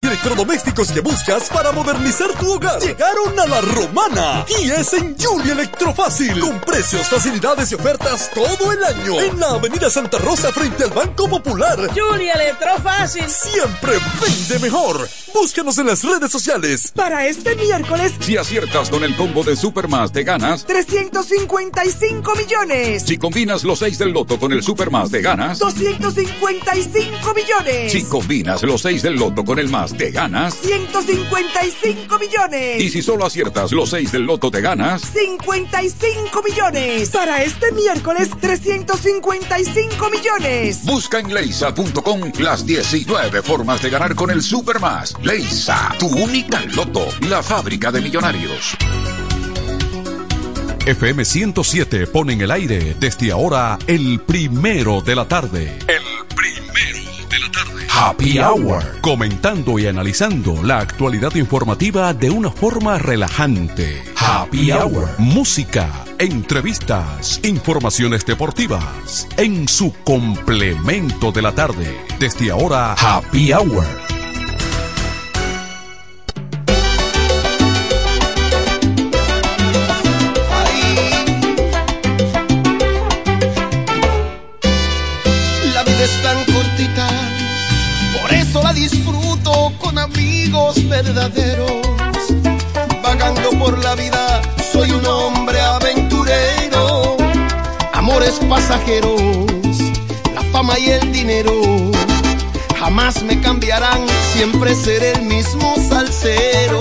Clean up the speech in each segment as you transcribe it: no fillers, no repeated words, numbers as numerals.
electrodomésticos que buscas para modernizar tu hogar llegaron a La Romana y es en Julia Electrofácil, con precios, facilidades y ofertas todo el año en la Avenida Santa Rosa frente al Banco Popular. Julia Electrofácil siempre vende mejor. Búscanos en las redes sociales. Para este miércoles, si aciertas con el combo de Supermás, te ganas 355 millones. Si combinas los 6 del loto con el Supermás, te ganas 255 millones. Si combinas los 6 del loto con el más, te ganas 155 millones. Y si solo aciertas los 6 del loto, te ganas 55 millones. Para este miércoles, 355 millones. Busca en leisa.com las 19 formas de ganar con el Supermás. Leisa, tu única loto, la fábrica de millonarios. FM 107 pone en el aire desde ahora el primero de la tarde. El primero de la tarde. Happy Hour. Comentando y analizando la actualidad informativa de una forma relajante. Happy Hour. Música, entrevistas, informaciones deportivas. En su complemento de la tarde. Desde ahora, Happy Hour. Disfruto con amigos verdaderos, vagando por la vida, soy un hombre aventurero. Amores pasajeros, la fama y el dinero, jamás me cambiarán, siempre seré el mismo salsero.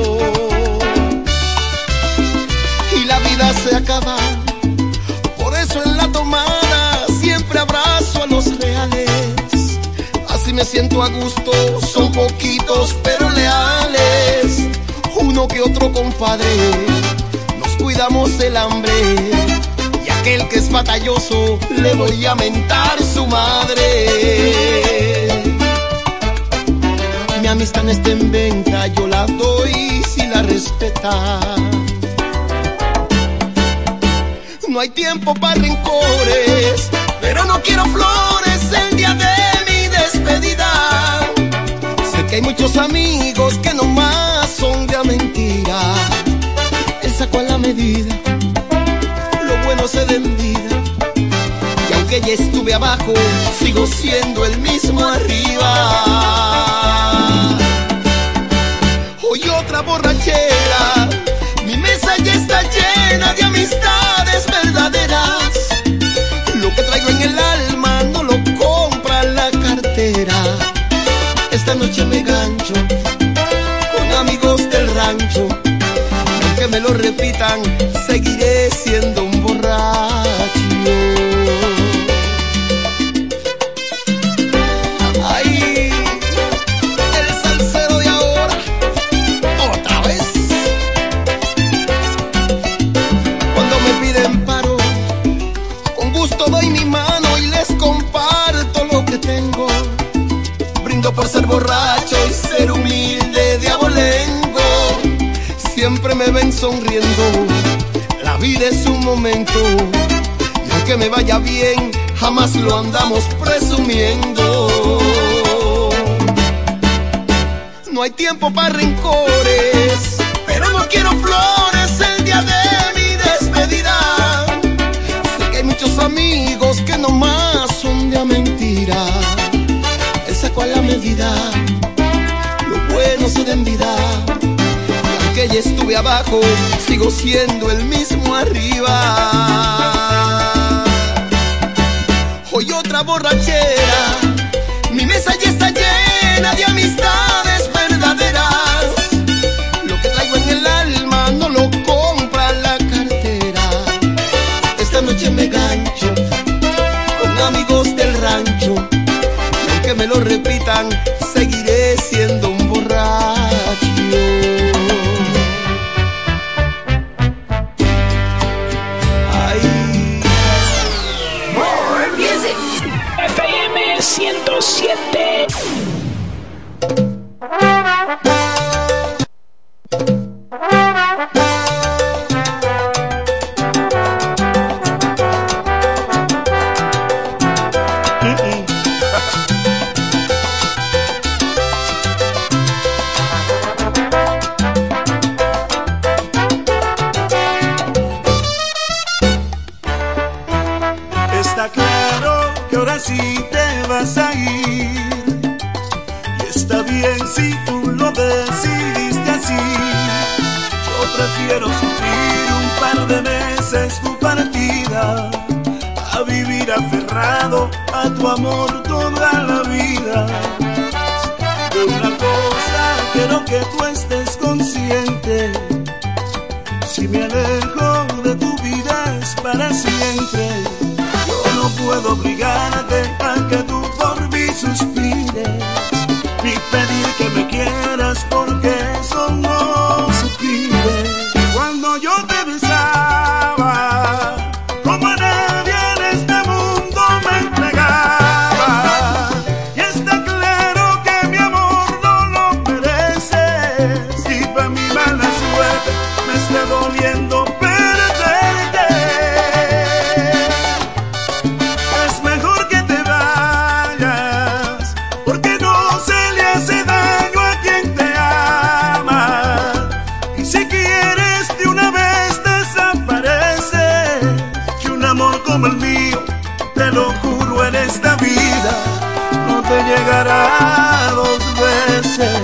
Y la vida se acaba, por eso en la tomada siempre abrazo a los reales. Me siento a gusto, son poquitos pero leales. Uno que otro compadre, nos cuidamos el hambre. Y aquel que es batalloso, le voy a mentar su madre. Mi amistad no está en venta, yo la doy si la respeta. No hay tiempo para rencores, pero no quiero flores el día de despedida. Sé que hay muchos amigos que nomás son de mentira. Él sacó a la medida, lo bueno se da en vida. Y aunque ya estuve abajo, sigo siendo el mismo arriba. Hoy otra borrachera, mi mesa ya está llena de amistades verdaderas. Lo que traigo en el alma no lo compra la cartera. Esta noche me gancho con amigos del rancho. Y aunque me lo repitan, seguiré siendo un borracho. Ay, el salsero de ahora, otra vez. Cuando me piden paro, con gusto doy mi mano y les comparto lo que tengo. Brindo por ser borracho y ser humilde de abolengo. Siempre me ven sonriendo, la vida es un momento. Y aunque me vaya bien, jamás lo andamos presumiendo. No hay tiempo para rencores, pero no quiero flores el día de mi despedida. Sé que hay muchos amigos que nomás son de mentira. Él sacó a la medida, lo bueno se da en vida. Y aunque ya estuve abajo, sigo siendo el mismo arriba. Hoy otra borrachera, mi mesa ya está llena de amistades verdaderas. Lo que traigo en el alma no lo compra la cartera. Esta noche me gancho con amigos del rancho. Y aunque me lo repitan, seguiré siendo un borracho. More music. FM 107. bien si tú lo decidiste así. Yo prefiero sufrir un par de meses tu partida a vivir aferrado a tu amor toda la vida. De una cosa quiero que tú estés consciente: si me alejo de tu vida es para siempre. Yo no puedo obligarte a que tú por mí suspires, ni pedir que me quieras porque eso no se pide. Cuando yo te besaba, como a nadie en este mundo me entregaba, y está claro que mi amor no lo mereces, y para mi mala suerte me está doliendo perderte. Es mejor que te vayas, porque no se le hace daño a quien te ama, y si quieres de una vez desaparece, que un amor como el mío, te lo juro en esta vida, no te llegará dos veces.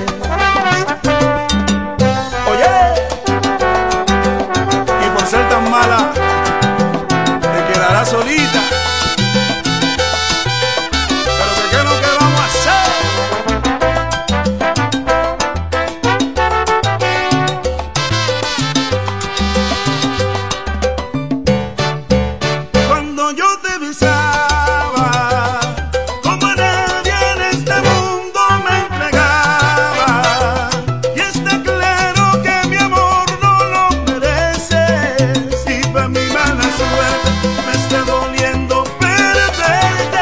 Oye, y por ser tan mala, te quedarás solita. Pero ¿qué es lo que vamos a hacer? Cuando yo te besaba, como a nadie en este mundo me entregaba, y está claro que mi amor no lo mereces, y para mi mala suerte me está doliendo perderte.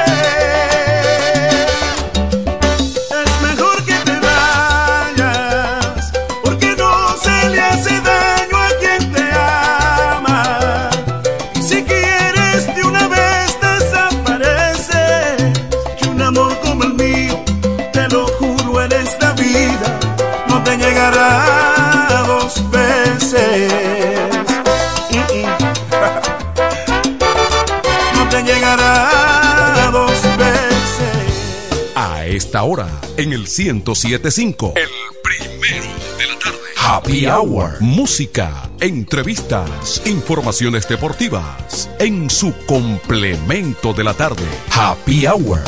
Es mejor que te vayas, porque no se le hace daño a quien te ama, y si quieres de una vez desaparece, que un amor como el mío, te lo juro en esta vida, no te llegará dos veces. No te llegará dos veces. A esta hora, en el 107.5, el primero de la tarde. Happy Hour. Música, entrevistas, informaciones deportivas. En su complemento de la tarde. Happy Hour.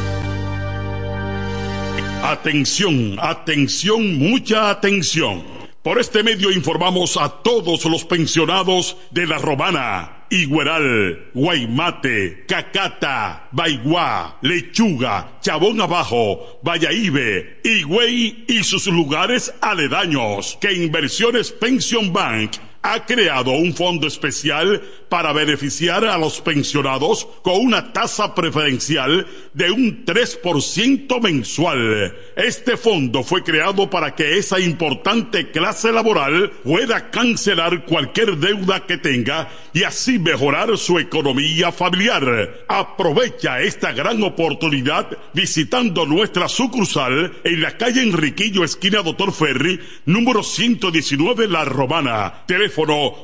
Atención, atención, mucha atención. Por este medio informamos a todos los pensionados de La Romana, Igueral, Guaymate, Cacata, Baigua, Lechuga, Chabón Abajo, Valladolid, Higüey y sus lugares aledaños que Inversiones Pension Bank ha creado un fondo especial para beneficiar a los pensionados con una tasa preferencial de un 3% mensual. Este fondo fue creado para que esa importante clase laboral pueda cancelar cualquier deuda que tenga y así mejorar su economía familiar. Aprovecha esta gran oportunidad visitando nuestra sucursal en la calle Enriquillo, esquina Doctor Ferry, número 119, La Romana. Teléfono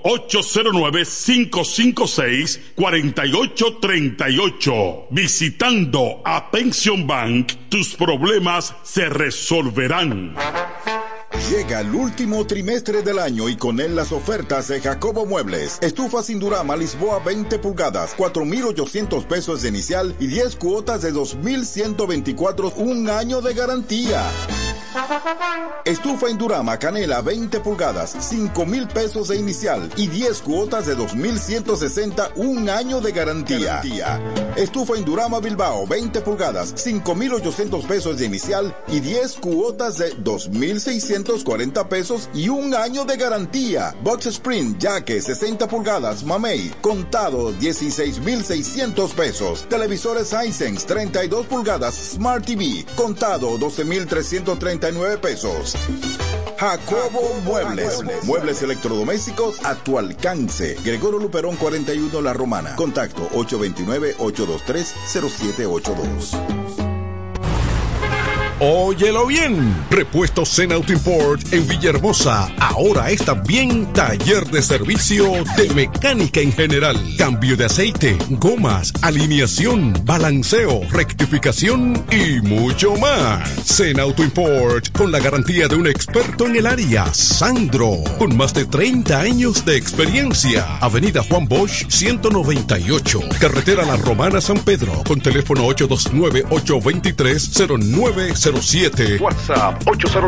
809-556-4838. Visitando a Pension Bank, tus problemas se resolverán. Llega el último trimestre del año y con él las ofertas de Jacobo Muebles. Estufa sin Durama Lisboa 20 pulgadas, 4,800 pesos de inicial y 10 cuotas de 2,124, un año de garantía. Estufa Indurama Canela 20 pulgadas, 5,000 pesos de inicial y 10 cuotas de 2,160, un año de garantía. Estufa Indurama Bilbao 20 pulgadas, 5,800 pesos de inicial y 10 cuotas de 2,640 pesos y un año de garantía. Box Spring Jaque 60 pulgadas Mamey, contado 16,600 pesos. Televisores Hisense 32 pulgadas Smart TV, contado 12,339 pesos. Jacobo Muebles. Muebles electrodomésticos a tu alcance. Gregorio Luperón 41, La Romana. Contacto 829-823-0782. Óyelo bien. Repuestos Zen Auto Import en Villahermosa. Ahora es también taller de servicio de mecánica en general. Cambio de aceite, gomas, alineación, balanceo, rectificación y mucho más. Zen Auto Import con la garantía de un experto en el área, Sandro, con más de 30 años de experiencia. Avenida Juan Bosch 198, carretera La Romana San Pedro, con teléfono 829-823-0907. WhatsApp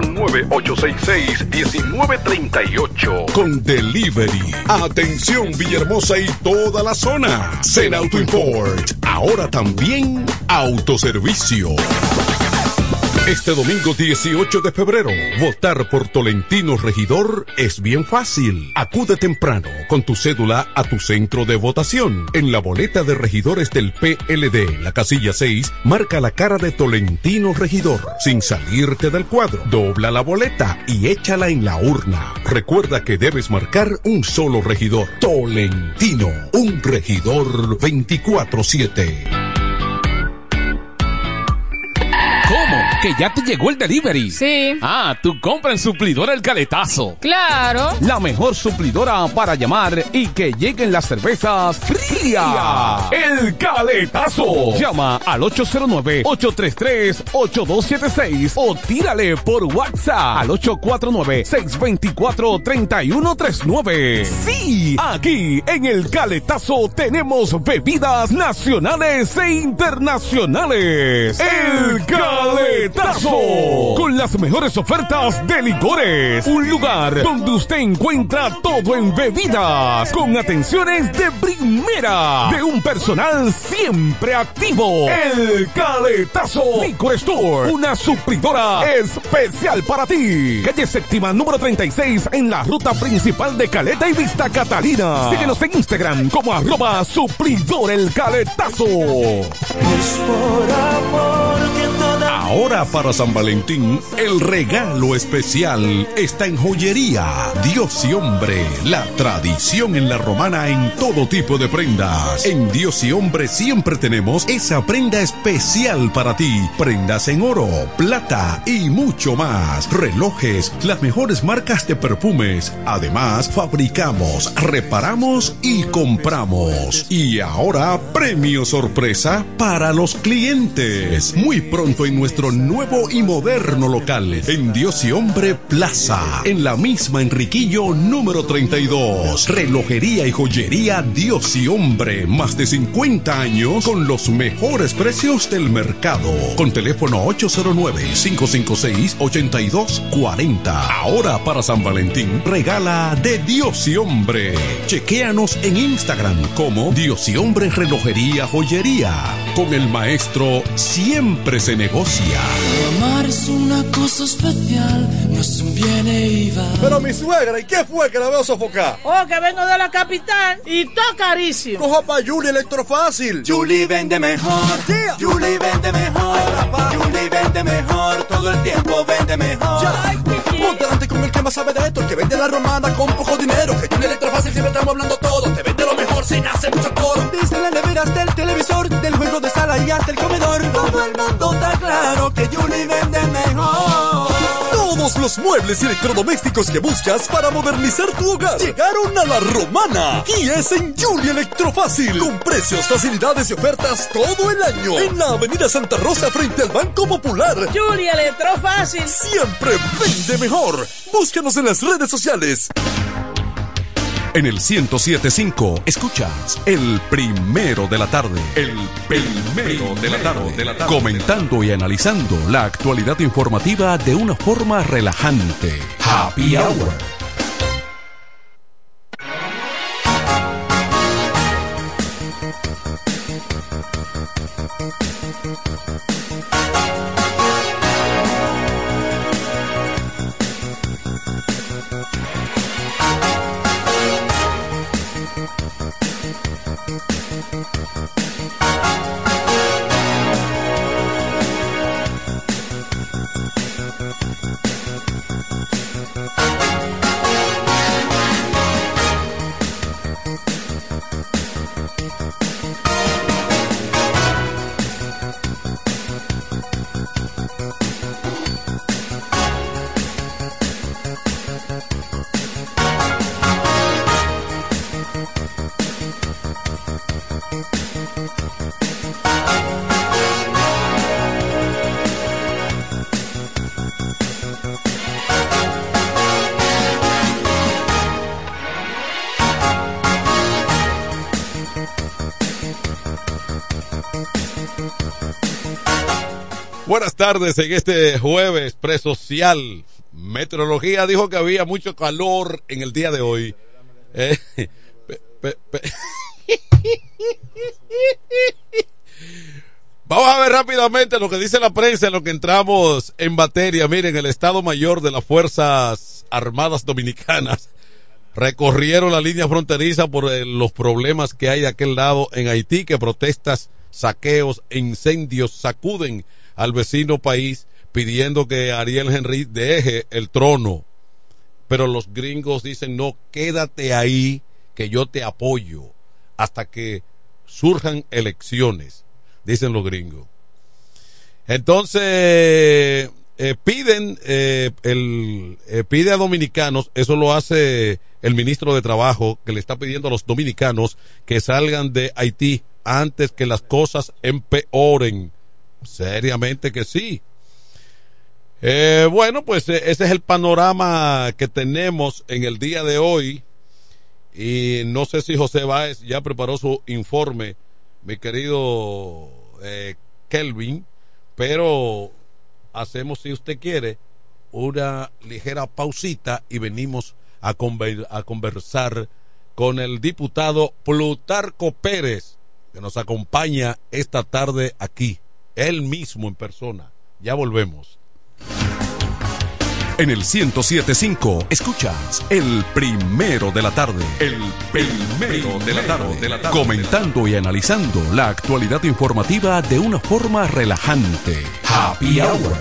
809-866-1938. Con delivery. Atención Villahermosa y toda la zona. Zen Auto Import. Ahora también autoservicio. Este domingo 18 de febrero, votar por Tolentino Regidor es bien fácil. Acude temprano con tu cédula a tu centro de votación. En la boleta de regidores del PLD, la casilla 6, marca la cara de Tolentino Regidor. Sin salirte del cuadro, dobla la boleta y échala en la urna. Recuerda que debes marcar un solo regidor. Tolentino, un regidor 24/7. ¿Cómo? ¿Que ya te llegó el delivery? Sí. Ah, tú compra en Suplidora El Caletazo. Claro. La mejor suplidora para llamar y que lleguen las cervezas frías. El Caletazo. Llama al 809-833-8276 o tírale por WhatsApp al 849-624-3139. Sí, aquí en El Caletazo tenemos bebidas nacionales e internacionales. El Caletazo, con las mejores ofertas de licores. Un lugar donde usted encuentra todo en bebidas, con atenciones de primera, de un personal siempre activo. El Caletazo Licor Store, una suplidora especial para ti. Calle Séptima, número 36, en la ruta principal de Caleta y Vista Catalina. Síguenos en Instagram como @suplidor El Caletazo. Es por amor que Ahora para San Valentín, el regalo especial está en Joyería Dios y Hombre, la tradición en La Romana en todo tipo de prendas. En Dios y Hombre siempre tenemos esa prenda especial para ti. Prendas en oro, plata y mucho más. Relojes, las mejores marcas de perfumes. Además, fabricamos, reparamos y compramos. Y ahora, premio sorpresa para los clientes. Muy pronto en nuestro nuevo y moderno local, en Dios y Hombre Plaza, en la misma Enriquillo número 32. Relojería y joyería Dios y Hombre, más de 50 años con los mejores precios del mercado. Con teléfono 809-556-8240. Ahora para San Valentín, regala de Dios y Hombre. Chequéanos en Instagram como Dios y Hombre Relojería Joyería. Con el maestro siempre se negocia. Amar es una cosa especial, no es un viene y va. Pero mi suegra, ¿y qué fue que la veo sofocar? Oh, que vengo de la capital y todo carísimo. Coja pa' Julie Electrofácil. Julie vende mejor, yeah. Julie vende mejor, Julie vende mejor, todo el tiempo vende mejor. Ponte delante con el que más sabe de esto, el que vende La Romana con poco dinero. Que Julie Electrofácil siempre estamos hablando todo, te vende lo mejor sin hacer mucho coro. Desde las neveras del televisor, del juego de sala y hasta el comedor, todo el mundo está claro que Julie vende mejor. Todos los muebles y electrodomésticos que buscas para modernizar tu hogar llegaron a La Romana y es en Julie Electrofácil, con precios, facilidades y ofertas todo el año en la avenida Santa Rosa frente al Banco Popular. Julie Electrofácil siempre vende mejor. Búscanos en las redes sociales. En el 107.5 escuchas El Primero de la Tarde. El Primero de la Tarde. Comentando y analizando la actualidad informativa de una forma relajante. Happy Hour. buenas tardes en este jueves presocial. Meteorología dijo que había mucho calor en el día de hoy. Vamos a ver rápidamente lo que dice la prensa en lo que entramos en materia. Miren, el Estado Mayor de las Fuerzas Armadas Dominicanas recorrieron la línea fronteriza por los problemas que hay de aquel lado en Haití, que protestas, saqueos e incendios sacuden al vecino país, pidiendo que Ariel Henry deje el trono. Pero los gringos dicen, no, quédate ahí, que yo te apoyo hasta que surjan elecciones, dicen los gringos. Entonces pide a dominicanos, eso lo hace el ministro de Trabajo, que le está pidiendo a los dominicanos que salgan de Haití antes que las cosas empeoren. Seriamente que sí. Bueno, pues ese es el panorama que tenemos en el día de hoy. Y no sé si José Báez ya preparó su informe, mi querido Kelvin, pero hacemos, si usted quiere, una ligera pausita y venimos a conversar con el diputado Plutarco Pérez, que nos acompaña esta tarde aquí, él mismo en persona. Ya volvemos. En el 107.5 escuchas El Primero de la Tarde. El Primero de la Tarde. Comentando y analizando la actualidad informativa de una forma relajante. Happy Hour.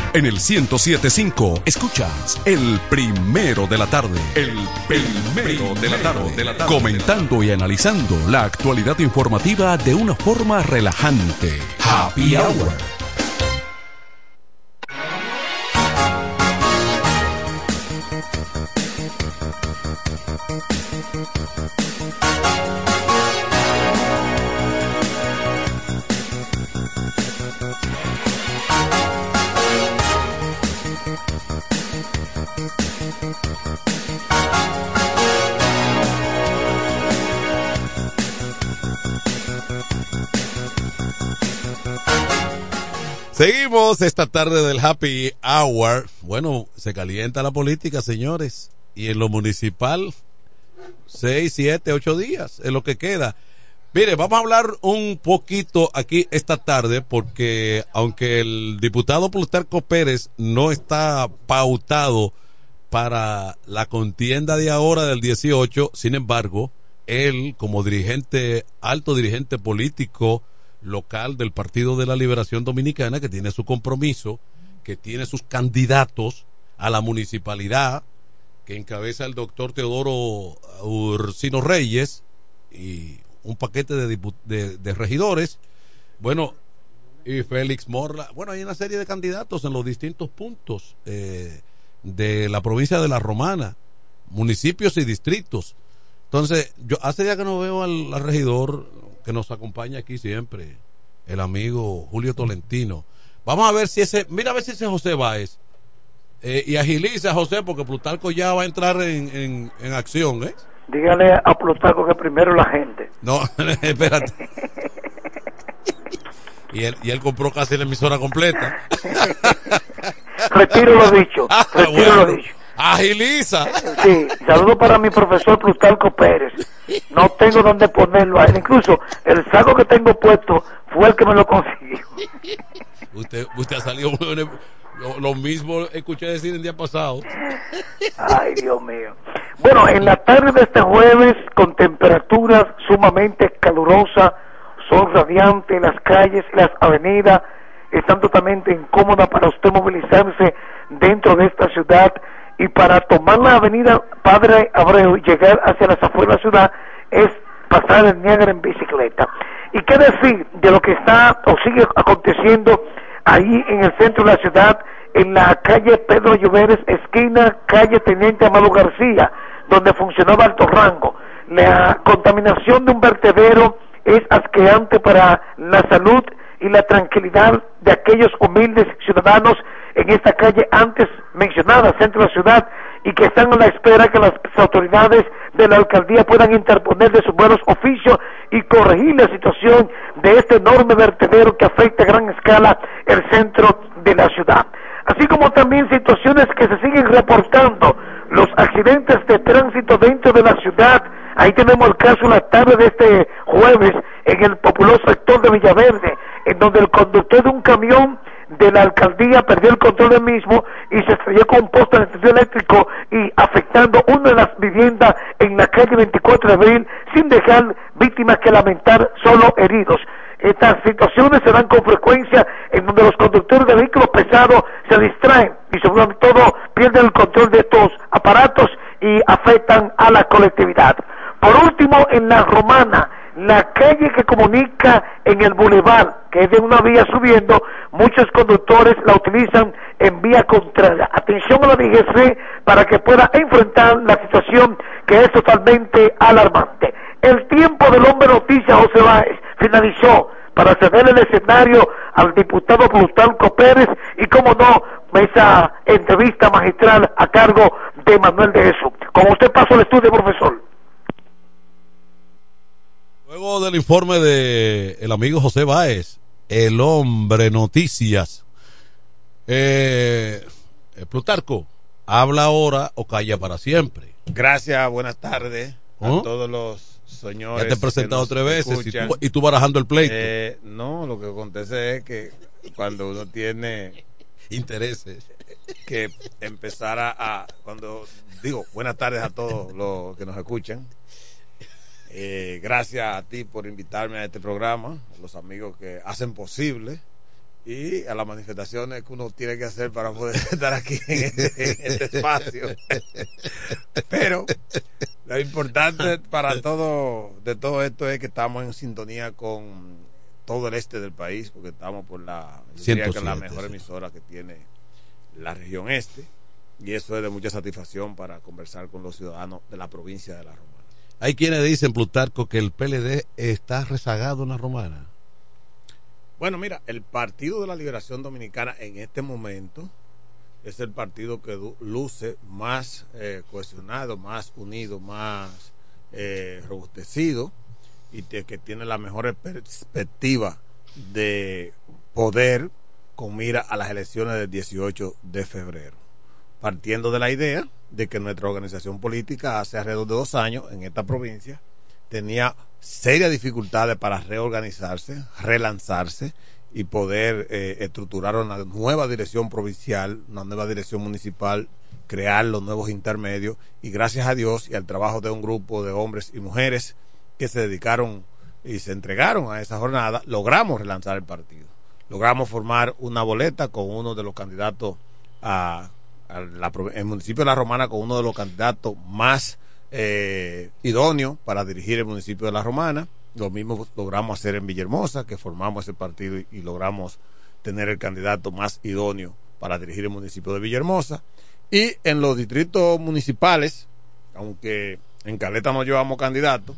En el 107.5 escuchas El Primero de la Tarde. El Primero de la Tarde. Comentando y analizando la actualidad informativa de una forma relajante. Happy Hour. Seguimos esta tarde del Happy Hour. Bueno, se calienta la política, señores. Y en lo municipal, 6, 7, 8 días es lo que queda. Mire, vamos a hablar un poquito aquí esta tarde porque aunque el diputado Plutarco Pérez no está pautado para la contienda de ahora del 18, sin embargo, él como dirigente, alto dirigente político local del Partido de la Liberación Dominicana, que tiene su compromiso, que tiene sus candidatos a la municipalidad, que encabeza el doctor Teodoro Ursino Reyes y un paquete de regidores, bueno, y Félix Morla, bueno, hay una serie de candidatos en los distintos puntos de la provincia de La Romana, municipios y distritos. Entonces, yo hace ya que no veo al regidor que nos acompaña aquí siempre, el amigo Julio Tolentino. Vamos a ver si mira a ver si ese José Báez, y agiliza José, porque Plutarco ya va a entrar en acción, ¿eh? Dígale a Plutarco que primero la gente. No, espérate. Y él compró casi la emisora completa. Retiro lo dicho. Lo dicho. Agiliza. Sí, saludo para mi profesor Plutarco Pérez. No tengo dónde ponerlo a él. Incluso el saco que tengo puesto fue el que me lo consiguió. Usted ha salido lo mismo escuché decir el día pasado. Ay, Dios mío. Bueno, en la tarde de este jueves, con temperaturas sumamente calurosas, sol radiante, las calles, las avenidas están totalmente incómodas para usted movilizarse dentro de esta ciudad, y para tomar la avenida Padre Abreu y llegar hacia las afueras de la ciudad es pasar el Niágara en bicicleta. ¿Y qué decir de lo que está o sigue aconteciendo ahí en el centro de la ciudad, en la calle Pedro Lloveres, esquina calle Teniente Amado García, donde funcionaba Alto Rango? La contaminación de un vertedero es asqueante para la salud y la tranquilidad de aquellos humildes ciudadanos en esta calle antes mencionada, centro de la ciudad, y que están a la espera que las autoridades de la alcaldía puedan interponer de sus buenos oficios y corregir la situación de este enorme vertedero que afecta a gran escala el centro de la ciudad. Así como también situaciones que se siguen reportando, los accidentes de tránsito dentro de la ciudad. Ahí tenemos el caso en la tarde de este jueves en el populoso sector de Villaverde, en donde el conductor de un camión de la alcaldía perdió el control del mismo y se estrelló con un poste de electricidad eléctrico y afectando una de las viviendas en la calle 24 de abril, sin dejar víctimas que lamentar, solo heridos. Estas situaciones se dan con frecuencia en donde los conductores de vehículos pesados se distraen y sobre todo pierden el control de estos aparatos y afectan a la colectividad. Por último, en La Romana, la calle que comunica en el bulevar, que es de una vía subiendo, muchos conductores la utilizan en vía contraria. Atención a la DGC para que pueda enfrentar la situación que es totalmente alarmante. El tiempo del hombre noticia José Báez finalizó para ceder el escenario al diputado Plutarco Pérez y, como no, esa entrevista magistral a cargo de Manuel de Jesús. Con usted paso al estudio, profesor. Luego del informe de el amigo José Báez, el hombre noticias, Plutarco, habla ahora o calla para siempre. Gracias, buenas tardes a todos los señores. Ya te he presentado 3 veces y tú barajando el pleito. No, lo que acontece es que cuando uno tiene intereses, que empezar cuando digo buenas tardes a todos los que nos escuchan. Gracias a ti por invitarme a este programa, a los amigos que hacen posible y a las manifestaciones que uno tiene que hacer para poder estar aquí en este espacio. Pero lo importante para todo esto es que estamos en sintonía con todo el este del país, porque estamos por la mejor emisora que tiene la región este, y eso es de mucha satisfacción para conversar con los ciudadanos de la provincia de La Romana. Hay quienes dicen, Plutarco, que el PLD está rezagado en La Romana. Bueno, mira, el Partido de la Liberación Dominicana en este momento es el partido que luce más cohesionado, más unido, más robustecido, y que tiene la mejor perspectiva de poder con mira a las elecciones del 18 de febrero. Partiendo de la idea de que nuestra organización política hace alrededor de 2 años en esta provincia tenía serias dificultades para reorganizarse, relanzarse y poder estructurar una nueva dirección provincial, una nueva dirección municipal, crear los nuevos intermedios, y gracias a Dios y al trabajo de un grupo de hombres y mujeres que se dedicaron y se entregaron a esa jornada, logramos relanzar el partido. Logramos formar una boleta con uno de los candidatos el municipio de La Romana, con uno de los candidatos más idóneos para dirigir el municipio de La Romana. Lo mismo logramos hacer en Villahermosa, que formamos ese partido y logramos tener el candidato más idóneo para dirigir el municipio de Villahermosa. Y en los distritos municipales, aunque en Caleta no llevamos candidato,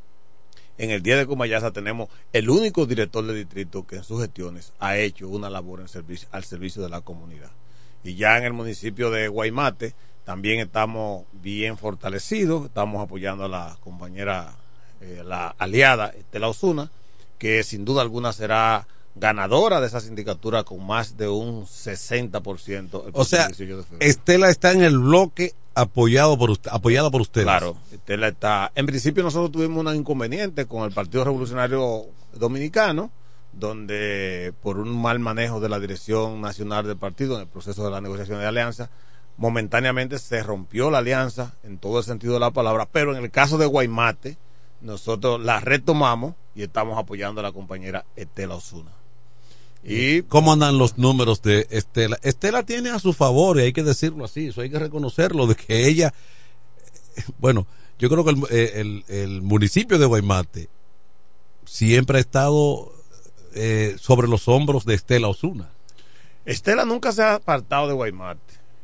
en el día de Comayasa tenemos el único director de distrito que en sus gestiones ha hecho una labor al servicio de la comunidad. Y ya en el municipio de Guaymate también estamos bien fortalecidos, estamos apoyando a la compañera, la aliada Estela Osuna, que sin duda alguna será ganadora de esa sindicatura con más de un 60%. O sea, Estela está en el bloque apoyada por ustedes. Claro, Estela está. En principio nosotros tuvimos un inconveniente con el Partido Revolucionario Dominicano, donde por un mal manejo de la dirección nacional del partido en el proceso de la negociación de alianza, momentáneamente se rompió la alianza en todo el sentido de la palabra, pero en el caso de Guaymate nosotros la retomamos y estamos apoyando a la compañera Estela Osuna. ¿Y cómo andan los números de Estela? Estela tiene a su favor, y hay que decirlo así, eso hay que reconocerlo, de que ella, bueno, yo creo que el municipio de Guaymate siempre ha estado sobre los hombros de Estela Osuna. Estela nunca se ha apartado de Guaymate.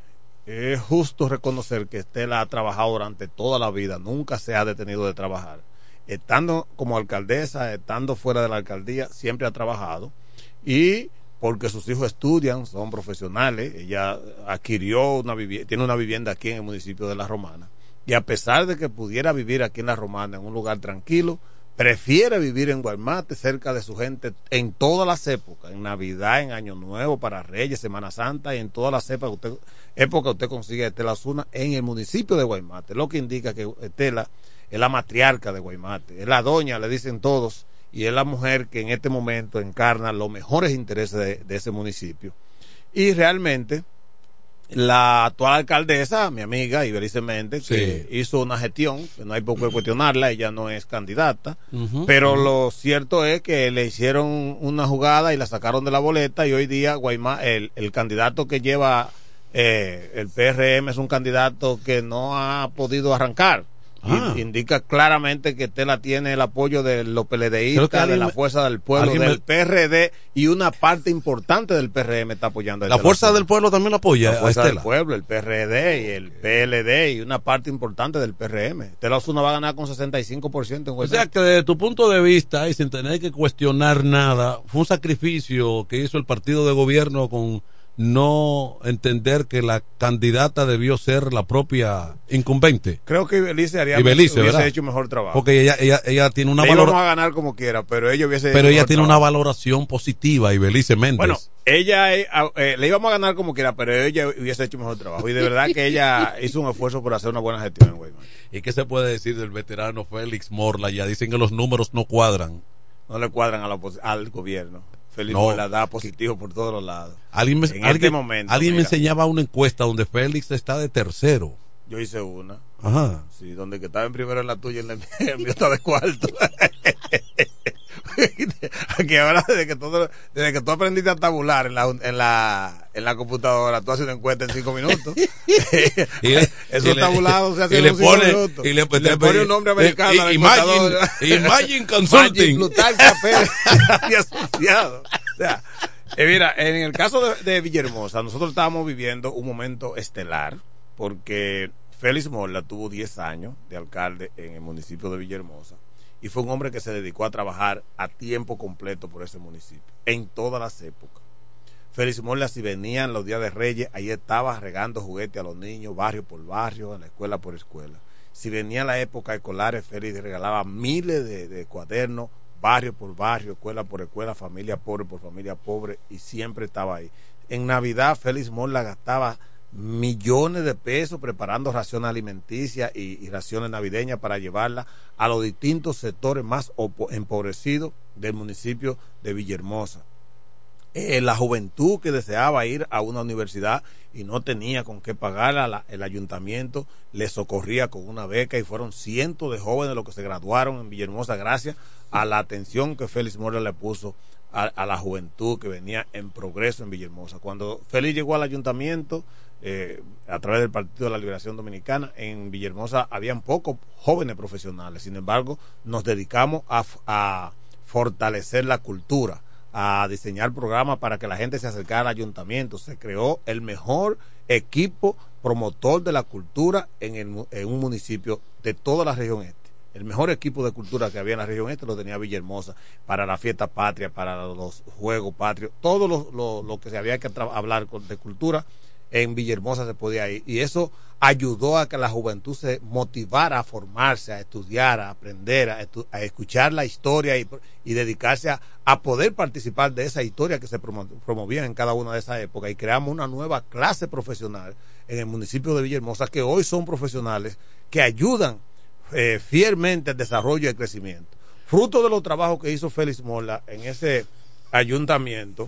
Es justo reconocer que Estela ha trabajado durante toda la vida, nunca se ha detenido de trabajar. Estando como alcaldesa, estando fuera de la alcaldía, siempre ha trabajado. Y porque sus hijos estudian, son profesionales, ella adquirió tiene una vivienda aquí en el municipio de La Romana. Y a pesar de que pudiera vivir aquí en La Romana, en un lugar tranquilo, prefiere vivir en Guaymate, cerca de su gente, en todas las épocas, en Navidad, en Año Nuevo, para Reyes, Semana Santa, y en todas las épocas usted consigue a Estela Osuna en el municipio de Guaymate, lo que indica que Estela es la matriarca de Guaymate, es la doña, le dicen todos, y es la mujer que en este momento encarna los mejores intereses de ese municipio. Y realmente la actual alcaldesa, mi amiga Ibelice Méndez, que hizo una gestión, que no hay por qué cuestionarla, ella no es candidata, pero lo cierto es que le hicieron una jugada y la sacaron de la boleta, y hoy día el candidato que lleva el PRM es un candidato que no ha podido arrancar. Indica claramente que Estela tiene el apoyo de los PLDistas, de la Fuerza del Pueblo, del PRD, y una parte importante del PRM está apoyando a la Fuerza del Pueblo también lo apoya. La Fuerza del Pueblo, el PRD y el PLD, y una parte importante del PRM. Estela Osuna va a ganar con 65% en Guaymate. O sea que desde tu punto de vista, y sin tener que cuestionar nada, fue un sacrificio que hizo el partido de gobierno con no entender que la candidata debió ser la propia incumbente. Creo que Ibelice hubiese hecho mejor trabajo. Porque ella tiene una valoración. Vamos a ganar como quiera, pero ella tiene una valoración positiva, Ibelice Méndez. Bueno, ella le íbamos a ganar como quiera, pero ella hubiese hecho mejor trabajo. Y de verdad que ella hizo un esfuerzo por hacer una buena gestión en Guaymate. ¿Y qué se puede decir del veterano Félix Morla? Ya dicen que los números no cuadran. No le cuadran al gobierno. Félix Morla da positivo por todos los lados. Alguien me enseñaba una encuesta donde Félix está de tercero. Yo hice una. Ajá. Sí, donde que estaba en primero en la tuya, el mío está de cuarto. Aquí que ahora desde que tú aprendiste a tabular en la computadora, tú haces una encuesta en 5 minutos. Esos tabulados se hacen en 5 minutos. Y le pone un nombre americano a la computadora. Imagine Consulting. Plutarca Pérez y asociado. O sea, mira, en el caso de Villahermosa, nosotros estábamos viviendo un momento estelar, porque Félix Morla tuvo 10 años de alcalde en el municipio de Villahermosa y fue un hombre que se dedicó a trabajar a tiempo completo por ese municipio, en todas las épocas. Félix Morla, si venían los días de Reyes, ahí estaba regando juguetes a los niños, barrio por barrio, en la escuela por escuela. Si venía la época escolar, Félix regalaba miles de cuadernos, barrio por barrio, escuela por escuela, familia pobre por familia pobre, y siempre estaba ahí. En Navidad, Félix Morla gastaba millones de pesos preparando raciones alimenticias y raciones navideñas para llevarlas a los distintos sectores más empobrecidos del municipio de Villahermosa. La juventud que deseaba ir a una universidad y no tenía con qué pagar, el ayuntamiento le socorría con una beca, y fueron cientos de jóvenes los que se graduaron en Villahermosa gracias a la atención que Félix Morla le puso a la juventud que venía en progreso en Villahermosa. Cuando Félix llegó al ayuntamiento, a través del Partido de la Liberación Dominicana, en Villahermosa habían pocos jóvenes profesionales. Sin embargo, nos dedicamos a fortalecer la cultura, a diseñar programas para que la gente se acercara al ayuntamiento. Se creó el mejor equipo promotor de la cultura en un municipio de toda la región este. El mejor equipo de cultura que había en la región este lo tenía Villahermosa, para la fiesta patria, para los juegos patrios, todo lo que se había que hablar de cultura. En Villahermosa se podía ir, y eso ayudó a que la juventud se motivara a formarse, a estudiar, a aprender, a escuchar la historia y dedicarse a poder participar de esa historia que se promovía en cada una de esas épocas. Y creamos una nueva clase profesional en el municipio de Villahermosa, que hoy son profesionales que ayudan fielmente al desarrollo y al crecimiento. Fruto de los trabajos que hizo Félix Morla en ese ayuntamiento,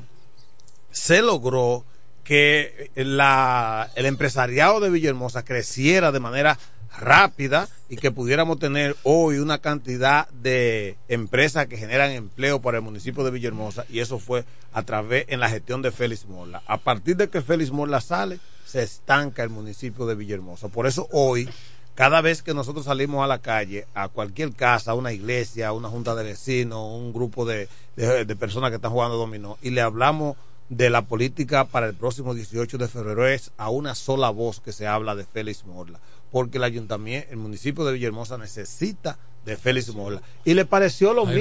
se logró que el empresariado de Villahermosa creciera de manera rápida y que pudiéramos tener hoy una cantidad de empresas que generan empleo para el municipio de Villahermosa, y eso fue en la gestión de Félix Morla. A partir de que Félix Morla sale, se estanca el municipio de Villahermosa. Por eso hoy, cada vez que nosotros salimos a la calle, a cualquier casa, a una iglesia, a una junta de vecinos, un grupo de personas que están jugando dominó, y le hablamos de la política para el próximo 18 de febrero, es a una sola voz que se habla de Félix Morla, porque el municipio de Villahermosa necesita de Félix Morla, y le pareció lo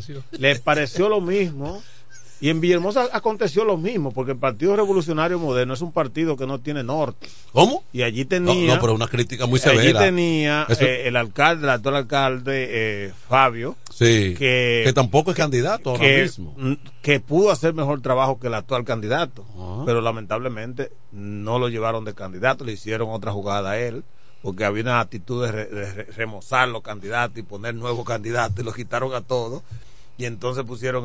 mismo, y en Villahermosa aconteció lo mismo, porque el Partido Revolucionario Moderno es un partido que no tiene norte. ¿Cómo? Y allí tenía... No, pero una crítica muy severa. Allí tenía el actual alcalde, Fabio, sí, que tampoco es candidato ahora mismo. Que pudo hacer mejor trabajo que el actual candidato, pero lamentablemente no lo llevaron de candidato, le hicieron otra jugada a él, porque había una actitud de remozar los candidatos y poner nuevos candidatos, y los quitaron a todos, y entonces pusieron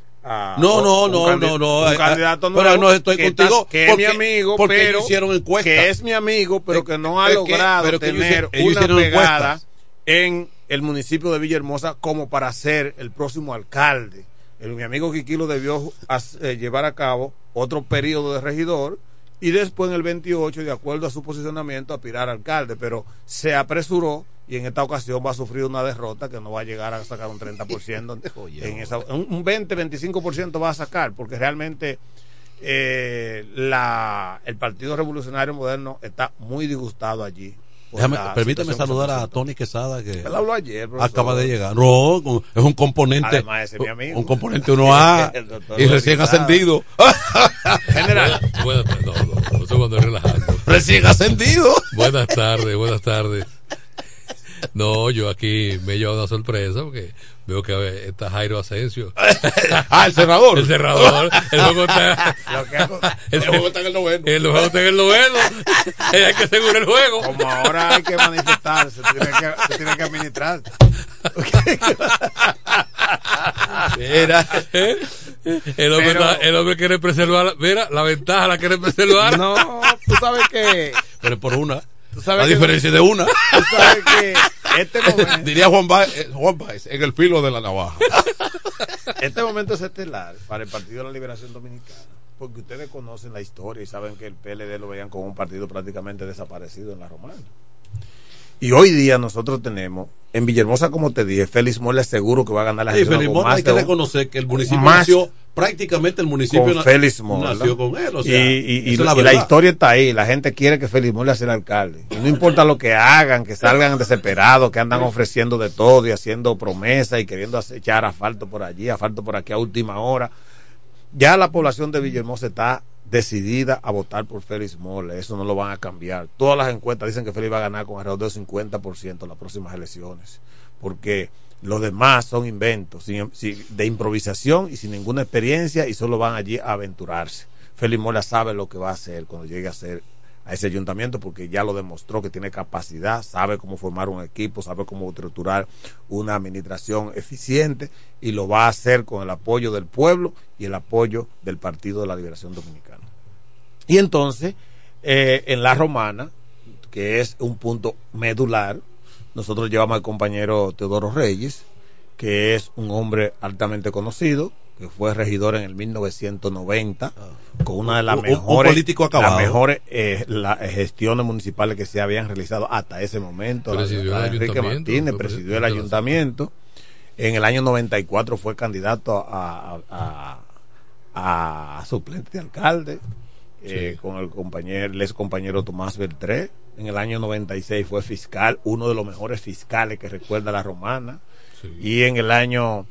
un candidato nuevo, pero no estoy contigo, que es mi amigo, pero hicieron encuestas, que es mi amigo, pero que no ha logrado tener una pegada en el municipio de Villahermosa como para ser el próximo alcalde. Mi amigo Quiquilo debió llevar a cabo otro periodo de regidor, y después en el 28, de acuerdo a su posicionamiento, aspirar a alcalde, pero se apresuró, y en esta ocasión va a sufrir una derrota que no va a llegar a sacar un 30%, un 20-25% va a sacar, porque realmente el Partido Revolucionario Moderno está muy disgustado allí. Permíteme saludar a Tony Quesada, que él habló ayer, acaba de llegar. No, es un componente. Además, ese es mi amigo. Un componente 1A y recién ascendido. General. Buenas tardes. No, estoy cuando relajando. Recién ascendido. Buenas tardes. No, yo aquí me he llevado una sorpresa porque veo que está Jairo Asensio. El cerrador. El juego está. El juego está en el noveno. El juego está en el noveno. Hay que asegurar el juego. Como ahora hay que manifestarse, se tiene que administrar. Mira. El hombre quiere preservar. Mira, la ventaja la quiere preservar. No, tú sabes que. Pero por una. A diferencia de una. Tú sabes que Diría Juan Baez, en el filo de la navaja. Este momento es estelar para el Partido de la Liberación Dominicana, porque ustedes conocen la historia y saben que el PLD lo veían como un partido prácticamente desaparecido en la Romana. Y hoy día nosotros tenemos, en Villahermosa, como te dije, Félix Mola es seguro que va a ganar la elección. Félix Mola, hay que reconocer que el municipio nació, prácticamente el municipio con Félix Mola nació con él. O sea, y la historia está ahí, la gente quiere que Félix Mola sea el alcalde. Y no importa lo que hagan, que salgan desesperados, que andan ofreciendo de todo y haciendo promesas y queriendo echar asfalto por allí, asfalto por aquí a última hora. Ya la población de Villahermosa está decidida a votar por Félix Mola, eso no lo van a cambiar. Todas las encuestas dicen que Félix va a ganar con alrededor del 50% en las próximas elecciones, porque los demás son inventos de improvisación y sin ninguna experiencia, y solo van allí a aventurarse. Félix Mola sabe lo que va a hacer cuando llegue a ese ayuntamiento, porque ya lo demostró que tiene capacidad, sabe cómo formar un equipo, sabe cómo estructurar una administración eficiente, y lo va a hacer con el apoyo del pueblo y el apoyo del Partido de la Liberación Dominicana. Y entonces, en la Romana, que es un punto medular, nosotros llevamos al compañero Teodoro Reyes, que es un hombre altamente conocido, que fue regidor en el 1990, con una de las mejores gestiones municipales que se habían realizado hasta ese momento. Enrique Martínez presidió el ayuntamiento. En el año 94 fue candidato a suplente de alcalde, con el ex compañero Tomás Beltré. En el año 96 fue fiscal, uno de los mejores fiscales que recuerda la Romana. Sí. Y en el año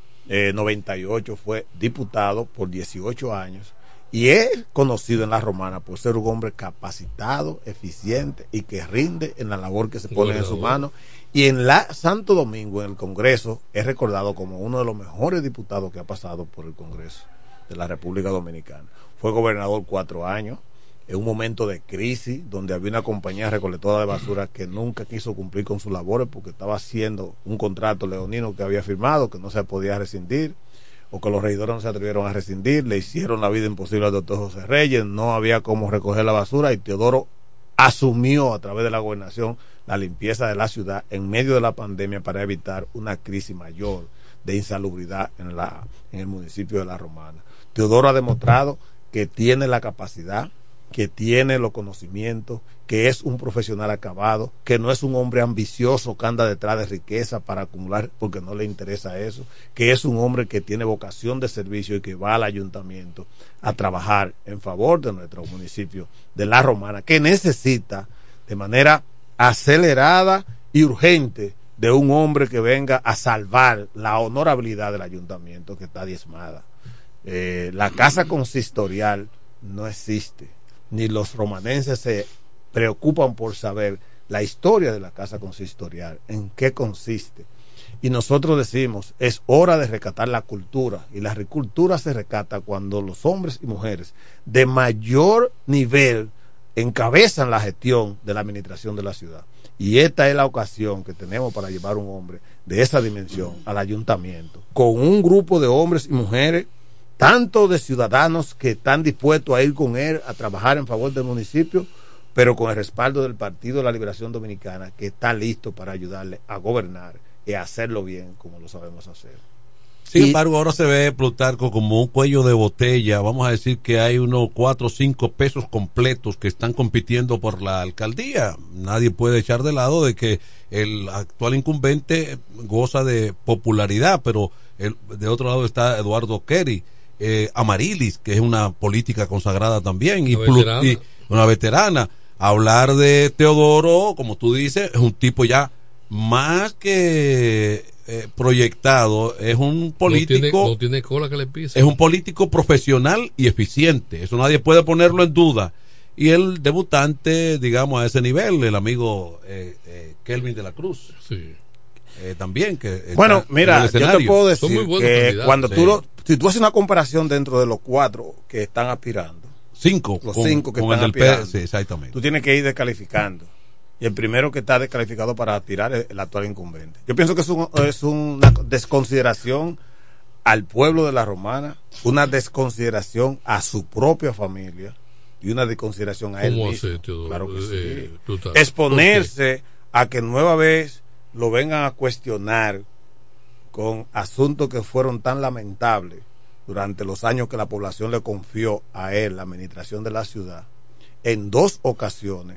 98 fue diputado por 18 años, y es conocido en la Romana por ser un hombre capacitado, eficiente y que rinde en la labor que se pone en su mano. Y en la Santo Domingo, en el Congreso, es recordado como uno de los mejores diputados que ha pasado por el Congreso de la República Dominicana. Fue gobernador 4 años, en un momento de crisis donde había una compañía recolectora de basura que nunca quiso cumplir con sus labores porque estaba haciendo un contrato leonino que había firmado, que no se podía rescindir, o que los regidores no se atrevieron a rescindir. Le hicieron la vida imposible al doctor José Reyes, no había cómo recoger la basura, y Teodoro asumió a través de la gobernación la limpieza de la ciudad en medio de la pandemia para evitar una crisis mayor de insalubridad en el municipio de La Romana. Teodoro ha demostrado que tiene la capacidad, que tiene los conocimientos, que es un profesional acabado, que no es un hombre ambicioso que anda detrás de riqueza para acumular porque no le interesa eso, que es un hombre que tiene vocación de servicio y que va al ayuntamiento a trabajar en favor de nuestro municipio de La Romana, que necesita de manera acelerada y urgente de un hombre que venga a salvar la honorabilidad del ayuntamiento, que está diezmada. La casa consistorial no existe, ni los romanenses se preocupan por saber la historia de la casa consistorial, en qué consiste. Y nosotros decimos, es hora de rescatar la cultura, y la cultura se rescata cuando los hombres y mujeres de mayor nivel encabezan la gestión de la administración de la ciudad. Y esta es la ocasión que tenemos para llevar un hombre de esa dimensión al ayuntamiento, con un grupo de hombres y mujeres, tanto de ciudadanos que están dispuestos a ir con él a trabajar en favor del municipio, pero con el respaldo del Partido de la Liberación Dominicana, que está listo para ayudarle a gobernar y a hacerlo bien como lo sabemos hacer. Sin embargo, ahora se ve Plutarco como un cuello de botella. Vamos a decir que hay unos 4 o 5 pesos completos que están compitiendo por la alcaldía. Nadie puede echar de lado de que el actual incumbente goza de popularidad, pero de otro lado está Eduardo Kerry, Amarilis, que es una política consagrada también, y una veterana. Hablar de Teodoro, como tú dices, es un tipo ya más que proyectado, es un político, no tiene cola que le pise. Es un político profesional y eficiente, eso nadie puede ponerlo en duda. Y el debutante, digamos, a ese nivel, el amigo Kelvin de la Cruz, sí. También que bueno, mira, yo te puedo decir que cuando si tú haces una comparación dentro de los 4 que están aspirando, 5 los 5 que están aspirando, sí, exactamente, tú tienes que ir descalificando. Y el primero que está descalificado para aspirar es el actual incumbente. Yo pienso que es una desconsideración al pueblo de La Romana, una desconsideración a su propia familia y una desconsideración a él mismo. Claro que sí. Exponerse a que nueva vez lo vengan a cuestionar con asuntos que fueron tan lamentables durante los años que la población le confió a él la administración de la ciudad. En 2 ocasiones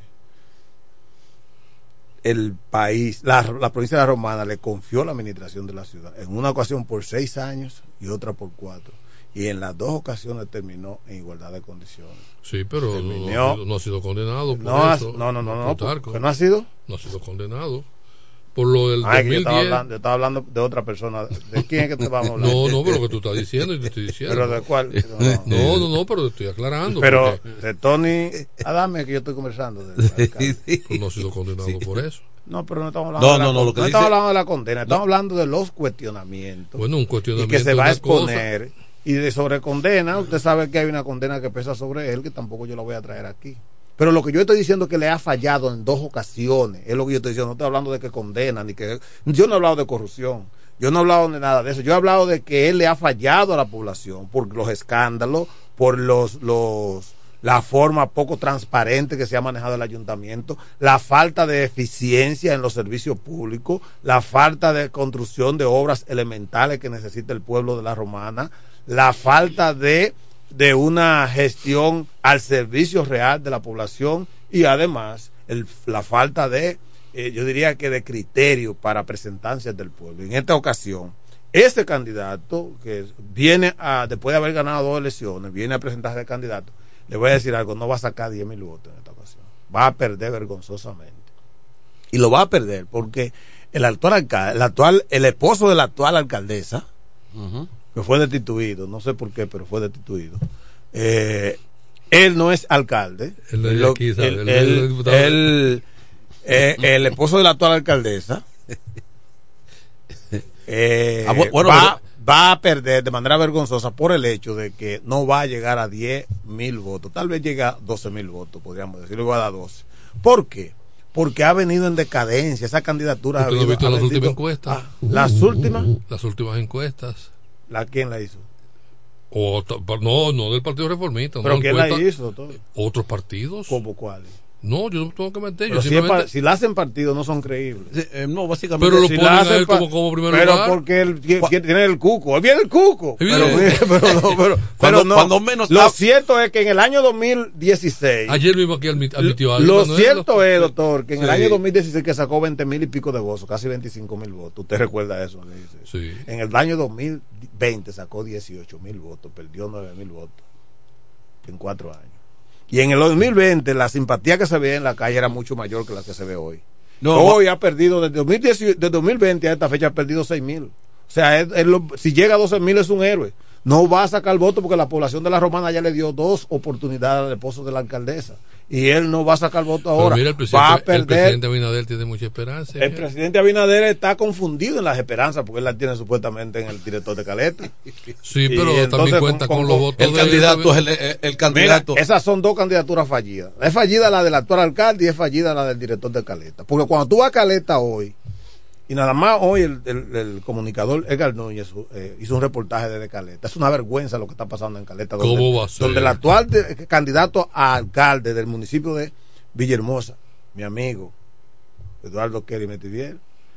el país, la provincia de La Romana le confió la administración de la ciudad, en una ocasión por 6 años y otra por 4, y en las 2 ocasiones terminó en igualdad de condiciones. Sí, pero no ha sido condenado por eso. No, ¿por qué no ha sido? No ha sido condenado por lo del 2010. Yo estaba hablando de otra persona. ¿De quién es que te vamos a hablar? No, pero lo que tú estás diciendo y te estoy diciendo. ¿Pero de cuál? No, pero te estoy aclarando. Pero de Tony Adame, que yo estoy conversando. Pues no ha sido condenado por eso. No, pero no estamos hablando estamos hablando de la condena, estamos hablando de los cuestionamientos. Bueno, un cuestionamiento. Y que se va a exponer. Y de sobre condena, usted sabe que hay una condena que pesa sobre él, que tampoco yo la voy a traer aquí. Pero lo que yo estoy diciendo es que le ha fallado en 2 ocasiones. Es lo que yo estoy diciendo. No estoy hablando de que condena, ni que... Yo no he hablado de corrupción. Yo no he hablado de nada de eso. Yo he hablado de que él le ha fallado a la población por los escándalos, por la forma poco transparente que se ha manejado el ayuntamiento, la falta de eficiencia en los servicios públicos, la falta de construcción de obras elementales que necesita el pueblo de La Romana, la falta de una gestión al servicio real de la población y además la falta de, yo diría que de criterio para presentarse ante el pueblo. En esta ocasión, este candidato que viene después de haber ganado 2 elecciones, viene a presentarse de candidato, le voy a decir algo, no va a sacar 10,000 votos en esta ocasión. Va a perder vergonzosamente. Y lo va a perder porque el actual alcalde, el esposo de la actual alcaldesa, que fue destituido, no sé por qué, pero fue destituido. Él no es alcalde. El esposo de la actual alcaldesa va a perder de manera vergonzosa por el hecho de que no va a llegar a 10,000 votos. Tal vez llegue a 12,000 votos, podríamos decir, le va a dar 12. ¿Por qué? Porque ha venido en decadencia. Esa candidatura ¿Usted lo ha visto en las últimas encuestas? ¿Las últimas? Las últimas encuestas. ¿Quién la hizo? No del Partido Reformista. ¿Pero quién la hizo? ¿Otros partidos? ¿Cómo cuáles? No, yo no tengo que meter. Pero si la hacen partido no son creíbles. No, básicamente. Pero lo ponen a él como primer lugar. Pero porque él tiene el cuco. Él viene el cuco. Pero no. Cuando menos. Lo cierto es que en el año 2016. Ayer mismo aquí admitió algo. Lo cierto es, doctor, que en el año 2016 que sacó 20,000 y pico de votos, casi 25,000 votos. ¿Usted recuerda eso? Sí. En el año 2020 sacó 18,000 votos, perdió 9,000 votos en 4 años. Y en el 2020 la simpatía que se ve en la calle era mucho mayor que la que se ve hoy. Hoy ha perdido, desde 2020 a esta fecha ha perdido 6,000. O sea, si llega a 12,000 es un héroe. No va a sacar voto porque la población de La Romana ya le dio 2 oportunidades al esposo de la alcaldesa. Y él no va a sacar voto ahora. Mira, va a perder. El presidente Abinader tiene mucha esperanza. El presidente Abinader está confundido en las esperanzas porque él la tiene supuestamente en el director de Caleta. Sí, pero también cuenta con los votos. El candidato es el candidato. Mira, esas son 2 candidaturas fallidas. Es fallida la del actual alcalde y es fallida la del director de Caleta. Porque cuando tú vas a Caleta hoy, y nada más hoy el comunicador Edgar Núñez hizo un reportaje desde Caleta. Es una vergüenza lo que está pasando en Caleta. ¿Cómo va a ser? Donde el actual candidato a alcalde del municipio de Villahermosa, mi amigo Eduardo Kelly Metivier,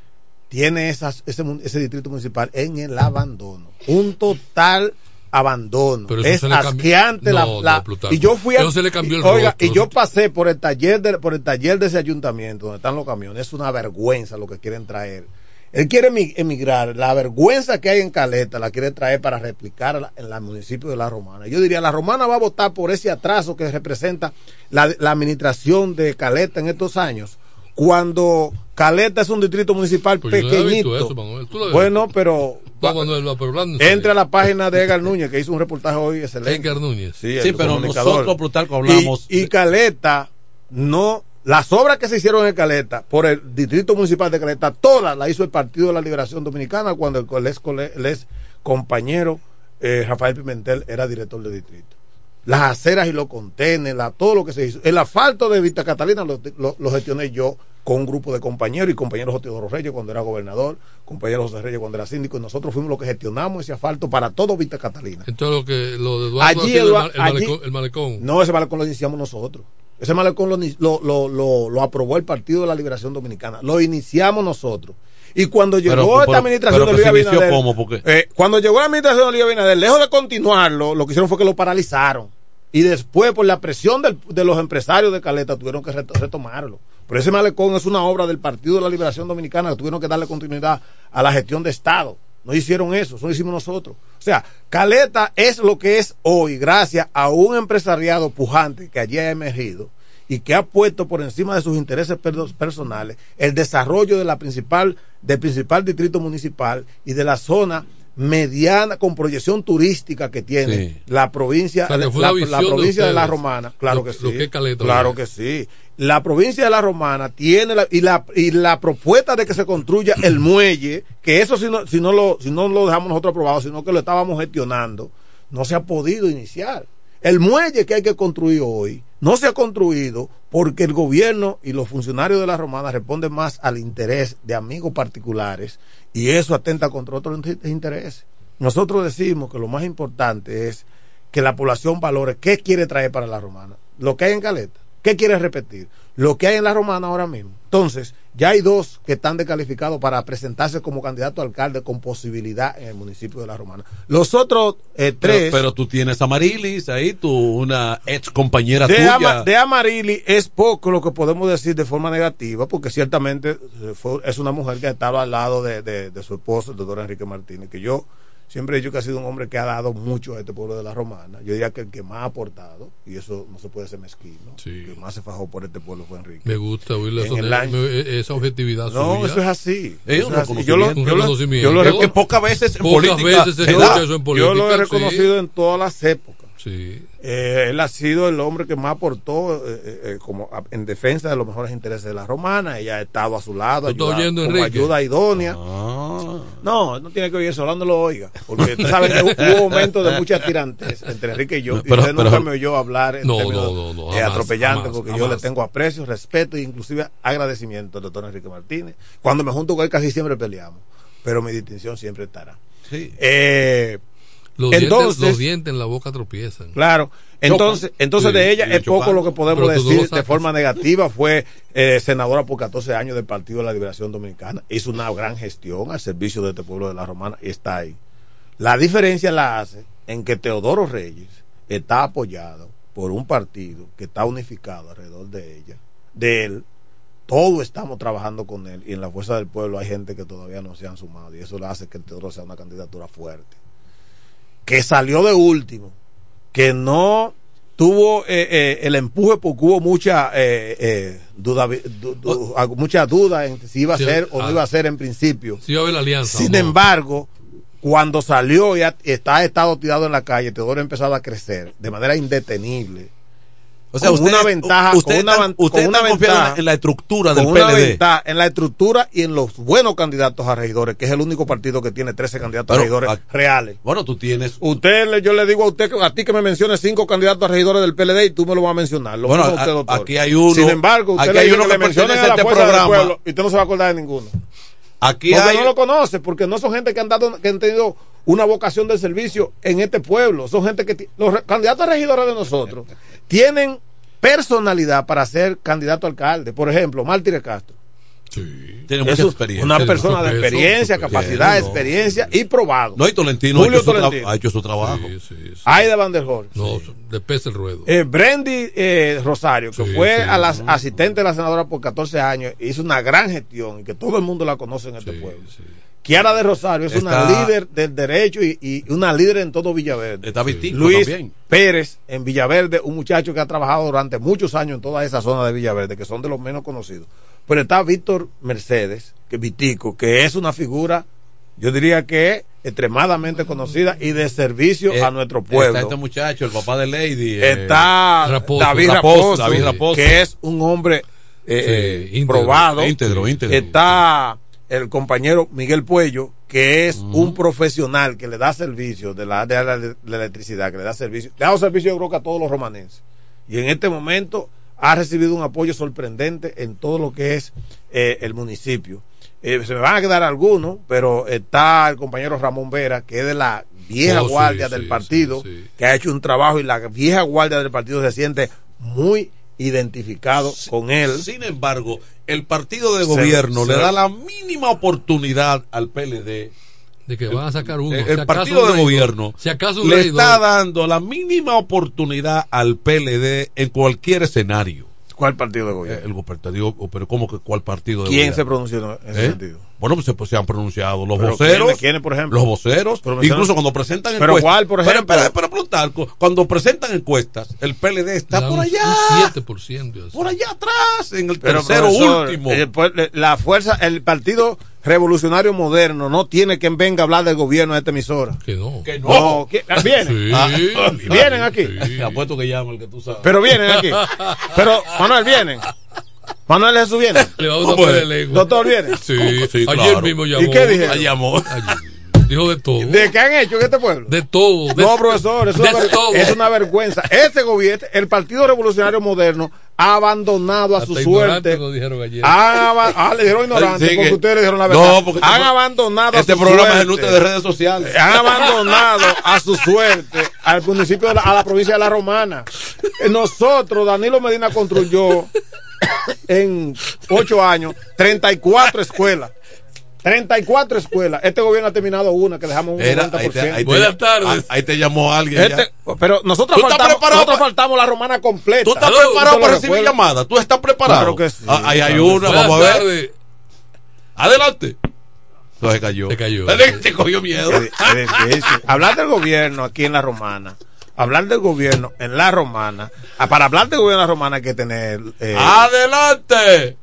tiene ese distrito municipal en el abandono. Un total abandono. Pero es asqueante y yo fui se le cambió el rostro. Y yo pasé por el taller de ese ayuntamiento donde están los camiones. Es una vergüenza lo que quieren traer. Él quiere emigrar. La vergüenza que hay en Caleta la quiere traer para replicar en el municipio de La Romana. Yo diría, La Romana va a votar por ese atraso que representa la administración de Caleta en estos años, cuando Caleta es un distrito municipal pequeñito. Eso, Manuel. Bueno, pero entre a la página de Edgar Núñez, que hizo un reportaje hoy excelente. Edgar Núñez. Sí, pero nosotros Plutarco hablamos. Y Caleta, no, las obras que se hicieron en Caleta por el distrito municipal de Caleta, todas las hizo el Partido de la Liberación Dominicana cuando el ex compañero Rafael Pimentel era director del distrito. Las aceras y los contenes, todo lo que se hizo. El asfalto de Vista Catalina lo gestioné yo con un grupo de compañeros, y compañeros José Teodoro Reyes cuando era gobernador, compañeros José Reyes cuando era síndico, y nosotros fuimos los que gestionamos ese asfalto para todo Vista Catalina. Entonces lo de Eduardo, el malecón. No, ese malecón lo iniciamos nosotros. Ese malecón lo aprobó el Partido de la Liberación Dominicana. Lo iniciamos nosotros. Y cuando llegó esta administración de Luis Abinader, cuando llegó la administración de Luis Abinader, lejos de continuarlo, lo que hicieron fue que lo paralizaron. Y después, por la presión de los empresarios de Caleta, tuvieron que retomarlo. Pero ese malecón es una obra del Partido de la Liberación Dominicana, que tuvieron que darle continuidad a la gestión de Estado. No hicieron eso lo hicimos nosotros. O sea, Caleta es lo que es hoy, gracias a un empresariado pujante que allí ha emergido y que ha puesto por encima de sus intereses personales el desarrollo del principal distrito municipal y de la zona mediana con proyección turística que tiene la provincia, o sea, la provincia de La Romana. Claro que sí. Claro que sí. La provincia de La Romana tiene la propuesta de que se construya el muelle, que eso si no lo dejamos nosotros aprobado, sino que lo estábamos gestionando, no se ha podido iniciar. El muelle que hay que construir hoy no se ha construido porque el gobierno y los funcionarios de La Romana responden más al interés de amigos particulares y eso atenta contra otros intereses. Nosotros decimos que lo más importante es que la población valore qué quiere traer para La Romana. Lo que hay en Caleta, ¿qué quiere repetir? Lo que hay en La Romana ahora mismo. Entonces, ya hay 2 que están descalificados para presentarse como candidato a alcalde con posibilidad en el municipio de La Romana. Los otros 3... Pero tú tienes a Marilis ahí, una ex compañera tuya. De Amarilis es poco lo que podemos decir de forma negativa, porque ciertamente es una mujer que ha estado al lado de su esposo, el doctor Enrique Martínez, que yo siempre he dicho que ha sido un hombre que ha dado mucho a este pueblo de La Romana. Yo diría que el que más ha aportado, y eso no se puede ser mezquino, el que más se fajó por este pueblo fue Enrique. Me gusta oírle esa objetividad suya. No, eso es así. Yo lo pocas veces en política. Yo lo he reconocido en todas las épocas. Sí. Él ha sido el hombre que más aportó como en defensa de los mejores intereses de La Romana. Ella ha estado a su lado como ayuda idónea. No tiene que oír eso, no lo oiga, porque ustedes saben que hubo momentos de mucha tirantes entre Enrique y yo, y usted nunca me oyó hablar en términos atropellantes, porque yo le tengo aprecio, respeto e inclusive agradecimiento al doctor Enrique Martínez. Cuando me junto con él casi siempre peleamos, pero mi distinción siempre estará. Sí. Los dientes en la boca tropiezan. Claro. Entonces de ella es poco lo que podemos decir de forma negativa. Fue senadora por 14 años del Partido de la Liberación Dominicana. Hizo una gran gestión al servicio de este pueblo de La Romana y está ahí. La diferencia la hace en que Teodoro Reyes está apoyado por un partido que está unificado alrededor de ella, de él. Todos estamos trabajando con él y en la Fuerza del Pueblo hay gente que todavía no se han sumado y eso le hace que el Teodoro sea una candidatura fuerte. Que salió de último, que no tuvo el empuje porque hubo mucha duda en si iba a ser o no iba a ser en principio. Sí, iba a haber la alianza. Sin embargo, cuando ha estado tirado en la calle, Teodoro ha empezado a crecer de manera indetenible. O sea, usted está confiado en la estructura del PLD. En la estructura y en los buenos candidatos a regidores, que es el único partido que tiene 13 candidatos a regidores reales. Bueno, tú tienes. Yo le digo a ti que me mencione 5 candidatos a regidores del PLD y tú me lo vas a mencionar. Aquí hay uno. Sin embargo, usted hay uno que menciona a este programa y usted no se va a acordar de ninguno. Porque no lo conoce, porque no son gente que han tenido una vocación de servicio en este pueblo. Son gente que los candidatos a regidores de nosotros tienen personalidad para ser candidato a alcalde. Por ejemplo, Mártires Castro. Sí. Tiene mucha experiencia. Una persona de experiencia, capacidad, experiencia y probado. No, y Tolentino ha hecho su trabajo. Aida Van der Horst. No, de pez el ruedo. Brandy Rosario, que fue a la asistente de la senadora por 14 años, hizo una gran gestión y que todo el mundo la conoce en este pueblo. Kiara de Rosario es una líder del derecho y una líder en todo Villaverde. Está Vitico Luis también. Pérez en Villaverde, un muchacho que ha trabajado durante muchos años en toda esa zona de Villaverde, que son de los menos conocidos. Pero está Víctor Mercedes, que Vitico, que es una figura, yo diría que extremadamente conocida y de servicio a nuestro pueblo. Está este muchacho, el papá de Lady. Está David Raposo, que es un hombre probado. Íntegro. Está el compañero Miguel Puello, que es un profesional que le da servicio de la electricidad, que le da servicio. Le ha dado servicio, yo creo que a todos los romanenses. Y en este momento ha recibido un apoyo sorprendente en todo lo que es el municipio. Se me van a quedar algunos, pero está el compañero Ramón Vera, que es de la vieja guardia del partido, que ha hecho un trabajo y la vieja guardia del partido se siente muy identificado con él. Sin embargo, el partido de gobierno le da la mínima oportunidad al PLD de que van a sacar uno. El partido de gobierno si acaso le está dando la mínima oportunidad al PLD en cualquier escenario. ¿Cuál partido de gobierno? El partido, pero ¿cómo que cuál partido de ¿Quién gobierno? se pronunció en ese sentido? Bueno, pues se han pronunciado los ¿Pero voceros. ¿quiénes, por ejemplo? Los voceros. Incluso cuando presentan encuestas. ¿Pero cuál, por ejemplo? Pero Plutarco, cuando presentan encuestas, el PLD está por allá. Un 7%. Por allá atrás, en el tercero último. La fuerza, el partido revolucionario moderno no tiene quien venga a hablar del gobierno de esta emisora. Que no. Que no. ¿Vienen? Sí. ¿Vienen aquí? Te apuesto que llama el que tú sabes. Pero vienen aquí. Pero, Manuel, vienen. Manuel Jesús viene. Le vamos a poner el lengua. Doctor viene. Sí, claro. Ayer mismo llamó. ¿Y qué dije? Llamó. Dijo de todo. ¿De qué han hecho en este pueblo? De todo. No, profesor, es una vergüenza. Este gobierno, el Partido Revolucionario Moderno, ha abandonado a su suerte. Lo dijeron ayer. Le dijeron ignorante porque ustedes le dijeron la verdad. No, porque han abandonado a su suerte. Este programa es el nutre de redes sociales. Han abandonado a su suerte al municipio, a la provincia de La Romana. Nosotros, Danilo Medina construyó en 8 años 34 escuelas. 34 escuelas. Este gobierno ha terminado una que dejamos un 90%. Buenas tardes. Ahí te llamó alguien. Pero nosotros faltamos la romana completa. ¿Tú estás preparado para recibir llamadas? ¿Tú estás preparado? Claro que sí. Ahí hay una, vamos a ver. Adelante. No, se cayó. Se cogió miedo. Hablar del gobierno aquí en La Romana. Hablar del gobierno en La Romana. Para hablar del gobierno en La Romana hay que tener. ¡Adelante!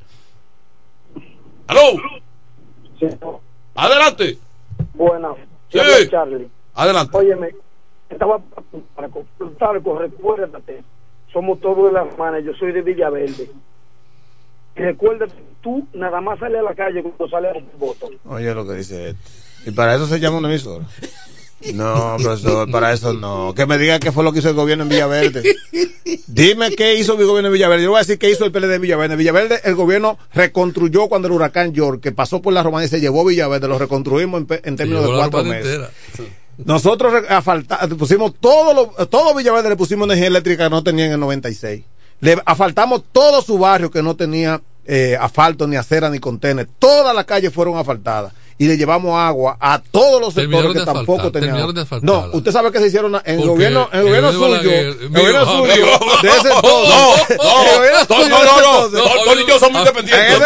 ¡Aló! Sí. Adelante. Buenas. Sí. Charlie. Adelante. Óyeme, estaba para Plutarco, recuérdate, somos todos de La Romana, yo soy de Villaverde. Y recuérdate, tú nada más sales a la calle cuando sales a un voto. Oye lo que dice esto. ¿Y para eso se llama una emisora? No, profesor, para eso no. Que me diga qué fue lo que hizo el gobierno en Villaverde. Dime qué hizo el gobierno en Villaverde. Yo voy a decir qué hizo el PLD en Villaverde. En Villaverde el gobierno reconstruyó cuando el huracán George, que pasó por La Romana y se llevó Villaverde, lo reconstruimos en términos de 4 meses. Nosotros pusimos todo Villaverde, le pusimos energía eléctrica que no tenía en el 96. Le asfaltamos todo su barrio que no tenía asfalto, ni acera, ni contener. Todas las calles fueron asfaltadas. Y le llevamos agua a todos los sectores que tampoco tenían. No, usted sabe que se hicieron en el gobierno suyo. El gobierno suyo de ese entonces. No, yo somos independientes.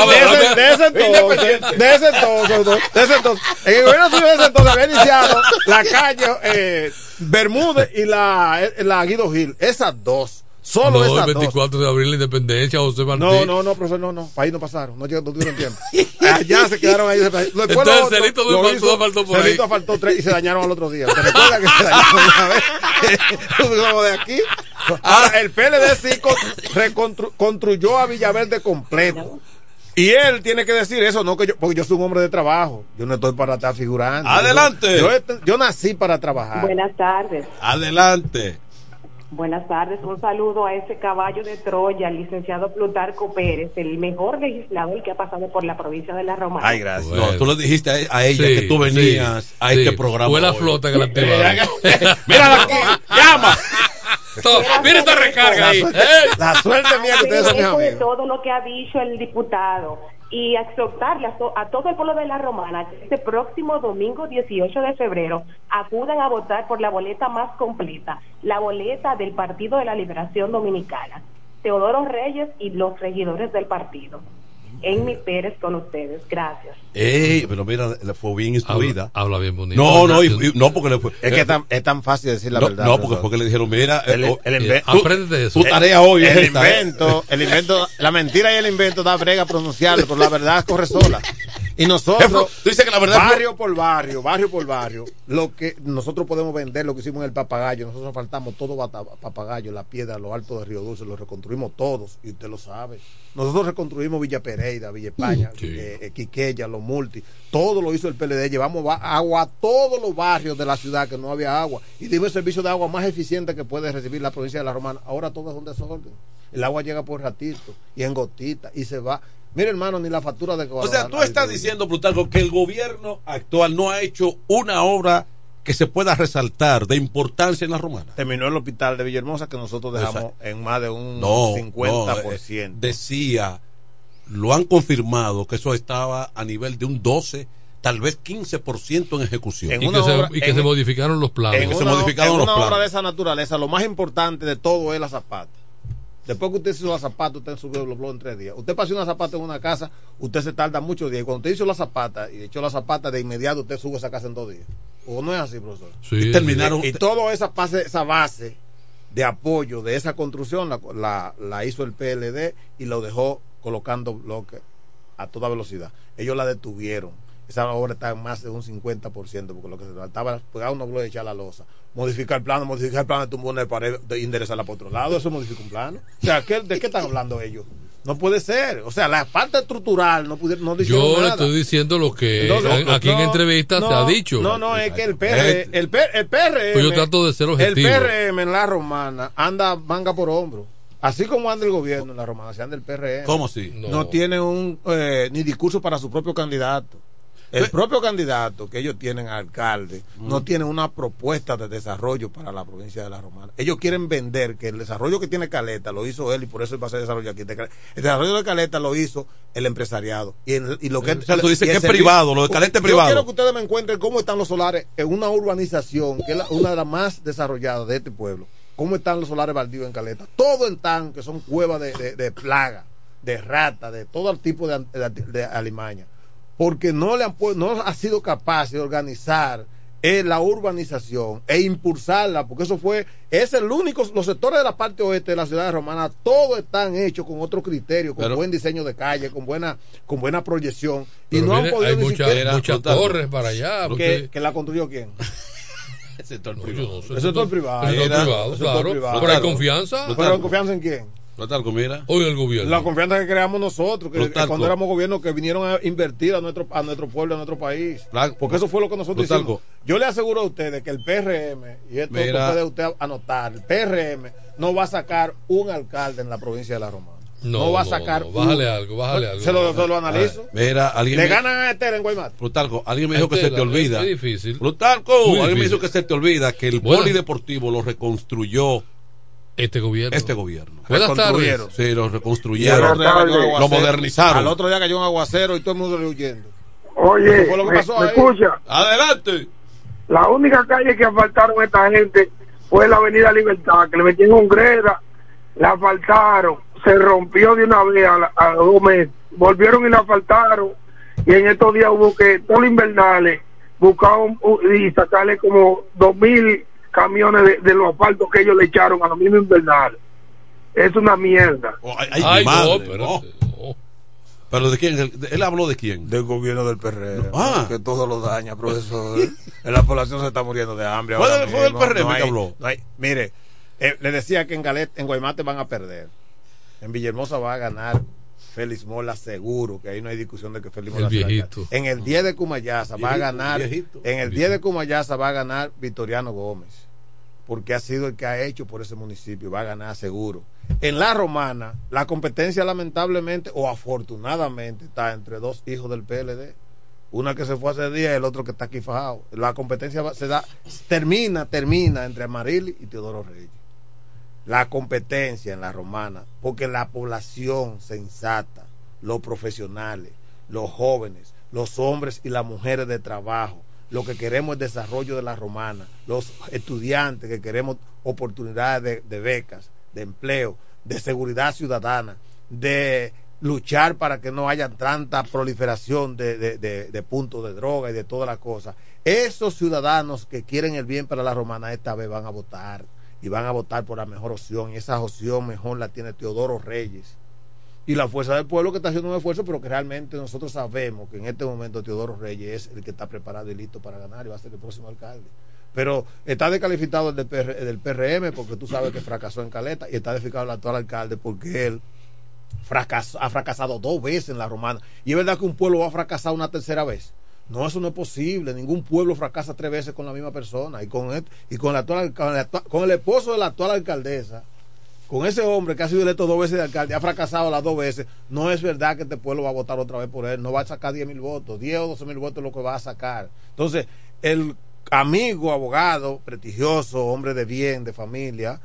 De ese entonces. En el gobierno suyo de ese entonces había iniciado la calle Bermúdez y la Guido Gil. Esas dos. Solo esas el 24 de abril la independencia, José Martín. No, profesor, no. Ahí no pasaron. No tuvieron tiempo. Allá se quedaron ahí. Entonces, Celito faltó por ahí. Celito faltó 3 y se dañaron al otro día. ¿Te recuerdas que se dañaron una vez? Como de aquí. Ahora, el PLD sí construyó a Villaverde completo. Y él tiene que decir eso, no que yo, porque yo soy un hombre de trabajo. Yo no estoy para estar figurando. Adelante. Yo nací para trabajar. Buenas tardes. Adelante. Buenas tardes, un saludo a ese caballo de Troya, el licenciado Plutarco Pérez, el mejor legislador que ha pasado por la provincia de La Romana. Ay, gracias. Bueno. No, tú le dijiste a ella que tú venías a este programa. Fue la flota que la activaron. Mírala aquí, llama. Mira esta recarga ahí. La suerte mía que ustedes son mis amigos. De todo lo que ha dicho el diputado y exhortarle a todo el pueblo de La Romana que este próximo domingo 18 de febrero acudan a votar por la boleta más completa, la boleta del Partido de la Liberación Dominicana, Teodoro Reyes y los regidores del partido. Amy Pérez con ustedes, gracias. Pero mira, le fue bien instruida. Habla bien bonito. No, porque le fue. Es que es tan fácil decir la verdad. No, porque le dijeron, mira, aprende de eso. Tu tarea hoy el invento, la mentira y el invento da brega pronunciarlo, pero la verdad corre sola. Y nosotros, tú dices que la verdad barrio por barrio, lo que nosotros podemos vender, lo que hicimos en el Papagayo, nosotros faltamos todo Papagayo, La Piedra, los altos de Río Dulce, lo reconstruimos todos, y usted lo sabe. Nosotros reconstruimos Villa Pereira, Villa España, Quiqueya, Los Multi, todo lo hizo el PLD, llevamos agua a todos los barrios de la ciudad que no había agua, y dimos el servicio de agua más eficiente que puede recibir la provincia de La Romana. Ahora todo es un desorden. El agua llega por ratito, y en gotitas, y se va. Mira, hermano, ni la factura de... O sea, tú estás diciendo, Plutarco, que el gobierno actual no ha hecho una obra que se pueda resaltar de importancia en la Romana? Terminó el hospital de Villahermosa, que nosotros dejamos en más de un 50%. Decía, lo han confirmado que eso estaba a nivel de un 12, tal vez 15% en ejecución. Y que se modificaron los planes. En una obra de esa naturaleza, lo más importante de todo es la zapata. Después que usted hizo la zapata, usted subió los bloques en 3 días. Usted pasó una zapata en una casa, usted se tarda muchos días. Y cuando usted hizo la zapata y echó la zapata, de inmediato usted sube esa casa en 2 días. ¿O no es así, profesor? Sí, y terminaron. Y toda esa base de apoyo de esa construcción la hizo el PLD y lo dejó colocando bloques a toda velocidad. Ellos la detuvieron. Esa obra está en más de un 50%, porque lo que se trataba era pegar unos bloques y echar la losa. Modificar el plano de tumbar una pared, de enderezarla para otro lado, eso modifica un plano. O sea, ¿de qué están hablando ellos? No puede ser. O sea, la parte estructural no dijeron nada. Yo le estoy diciendo lo que aquí en entrevistas se ha dicho. No, es que el PRM, pues yo trato de ser objetivo. El PRM en la Romana anda manga por hombro. Así como anda el gobierno en la Romana, se anda el PRM. ¿Cómo así? No tiene ni discurso para su propio candidato. El propio candidato que ellos tienen alcalde no tiene una propuesta de desarrollo para la provincia de La Romana. Ellos quieren vender que el desarrollo que tiene Caleta lo hizo él y por eso él va a hacer desarrollo aquí. El desarrollo de Caleta lo hizo el empresariado. Y lo que tú dices que es privado, lo de Caleta es privado. Yo quiero que ustedes me encuentren cómo están los solares en una urbanización que es una de las más desarrolladas de este pueblo. Cómo están los solares baldíos en Caleta. Todo en tan que son cuevas de plaga, de rata, de todo el tipo de alimaña. Porque no ha sido capaz de organizar la urbanización e impulsarla, porque es el único, los sectores de la parte oeste de la ciudad de Romana, todos están hechos con otro criterio, con buen diseño de calle, con buena proyección, y no han podido hay muchas torres para allá. ¿Que la construyó quién? El sector privado. El sector privado. Claro. Pero hay confianza. ¿Pero hay confianza en quién? Hoy el gobierno. La confianza que creamos nosotros, que cuando éramos gobierno, que vinieron a invertir a nuestro pueblo, a nuestro país. Porque eso fue lo que nosotros hicimos. Yo le aseguro a ustedes que el PRM, y esto puede usted anotar, el PRM no va a sacar un alcalde en la provincia de La Romana. No va a sacar. Bájale algo. Se lo analizo. Le ganan a Estel en Guaymate. Plutarco, alguien me dijo que se te olvida. Es difícil. Plutarco, alguien me dijo que se te olvida que el polideportivo lo reconstruyó este gobierno. Buenas tardes. Sí, lo reconstruyeron, lo modernizaron. Al otro día cayó un aguacero y todo el mundo le huyendo. Oye, ¿me escucha? Adelante. La única calle que asfaltaron esta gente fue la Avenida Libertad, que le metieron un greda, la asfaltaron, se rompió de una vez a 2 meses, volvieron y la asfaltaron, y en estos días hubo que todos los invernales buscaron y sacarle como 2,000 camiones de los asfaltos que ellos le echaron a los mismos invernales. Es una mierda. ¿Pero de quién? ¿Él habló de quién? Del gobierno del PRM. Que todo lo daña, profesor. La población se está muriendo de hambre. ¿Fue del PRM que habló? Mire, le decía que en Guaymate van a perder. En Villahermosa va a ganar Félix Mola seguro, que ahí no hay discusión de que Félix Mola viejito. En el 10 de Cumayasa va a ganar. En el 10 de Cumayasa va a ganar Victoriano Gómez, porque ha sido el que ha hecho por ese municipio, va a ganar seguro. En La Romana, la competencia lamentablemente o afortunadamente está entre 2 hijos del PLD. Una que se fue hace días y el otro que está aquí fajado. La competencia termina entre Amarili y Teodoro Reyes. La competencia en La Romana, porque la población sensata, los profesionales, los jóvenes, los hombres y las mujeres de trabajo, lo que queremos es desarrollo de La Romana, los estudiantes que queremos oportunidades de becas, de empleo, de seguridad ciudadana, de luchar para que no haya tanta proliferación de puntos de droga y de todas las cosas. Esos ciudadanos que quieren el bien para La Romana esta vez van a votar, y van a votar por la mejor opción, y esa opción mejor la tiene Teodoro Reyes y la Fuerza del Pueblo, que está haciendo un esfuerzo, pero que realmente nosotros sabemos que en este momento Teodoro Reyes es el que está preparado y listo para ganar y va a ser el próximo alcalde. Pero está descalificado el del PRM porque tú sabes que fracasó en Caleta, y está descalificado el actual alcalde porque él ha fracasado 2 veces en La Romana. Y es verdad que un pueblo va a fracasar una tercera vez. No, eso no es posible. Ningún pueblo fracasa 3 veces con la misma persona. Y con el esposo de la actual alcaldesa, con ese hombre que ha sido electo 2 veces de alcalde, ha fracasado las 2 veces. No es verdad que este pueblo va a votar otra vez por él. No va a sacar 10,000 votos. 10 o 12,000 votos es lo que va a sacar. Entonces, el amigo, abogado, prestigioso, hombre de bien, de familia,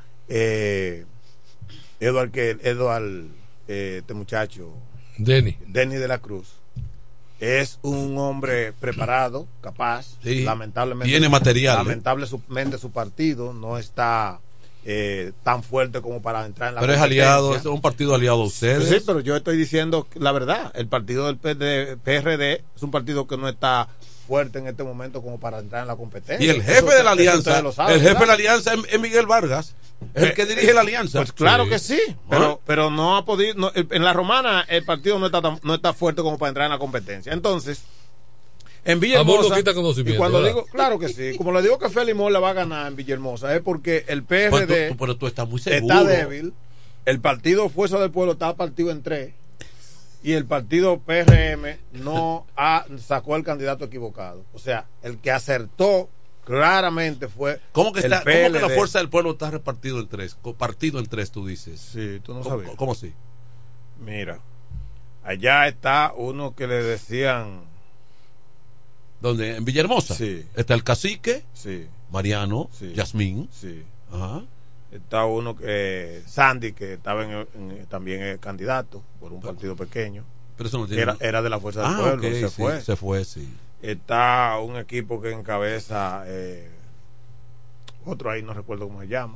este muchacho, Denny de la Cruz, es un hombre preparado, capaz, sí, lamentablemente tiene material. Lamentablemente su partido no está tan fuerte como para entrar en la pero competencia. Es aliado, es un partido aliado a ustedes. Sí, pero yo estoy diciendo la verdad. El partido del PRD es un partido que no está fuerte en este momento como para entrar en la competencia. Y el jefe de la alianza, es Miguel Vargas, el que dirige la alianza. Pues claro que sí, pero no ha podido. En la Romana el partido no está fuerte como para entrar en la competencia. Entonces, en Villahermosa, y cuando digo, claro que sí, como le digo que Félix Mola va a ganar en Villahermosa, es porque el PRD pero tú estás muy seguro. Está débil, el partido Fuerza del Pueblo está partido en 3 y el partido PRM sacó el candidato equivocado. O sea, el que acertó claramente fue ¿Cómo que el está? PLD. ¿Cómo que la Fuerza del Pueblo está repartido en 3? Partido en 3, tú dices. Sí, tú no sabías. ¿Cómo así? Mira, allá está uno que le decían. ¿Dónde? ¿En Villahermosa? Sí. Está el cacique, sí, Mariano, sí, Yasmín. Sí. Ajá. Está uno que Sandy, que estaba también es candidato por un partido pequeño. Pero eso no tiene... era de la Fuerza del Pueblo, okay, se fue. Sí. Está un equipo que encabeza otro ahí, no recuerdo cómo se llama.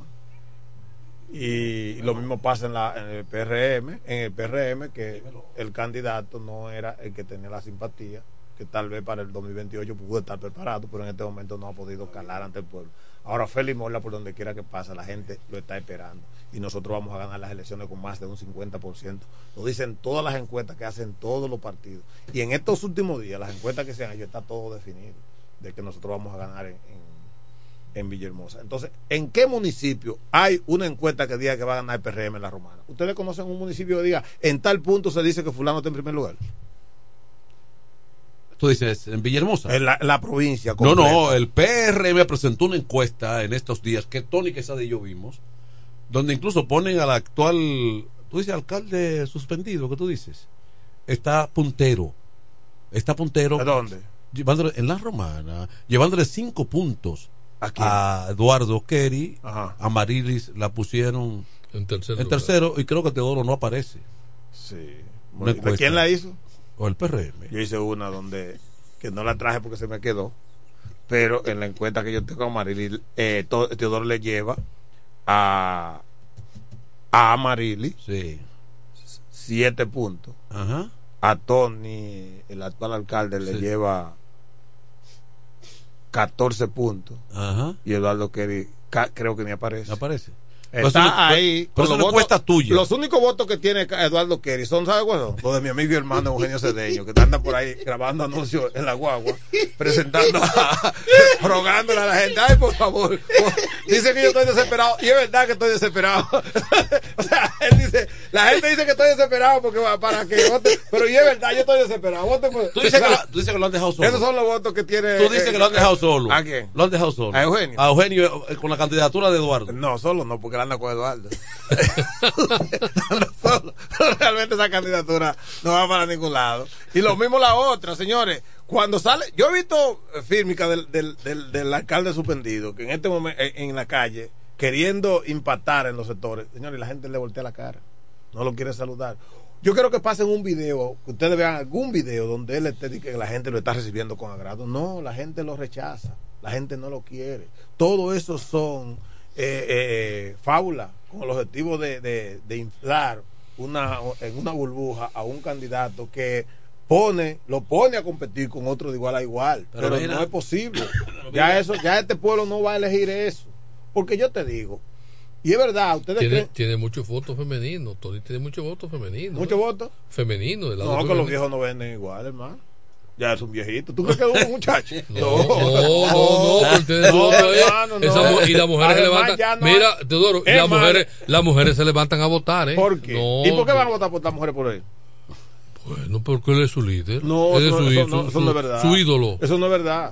Y lo mismo pasa en el PRM, que el candidato no era el que tenía la simpatía, que tal vez para el 2028 pudo estar preparado, pero en este momento no ha podido calar ante el pueblo. Ahora Félix Mola, por donde quiera que pase, la gente lo está esperando y nosotros vamos a ganar las elecciones con más de un 50%. Lo dicen todas las encuestas que hacen todos los partidos, y en estos últimos días las encuestas que se han hecho está todo definido de que nosotros vamos a ganar en Villahermosa. Entonces, ¿en qué municipio hay una encuesta que diga que va a ganar el PRM en la Romana? ¿Ustedes conocen un municipio que diga en tal punto se dice que fulano está en primer lugar? Tú dices, en Villahermosa. En la provincia completa. No, el PRM presentó una encuesta en estos días que Tony Quesada y yo vimos, donde incluso ponen al actual, tú dices, alcalde suspendido, ¿qué tú dices? Está puntero. ¿A dónde? Llevándole, en la Romana, llevándole 5 puntos a Eduardo Kerry. Ajá. A Marilis la pusieron en tercero, y creo que Teodoro no aparece. Sí. ¿Quién la hizo? O el PRM. Yo hice una que no la traje porque se me quedó, pero en la encuesta que yo tengo a Marilis, Teodoro le lleva a Marilis 7 puntos. Ajá. A Tony, el actual alcalde, le lleva 14 puntos. Ajá. Y Eduardo Kerry creo que ni aparece. Está ahí. Pero eso no cuesta tuya. Los únicos votos que tiene Eduardo Kerry son, ¿sabes cuáles son? Los de mi amigo y hermano Eugenio Cedeño, que andan por ahí grabando anuncios en la guagua, presentando, rogándole a la gente, ay, por favor. Dice que yo estoy desesperado, y es verdad que estoy desesperado. O sea, él dice, la gente dice que estoy desesperado porque para que vote, pero y es verdad, yo estoy desesperado. Vote por... Tú dices que lo han dejado solo. Esos son los votos que tiene. Tú dices que lo han dejado solo. ¿A quién? Lo han dejado solo. A Eugenio. A Eugenio con la candidatura de Eduardo. No, solo no, porque él anda con Eduardo. Solo. Realmente esa candidatura no va para ningún lado. Y lo mismo la otra, señores. Cuando sale, yo he visto fírmica del alcalde suspendido, que en este momento en la calle, queriendo impactar en los sectores, señores, la gente le voltea la cara, no lo quiere saludar. Yo quiero que pasen un video, que ustedes vean algún video donde él esté que la gente lo está recibiendo con agrado. No, la gente lo rechaza, la gente no lo quiere. Todo eso son fábulas con el objetivo de inflar en una burbuja a un candidato que lo pone a competir con otro de igual a igual, pero no es posible. Ya este pueblo no va a elegir eso, porque yo te digo, y es verdad, ustedes tiene muchos votos femeninos. Tony tiene muchos votos femeninos. ¿Muchos votos? Femeninos. No, que los viejos no venden igual, hermano. Ya es un viejito. ¿Tú crees que es un muchacho? No, y las mujeres se levantan. Mira, Teodoro, las mujeres se levantan a votar, ¿eh? ¿Por qué? ¿Y por qué van a votar por las mujeres por él? Bueno, porque él es su líder. No, eso no es verdad. Su ídolo. Eso no es verdad.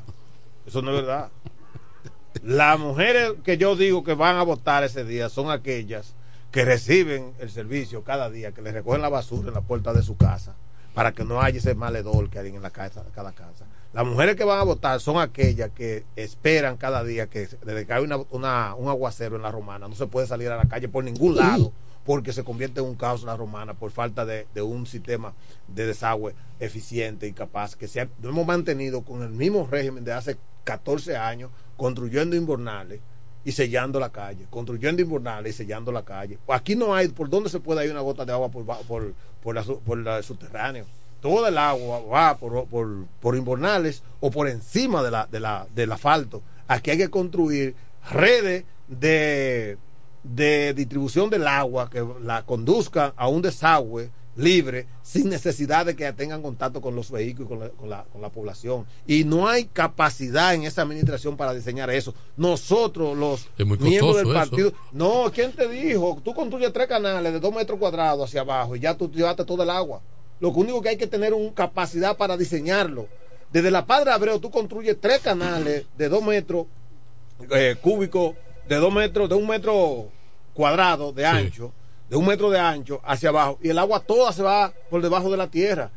Las mujeres que yo digo que van a votar ese día son aquellas que reciben el servicio cada día, que le recogen la basura en la puerta de su casa, para que no haya ese mal hedor que hay en la casa, cada casa. Las mujeres que van a votar son aquellas que esperan cada día que desde que hay un aguacero en la Romana no se puede salir a la calle por ningún lado, porque se convierte en un caos en la Romana por falta de un sistema de desagüe eficiente y capaz, que no hemos mantenido con el mismo régimen de hace 14 años, construyendo invernales y sellando la calle, construyendo invernales y sellando la calle. Aquí no hay por dónde se puede ir una gota de agua por la subterráneo. Todo el agua va por invernales o por encima del asfalto. Aquí hay que construir redes de distribución del agua que la conduzcan a un desagüe libre sin necesidad de que tengan contacto con los vehículos y con la población. Y no hay capacidad en esa administración para diseñar eso. Nosotros, los miembros del partido, no, ¿quién te dijo? Tú construyes 3 canales de 2 metros cuadrados hacia abajo y ya tú llevaste todo el agua. Lo único que hay que tener una capacidad para diseñarlo. Desde la Padre Abreu tú construyes 3 canales de 2 metros cúbicos, de 2 metros, de 1 metro cuadrado de ancho, de 1 metro de ancho hacia abajo, y el agua toda se va por debajo de la tierra.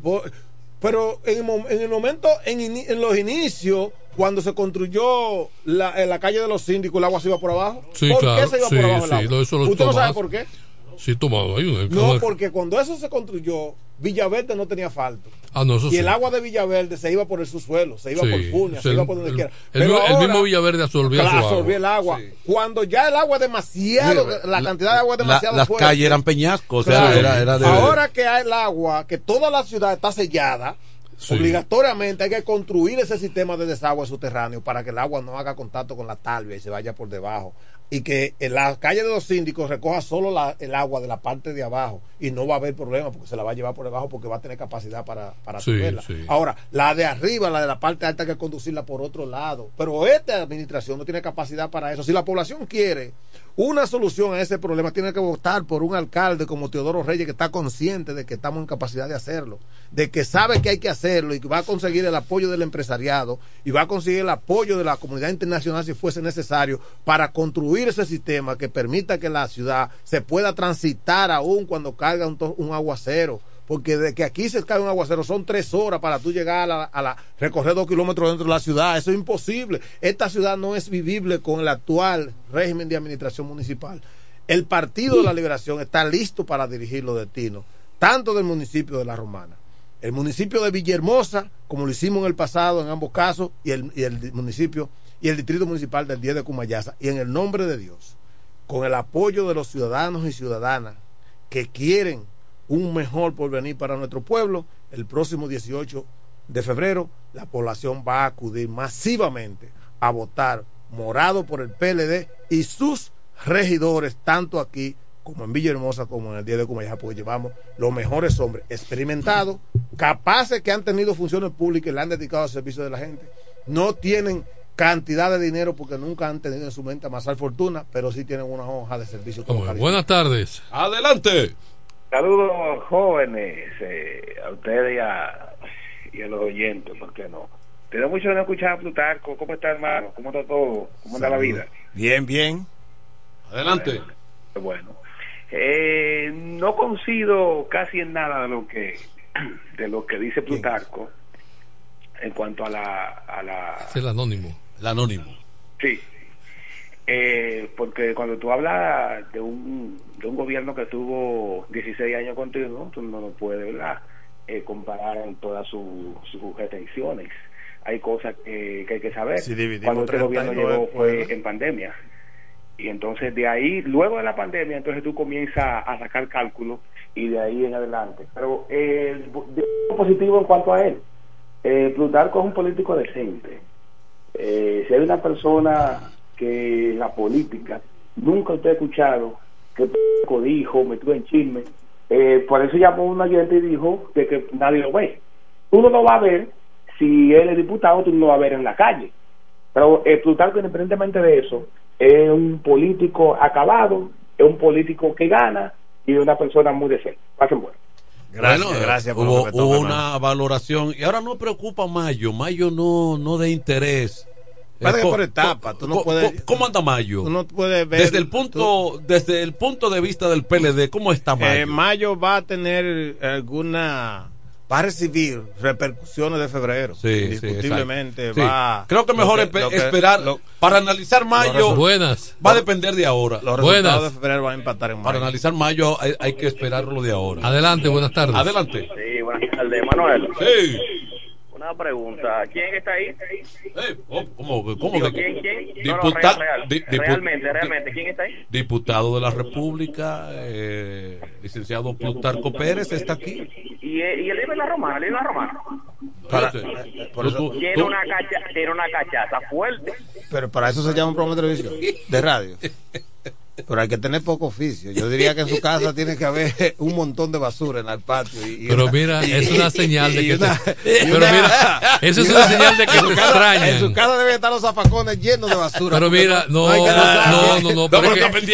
Pero en el momento, en los inicios, cuando se construyó la calle de los síndicos, el agua se iba por abajo. Sí, ¿Por claro, qué se iba por abajo el agua? ¿Usted no sabe por qué? Sí, tomado. No, porque cuando eso se construyó, Villaverde no tenía asfalto. No, eso y el agua de Villaverde se iba por el subsuelo, se iba por Funia, se iba por donde quiera. El mismo Villaverde absorbía el agua. Sí. Cuando ya el agua es demasiado, la cantidad de agua es demasiado las fuerte. Las calles eran peñascos. Claro. O sea, era ahora que hay el agua, que toda la ciudad está sellada, obligatoriamente hay que construir ese sistema de desagüe subterráneo para que el agua no haga contacto con la talvia y se vaya por debajo. Y que en la calle de los síndicos recoja solo el agua de la parte de abajo y no va a haber problema porque se la va a llevar por debajo porque va a tener capacidad para subirla. Ahora, la de arriba, la de la parte alta, hay que conducirla por otro lado. Pero esta administración no tiene capacidad para eso. Si la población quiere una solución a ese problema, tiene que votar por un alcalde como Teodoro Reyes, que está consciente de que estamos en capacidad de hacerlo, de que sabe que hay que hacerlo y que va a conseguir el apoyo del empresariado y va a conseguir el apoyo de la comunidad internacional si fuese necesario para construir ese sistema que permita que la ciudad se pueda transitar aún cuando caiga un aguacero, porque de que aquí se cae un aguacero son 3 horas para tú llegar a recorrer 2 kilómetros dentro de la ciudad. Eso es imposible. Esta ciudad no es vivible con el actual régimen de administración municipal. El Partido de la Liberación está listo para dirigir los destinos tanto del municipio de La Romana, el municipio de Villahermosa, como lo hicimos en el pasado en ambos casos, y el municipio y el distrito municipal del 10 de Cumayasa. Y en el nombre de Dios, con el apoyo de los ciudadanos y ciudadanas que quieren un mejor porvenir para nuestro pueblo, el próximo 18 de febrero la población va a acudir masivamente a votar morado por el PLD y sus regidores, tanto aquí como en Villahermosa como en el 10 de Cumayasa, porque llevamos los mejores hombres experimentados, capaces, que han tenido funciones públicas y le han dedicado al servicio de la gente. No tienen cantidad de dinero porque nunca han tenido en su mente amasar fortuna, pero sí tienen una hoja de servicio. Buenas tardes. Adelante. Saludos, jóvenes, a ustedes y a los oyentes, ¿por qué no? Te da mucho de no escuchar a Plutarco. ¿Cómo está, hermano? ¿Cómo está todo? ¿Cómo anda la vida? Bien, bien. Adelante. Bueno, no coincido casi en nada de lo que dice Plutarco en cuanto a la es el anónimo. El anónimo. Sí. Porque cuando tú hablas de un gobierno que tuvo 16 años contigo, tú no lo puedes, ¿verdad? Comparar en todas sus retenciones. Hay cosas que hay que saber. Si cuando este gobierno llegó fue en pandemia. Y entonces de ahí, luego de la pandemia, entonces tú comienzas a sacar cálculos y de ahí en adelante. Pero positivo en cuanto a él. Plutarco es un político decente. Si hay una persona que la política nunca usted ha escuchado que dijo, metió en chisme, por eso llamó un oyente y dijo de que nadie lo ve. Tú no lo vas a ver si él es diputado, tú no lo vas a ver en la calle. Pero Plutarco, independientemente de eso, es un político acabado, es un político que gana y es una persona muy decente. Pasen bueno. Gracias por hubo una valoración y ahora no preocupa Mayo no de interés. Por etapa, tú no puedes. ¿Cómo anda Mayo? Tú no puedes ver desde el punto de vista del PLD, ¿cómo está Mayo? Mayo va a tener alguna va a recibir repercusiones de febrero. Indiscutiblemente sí. va. Creo que mejor esperar para analizar mayo. Buenas. Va a depender de ahora. Los resultados de febrero van a impactar en mayo. Para analizar mayo hay que esperarlo de ahora. Adelante, buenas tardes. Adelante. Sí, buenas tardes, Manuel. Sí. Una pregunta, ¿quién está ahí? ¿Cómo ¿Quién? Realmente, ¿quién está ahí? Diputado de la República, licenciado Plutarco Pérez está aquí. ¿Y él vive en la Romana? ¿Tiene una cachaza fuerte. Pero para eso se llama un programa de televisión, de radio. Pero hay que tener poco oficio. Yo diría que en su casa tiene que haber un montón de basura en el patio. Pero mira, es una señal de que eso es una señal de que te extrañan. En su casa deben estar los zafacones llenos de basura. Pero mira, no, pero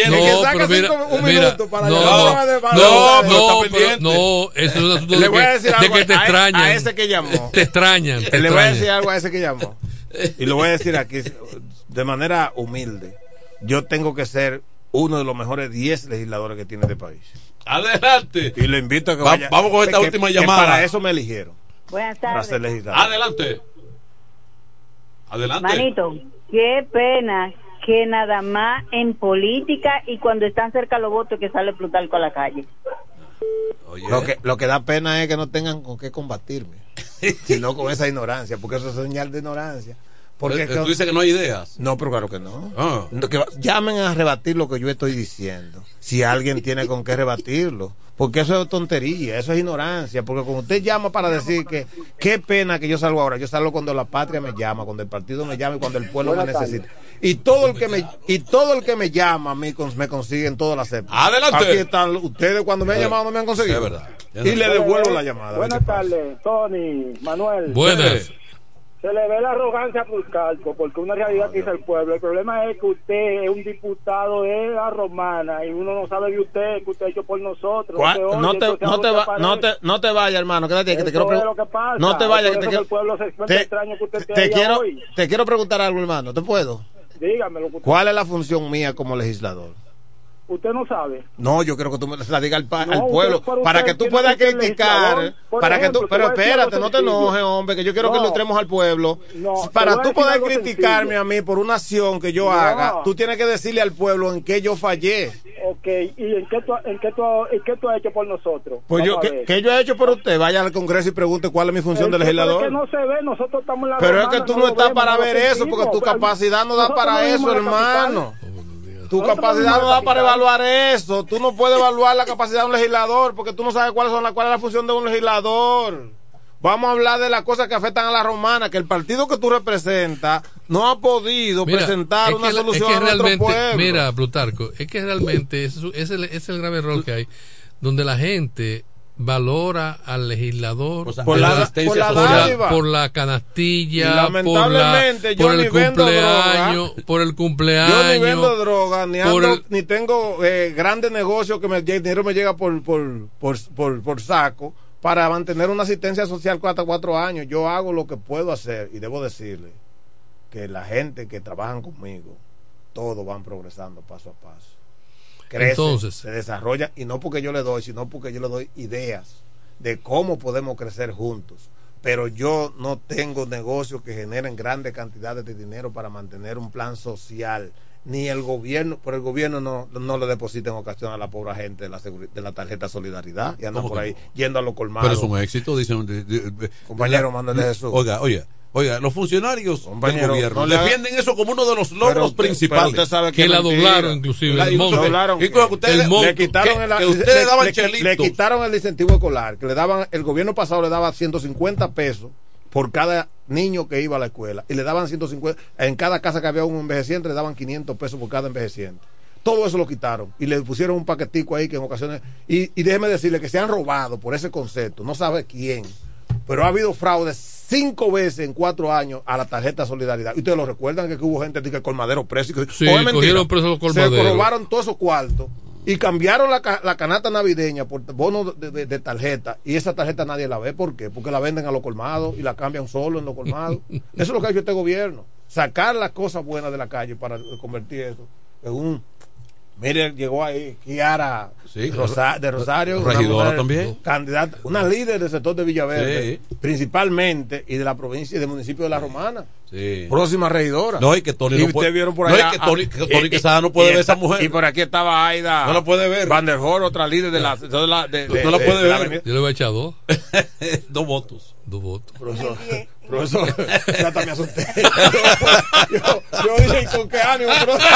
eso es un asunto de que te extrañan. A ese que llamó. Te extrañan. Le voy a decir algo a ese que llamó. Y lo voy a decir aquí de manera humilde. Yo tengo que ser uno de los mejores 10 legisladores que tiene este país. Adelante. Y le invito a que vaya. Vamos con esta última llamada. Para eso me eligieron. Buenas tardes. Para ser legislador. Adelante. Manito, qué pena que nada más en política y cuando están cerca los votos que sale Plutarco a la calle. Oye. Lo que da pena es que no tengan con qué combatirme, sino con esa ignorancia, porque eso es señal de ignorancia. Porque tú dices que no hay ideas. No, pero claro que no. Que llamen a rebatir lo que yo estoy diciendo. Si alguien tiene con qué rebatirlo. Porque eso es tontería, eso es ignorancia. Porque cuando usted llama para decir que qué pena que yo salgo ahora, yo salgo cuando la patria me llama, cuando el partido me llama y cuando el pueblo me necesita. Y todo el que me llama a mí me consigue en todas las épocas. Adelante. Aquí están ustedes cuando me han llamado no me han conseguido. Es verdad. Y le devuelvo la llamada. Buenas tardes, Tony, Manuel. Buenas. Se le ve la arrogancia a Plutarco, porque una realidad que dice el pueblo. El problema es que usted es un diputado de la Romana y uno no sabe de usted, que usted ha hecho por nosotros. No te vayas, hermano, quédate, que te quiero preguntar. No te vayas, que te quiero preguntar algo, hermano. ¿Te puedo? Dígamelo. ¿Cuál es la función mía como legislador? Usted no sabe. No, yo creo que tú me la digas al pueblo para que tú puedas criticar, pero espérate, no te enojes, hombre, que yo quiero que ilustremos al pueblo. Para tú poder criticarme a mí por una acción que yo haga, tú tienes que decirle al pueblo en qué yo fallé. Ok, ¿y en qué tú has hecho por nosotros? Pues ¿qué yo he hecho por usted? Vaya al Congreso y pregunte cuál es mi función de legislador. Es que no se ve, nosotros estamos en la Pero es que tú no estás para ver eso, porque tu capacidad no da para eso, hermano. Tu capacidad no da para evaluar eso. Tú no puedes evaluar la capacidad de un legislador porque tú no sabes cuál es la función de un legislador. Vamos a hablar de las cosas que afectan a la Romana, que el partido que tú representas no ha podido presentar una solución a nuestro pueblo. Mira, Plutarco, es que realmente es el grave error que hay, donde la gente valora al legislador por la canastilla, por el cumpleaños. Yo ni vendo droga, ni tengo grandes negocios que el dinero me llega por saco para mantener una asistencia social hasta 4 años. Yo hago lo que puedo hacer y debo decirle que la gente que trabajan conmigo, todos van progresando paso a paso. Crece, entonces se desarrolla, y no porque yo le doy, sino porque yo le doy ideas de cómo podemos crecer juntos. Pero yo no tengo negocios que generen grandes cantidades de dinero para mantener un plan ni el gobierno, por el gobierno no le deposita en ocasión a la pobre gente de la tarjeta Solidaridad y andan por ahí yendo a los colmados. Pero es un éxito, dicen. Compañero, mándale Jesús. Oiga, los funcionarios del gobierno defienden eso como uno de los logros principales. Pero usted sabe que la doblaron, inclusive. Le quitaron el incentivo escolar, que le daban, el gobierno pasado le daba 150 pesos por cada niño que iba a la escuela, y le daban 150, en cada casa que había un envejeciente le daban 500 pesos por cada envejeciente. Todo eso lo quitaron y le pusieron un paquetico ahí que en ocasiones, y déjeme decirle que se han robado por ese concepto, no sabe quién, pero ha habido fraudes 5 veces en 4 años a la tarjeta Solidaridad. ¿Y ustedes lo recuerdan que hubo gente que colmadero preso? Sí, cogieron presos los colmaderos. Se robaron todos esos cuartos y cambiaron la canasta navideña por bonos de tarjeta, y esa tarjeta nadie la ve. ¿Por qué? Porque la venden a los colmados y la cambian solo en los colmados. Eso es lo que ha hecho este gobierno, sacar las cosas buenas de la calle para convertir eso en un Mire, llegó ahí Kiara Sí, de Rosario, regidora también. Candidata, una líder del sector de Villaverde, principalmente, y de la provincia y del municipio de La Romana. Sí. Próxima regidora. No, y que Tony y no puede. vieron por No, allá, y que Tony Quesada no puede ver a esa mujer. Y por aquí estaba Aida. No la puede ver. Van der Hoor, otra líder de la. No la puede ver. Yo le voy a echar 2. 2 votos. 2 votos. Profesor, ya hasta me asusté. Yo dije, ¿con qué ánimo, profesor?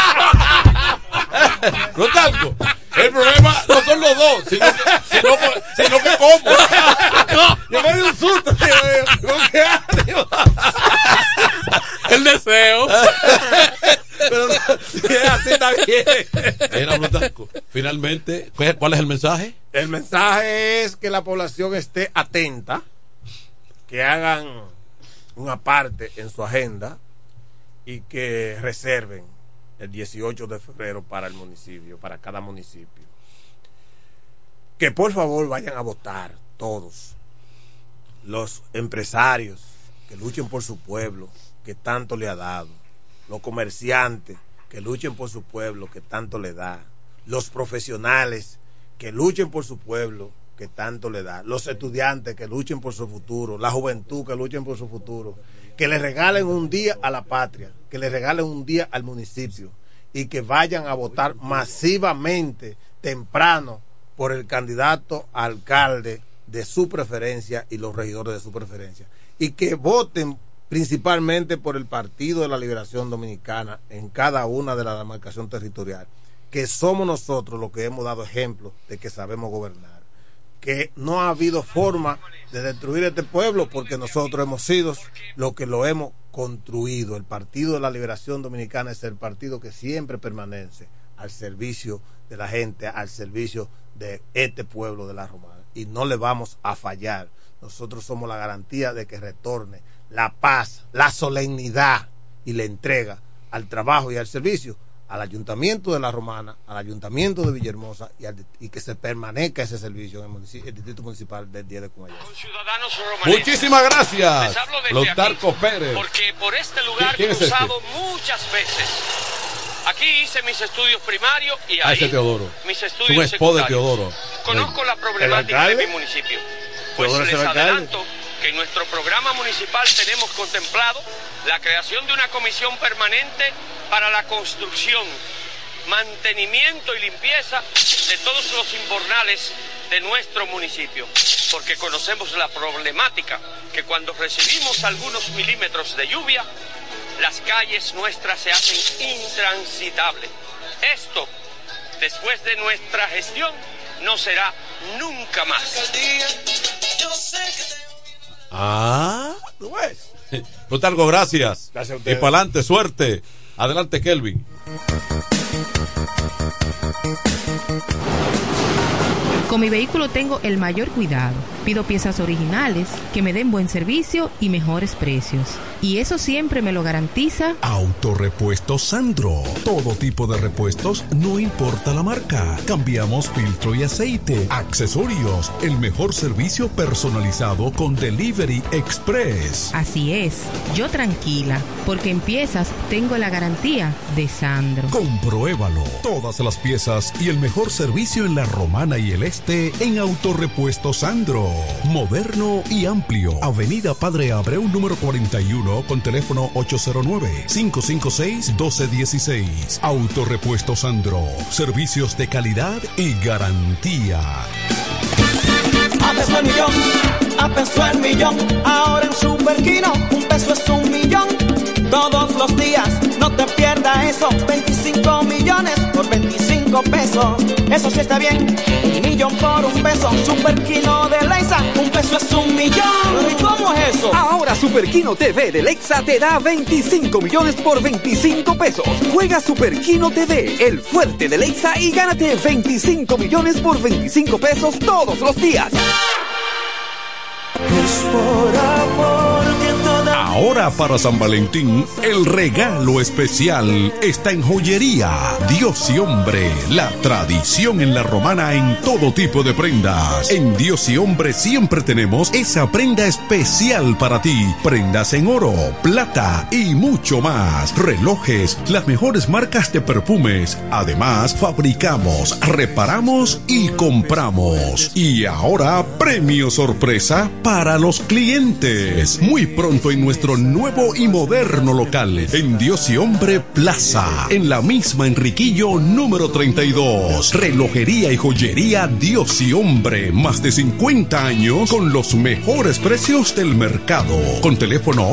Rotalco, el problema no son los dos, sino que cómo. Yo me di un susto, tío. ¿Con qué ánimo? El deseo. Pero si es así, está bien. Era Rotalco. Finalmente, ¿cuál es el mensaje? El mensaje es que la población esté atenta, que hagan una parte en su agenda y que reserven el 18 de febrero para el municipio, para cada municipio. Que por favor vayan a votar todos. Los empresarios que luchen por su pueblo, que tanto le ha dado. Los comerciantes que luchen por su pueblo, que tanto le da. Los profesionales que luchen por su pueblo, que tanto le da. Los estudiantes que luchen por su futuro. La juventud que luchen por su futuro. Que le regalen un día a la patria, que le regalen un día al municipio y que vayan a votar masivamente temprano por el candidato a alcalde de su preferencia y los regidores de su preferencia, y que voten principalmente por el Partido de la Liberación Dominicana en cada una de la demarcación territorial, que somos nosotros los que hemos dado ejemplo de que sabemos gobernar, que no ha habido forma de destruir este pueblo porque nosotros hemos sido los que lo hemos construido. El Partido de la Liberación Dominicana es el partido que siempre permanece al servicio de la gente, al servicio de este pueblo de La Romana, y no le vamos a fallar. Nosotros somos la garantía de que retorne la paz, la solemnidad y la entrega al trabajo y al servicio al Ayuntamiento de La Romana, al Ayuntamiento de Villahermosa y que se permanezca ese servicio en el Distrito Municipal del 10 de Cumayas. Muchísimas gracias, Plutarco Pérez. Porque por este lugar he cruzado muchas veces. Aquí hice mis estudios primarios y ahí ese Teodoro. Mis estudios un expo de Teodoro. Conozco la problemática de mi municipio. Pues les adelanto que en nuestro programa municipal tenemos contemplado la creación de una comisión permanente para la construcción, mantenimiento y limpieza de todos los invernales de nuestro municipio, porque conocemos la problemática que cuando recibimos algunos milímetros de lluvia, las calles nuestras se hacen intransitables. Esto, después de nuestra gestión, no será nunca más. ¿Tú ves? Plutarco, gracias. Gracias a y ustedes. para adelante, suerte. Adelante, Kelvin. Con mi vehículo tengo el mayor cuidado. Pido piezas originales, que me den buen servicio y mejores precios. Y eso siempre me lo garantiza Autorepuesto Sandro. Todo tipo de repuestos, no importa la marca. Cambiamos filtro y aceite, accesorios, el mejor servicio personalizado con Delivery Express. Así es, yo tranquila, porque en piezas tengo la garantía de Sandro. Compruébalo. Todas las piezas y el mejor servicio en La Romana y el Este en Autorepuesto Sandro. Moderno y amplio. Avenida Padre Abreu número 41 con teléfono 809-556-1216. Autorepuesto Sandro. Servicios de calidad y garantía. A peso el millón, a peso el millón. Ahora en Superquino, un peso es un millón. Todos los días, no te pierdas eso. 25 millones por 25 pesos. Eso sí está bien. Un millón por un peso. Superquino de Leisa, un peso es un millón. ¿Y cómo es eso? Ahora Superquino TV de Lexa te da 25 millones por 25 pesos. Juega Superquino TV, el fuerte de Lexa, y gánate 25 millones por 25 pesos todos los días. Es por amor que toda Ahora para San Valentín, el regalo especial está en Joyería Dios y Hombre, la tradición en La Romana en todo tipo de prendas. En Dios y Hombre siempre tenemos esa prenda especial para ti. Prendas en oro, plata y mucho más. Relojes, las mejores marcas de perfumes. Además, fabricamos, reparamos y compramos. Y ahora, premio sorpresa para los clientes. Muy pronto en nuestro nuevo y moderno local, en Dios y Hombre Plaza, en la misma Enriquillo número 32. Relojería y joyería Dios y Hombre, más de 50 años con los mejores precios del mercado. Con teléfono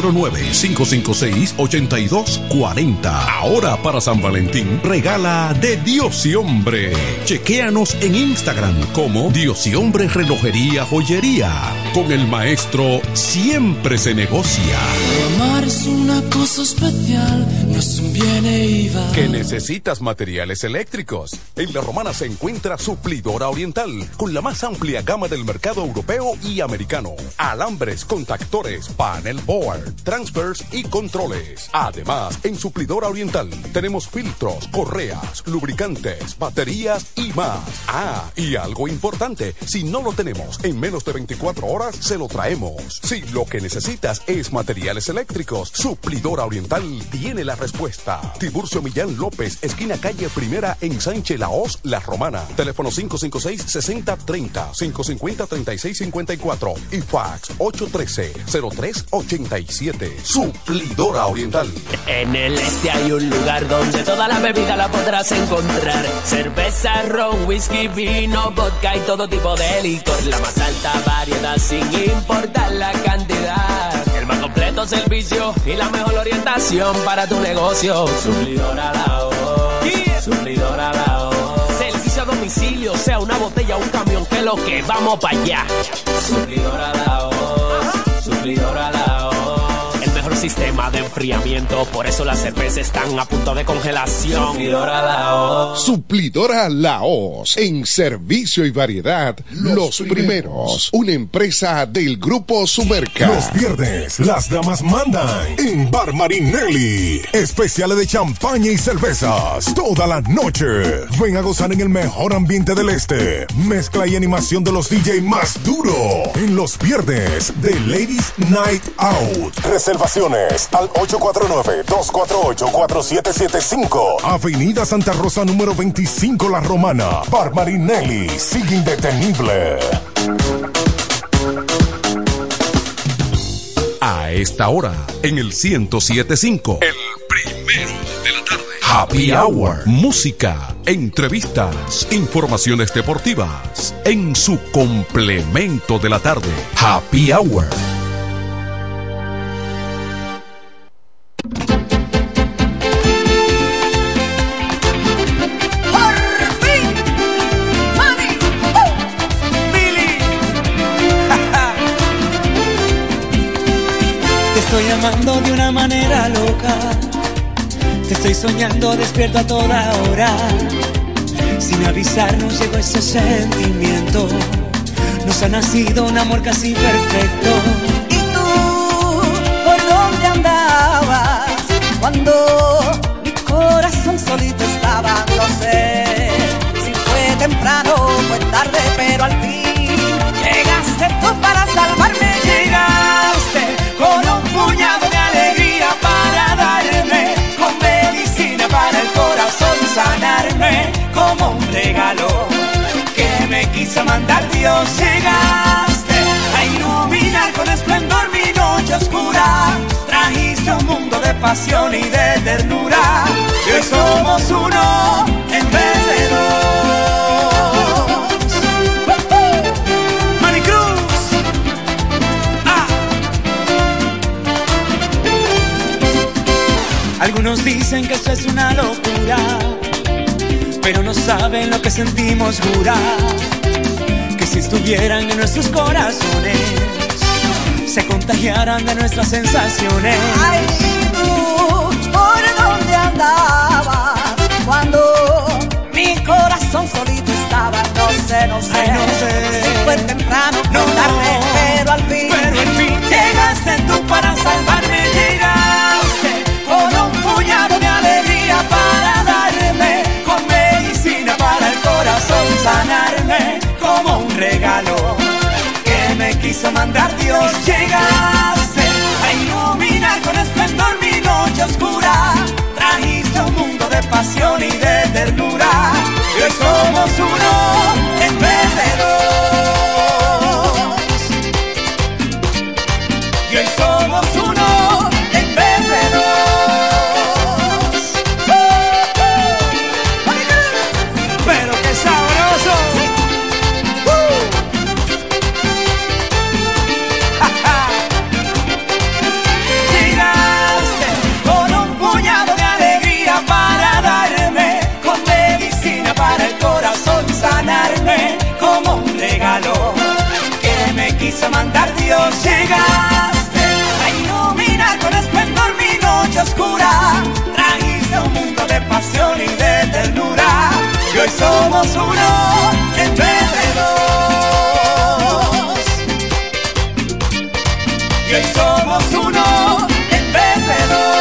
809-556-8240. Ahora para San Valentín, regala de Dios y Hombre. Chequéanos en Instagram como Dios y Hombre Relojería Joyería. Con el maestro siempre se negocia. Amar es una cosa especial, no es un bien e iba. ¿Que necesitas materiales eléctricos? En La Romana se encuentra Suplidora Oriental, con la más amplia gama del mercado europeo y americano. Alambres, contactores, panel board, transfers y controles. Además, en Suplidora Oriental tenemos filtros, correas, lubricantes, baterías y más. Ah, y algo importante, si no lo tenemos en menos de 24 horas, se lo traemos. Si lo que necesitas es materiales eléctricos, Suplidora Oriental tiene la respuesta. Tiburcio Millán López, esquina calle Primera en Sánchez Laos, La Romana. Teléfono 556-6030, 550-3654 y fax 813-0387. Suplidora Oriental. En el este hay un lugar donde toda la bebida la podrás encontrar. Cerveza, ron, whisky, vino, vodka y todo tipo de licor. La más alta variedad sin importar la cantidad. El más completo servicio y la mejor orientación para tu negocio. Suplidora Laos. Suplidora Laos. Servicio a domicilio, sea una botella o un camión, que lo que vamos para allá. Suplidora Laos. Suplidora Laos. El mejor sistema de enfriamiento, por eso las cervezas están a punto de congelación. Suplidora Laos. Suplidora Laos, en servicio y variedad, los primeros. Una empresa del Grupo Sumerca. Los viernes, las damas mandan en Bar Marinelli. Especiales de champaña y cervezas toda la noche. Ven a gozar en el mejor ambiente del este. Mezcla y animación de los DJ más duro. En los viernes de Ladies Night Out. Reservaciones al 849-248-4775. Avenida Santa Rosa número 25 La Romana. Bar Marinelli, sigue indetenible. A esta hora, en el 107.5, el primero de la tarde. Happy Hour. Música, entrevistas, informaciones deportivas. En su complemento de la tarde. Happy Hour. Te estoy amando de una manera loca, te estoy soñando despierto a toda hora. Sin avisarnos llegó ese sentimiento, nos ha nacido un amor casi perfecto. ¿Y tú por dónde andabas cuando mi corazón solito estaba? No sé si fue temprano o fue tarde, pero al fin llegaste tú para salvarme. Llegaste con un puñado de alegría para darme, con medicina para el corazón sanarme, como un regalo que me quiso mandar Dios. Llegaste a iluminar con esplendor mi noche oscura, trajiste un mundo de pasión y de ternura, y hoy somos uno en vez de dos. Algunos dicen que esto es una locura, pero no saben lo que sentimos, jura que si estuvieran en nuestros corazones se contagiaran de nuestras sensaciones. Ay, tú, ¿por dónde andabas cuando mi corazón solito estaba? No sé, no sé, ay, no sé. Si fue temprano o tarde, pero al fin llegaste tú para salvar quiso mandar Dios. Llegaste a iluminar con esplendor mi noche oscura. Trajiste un mundo de pasión y de ternura. Y hoy somos uno en vez de dos. Y hoy somos uno en vez de dos.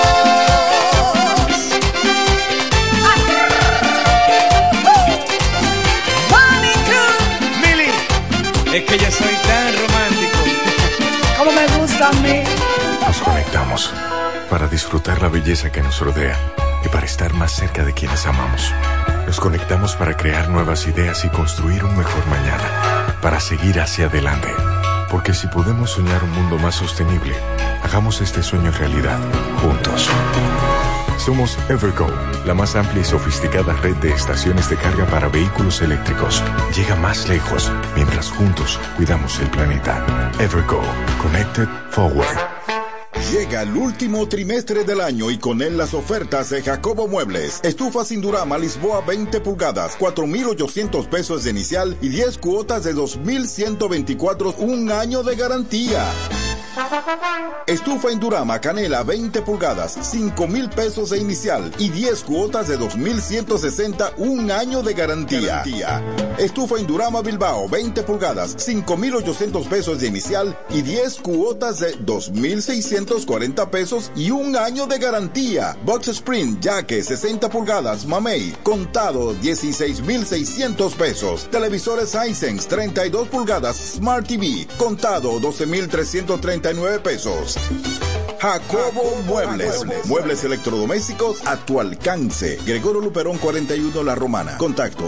Es que yo soy tan romántico. Como me gusta a mí. Nos conectamos para disfrutar la belleza que nos rodea y para estar más cerca de quienes amamos. Nos conectamos para crear nuevas ideas y construir un mejor mañana, para seguir hacia adelante. Porque si podemos soñar un mundo más sostenible, hagamos este sueño realidad, juntos. Somos Evergo, la más amplia y sofisticada red de estaciones de carga para vehículos eléctricos. Llega más lejos mientras juntos cuidamos el planeta. Evergo, Connected Forward. Llega el último trimestre del año y con él las ofertas de Jacobo Muebles. Estufa sin Durama Lisboa 20 pulgadas, 4,800 pesos de inicial y 10 cuotas de 2,124, un año de garantía. Estufa Indurama Canela 20 pulgadas, 5,000 pesos de inicial y 10 cuotas de 2,160, un año de garantía. Estufa Indurama Bilbao 20 pulgadas, 5,800 pesos de inicial y 10 cuotas de 2,640 pesos y un año de garantía. Box Spring Yaque 60 pulgadas Mamey, contado 16,600 pesos. Televisores Hisense 32 pulgadas Smart TV, contado 12,339 pesos. Jacobo Muebles. Muebles electrodomésticos a tu alcance. Gregorio Luperón 41 La Romana. Contacto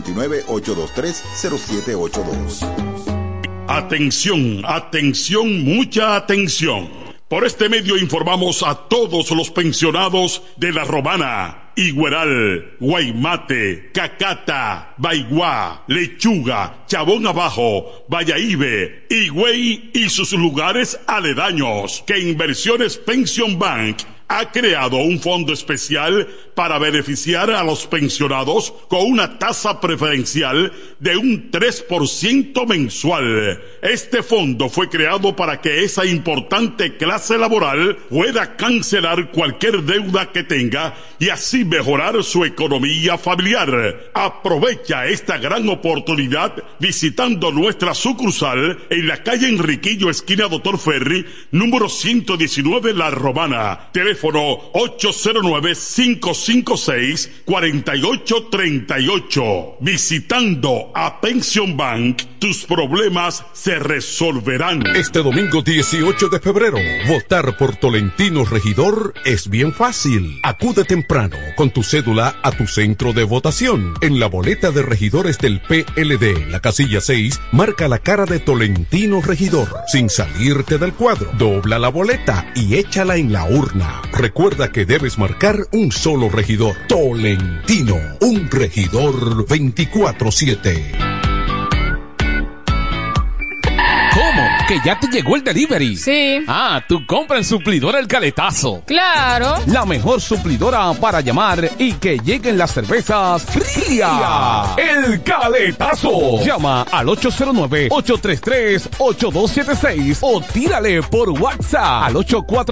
829-823-0782. Atención, atención, mucha atención. Por este medio informamos a todos los pensionados de La Romana, Igueral, Guaymate, Cacata, Baigua, Lechuga, Chabón Abajo, Valladolid, Higüey y sus lugares aledaños, que Inversiones Pension Bank ha creado un fondo especial para beneficiar a los pensionados con una tasa preferencial de un 3% mensual. Este fondo fue creado para que esa importante clase laboral pueda cancelar cualquier deuda que tenga y así mejorar su economía familiar. Aprovecha esta gran oportunidad visitando nuestra sucursal en la calle Enriquillo, esquina Doctor Ferry, número 119, La Romana. Teléfono 809-556-4838. Visitando a Pension Bank, tus problemas se resolverán. Este domingo 18 de febrero, votar por Tolentino Regidor es bien fácil. Acude temprano con tu cédula a tu centro de votación. En la boleta de regidores del PLD, la casilla 6, marca la cara de Tolentino Regidor. Sin salirte del cuadro, dobla la boleta y échala en la urna. Recuerda que debes marcar un solo regidor. Tolentino, un regidor 24/7. ¿Cómo? ¿Que ya te llegó el delivery? Sí. Ah, tú compras en Suplidora El Caletazo. Claro. La mejor suplidora para llamar y que lleguen las cervezas frías. El Caletazo. Llama al 809-833-8276 o tírale por WhatsApp al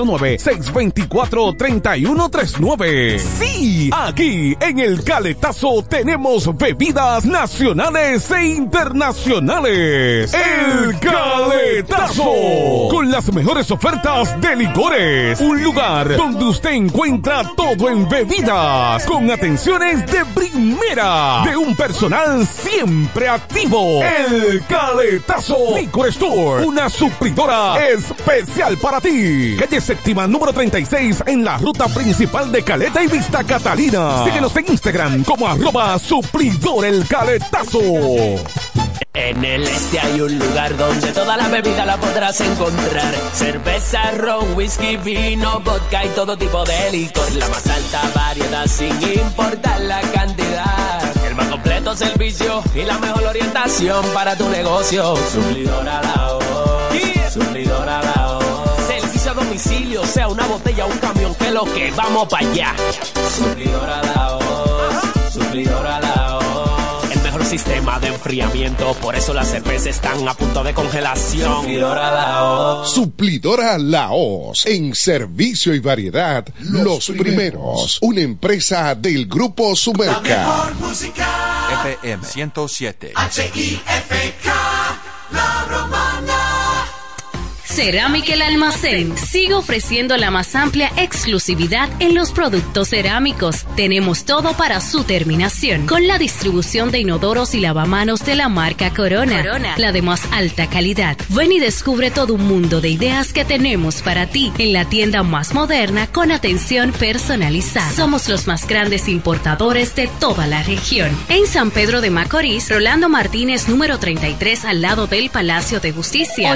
849-624-3139. Sí, aquí en El Caletazo tenemos bebidas nacionales e internacionales. El Caletazo, con las mejores ofertas de licores. Un lugar donde usted encuentra todo en bebidas, con atenciones de primera, de un personal siempre activo. El Caletazo Liquor Store, una suplidora especial para ti. Calle Séptima, número 36, en la ruta principal de Caleta y Vista Catalina. Síguenos en Instagram como @suplidor El Caletazo. En el este hay un lugar donde toda la bebida la podrás encontrar. Cerveza, ron, whisky, vino, vodka y todo tipo de licor. La más alta variedad sin importar la cantidad. El más completo servicio y la mejor orientación para tu negocio. Suplidora La Hoz. Suplidora La Hoz. Servicio a domicilio, sea una botella o un camión, que lo que vamos para allá. Suplidora La Hoz. Suplidora La Hoz. El mejor sistema de enfriamiento. Por eso las cervezas están a punto de congelación. Suplidora Laos. Suplidora Laos. En servicio y variedad, los primeros. Una empresa del Grupo Sumerca. La mejor música. FM 107. HIFK. La Romana. Cerámica El Almacén sigue ofreciendo la más amplia exclusividad en los productos cerámicos. Tenemos todo para su terminación, con la distribución de inodoros y lavamanos de la marca Corona, la de más alta calidad. Ven y descubre todo un mundo de ideas que tenemos para ti en la tienda más moderna con atención personalizada. Somos los más grandes importadores de toda la región. En San Pedro de Macorís, Rolando Martínez, número 33, al lado del Palacio de Justicia,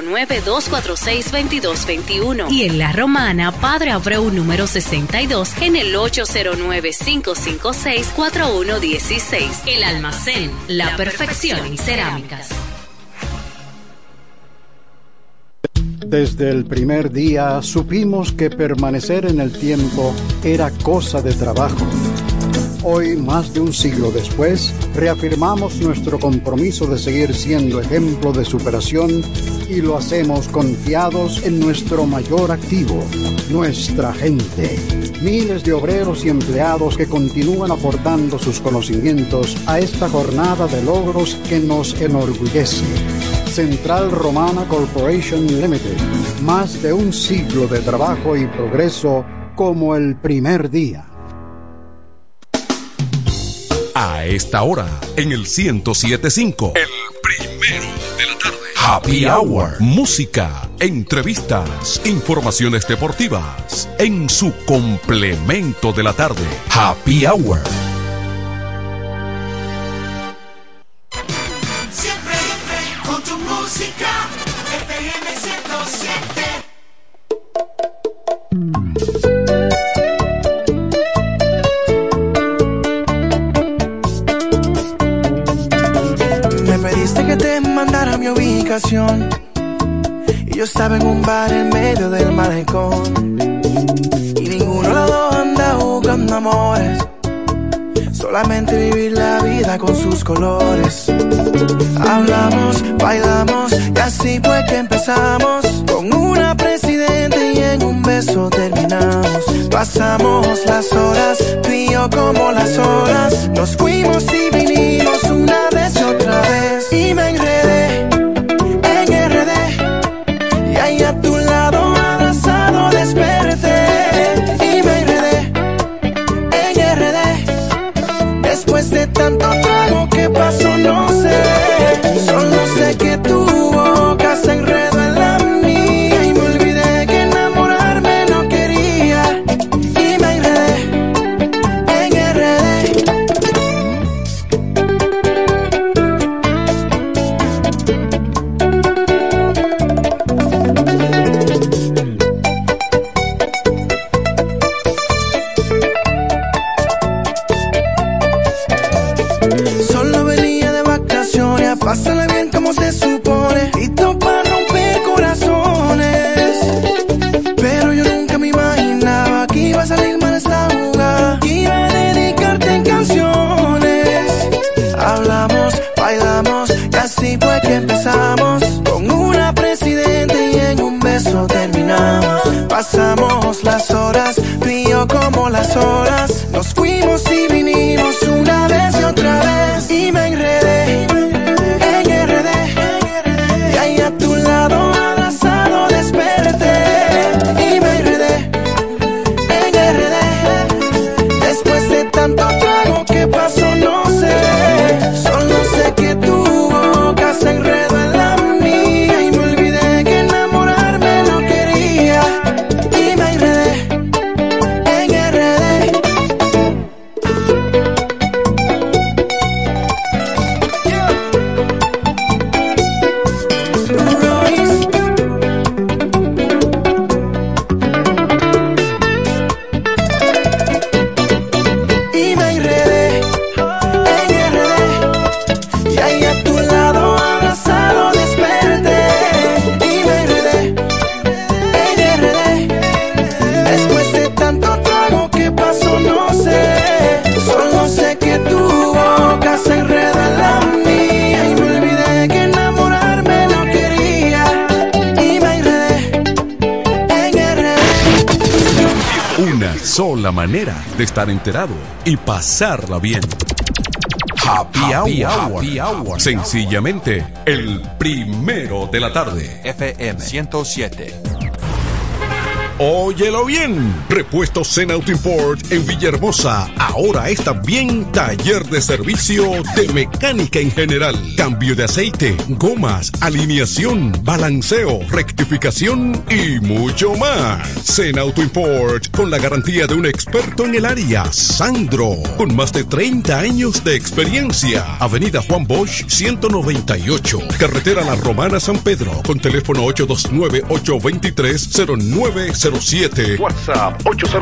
809-246-2221. Y en La Romana, Padre Abreu, número 62, en el 809-556-4116. El Almacén, la perfección en cerámicas. Desde el primer día supimos que permanecer en el tiempo era cosa de trabajo. Hoy, más de un siglo después, reafirmamos nuestro compromiso de seguir siendo ejemplo de superación y lo hacemos confiados en nuestro mayor activo, nuestra gente. Miles de obreros y empleados que continúan aportando sus conocimientos a esta jornada de logros que nos enorgullece. Central Romana Corporation Limited, más de un siglo de trabajo y progreso como el primer día. A esta hora, en el 107.5, el primero de la tarde. Happy Hour. Música, entrevistas, informaciones deportivas. En su complemento de la tarde. Happy Hour. Siempre con tu música. FM 107. Que te mandara mi ubicación y yo estaba en un bar en medio del malecón y ninguno de los dos anda buscando amores, solamente vivir la vida con sus colores. Hablamos, bailamos y así fue que empezamos, con una presidente y en un beso terminamos. Pasamos las horas, tú y yo como las olas, nos fuimos y vinimos una vez y otra vez. Y me enredé en RD y ahí a tu lado abrazado desperté. Y me enredé en RD después de tanto trago, ¿qué pasó? No sé, solo sé que tu boca se enredó en la mía y me olvidé que enamorarme no quería. Y me enredé en RD. Solo venía de vacaciones a pasarla bien como se supone, listo para romper corazones. Pero yo nunca me imaginaba que iba a salir mal esta jugada, que iba a dedicarte en canciones. Hablamos, bailamos y así fue que empezamos, con una presidente y en un beso terminamos. Pasamos las horas, tú y yo como las olas, nos fuimos y vinimos una vez y otra vez. Y me enredé en RD y ahí a tu lado abrazado desperté. Y me enredé en RD después de tanto trago, ¿qué pasó? No sé, solo sé que tu boca se enredó en la mía y me olvidé que enamorarme no quería. Y me enredé en RD. Y me enredé sola manera de estar enterado y pasarla bien. Happy Hour. Sencillamente, el primero de la tarde. FM 107. Óyelo bien. Repuestos Zen Auto Import en Villahermosa. Ahora es también taller de servicio de mecánica en general. Cambio de aceite, gomas, alineación, balanceo, rectificación y mucho más. Zen Auto Import con la garantía de un experto en el área, Sandro, con más de 30 años de experiencia. Avenida Juan Bosch 198, carretera La Romana San Pedro, con teléfono 829-823-0907. WhatsApp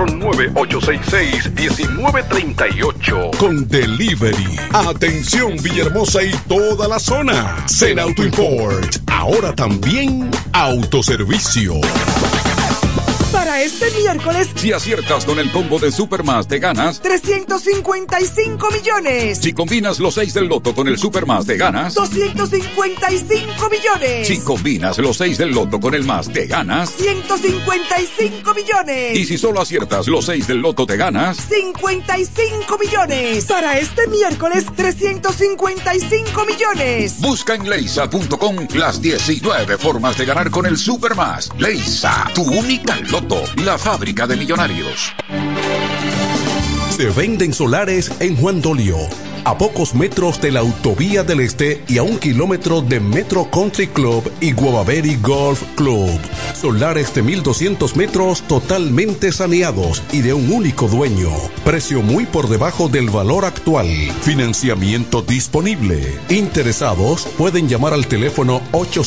809-866-1938. Con delivery. Atención Villahermosa y toda la zona. Zen Auto Import. Ahora también autoservicio. Para este miércoles, si aciertas con el combo de Supermás, te ganas 355 millones. Si combinas los 6 del loto con el Supermás, te ganas 255 millones. Si combinas los 6 del loto con el más, te ganas 155 millones. Y si solo aciertas los 6 del loto, te ganas 55 millones. Para este miércoles, 355 millones. Busca en leisa.com las 19 formas de ganar con el Supermás. Leisa, tu única loto. La fábrica de millonarios. Se venden solares en Juan Dolio, a pocos metros de la Autovía del Este y a 1 kilómetro de Metro Country Club y Guavaberi Golf Club. Solares de 1,200 metros totalmente saneados y de un único dueño. Precio muy por debajo del valor actual. Financiamiento disponible. Interesados pueden llamar al teléfono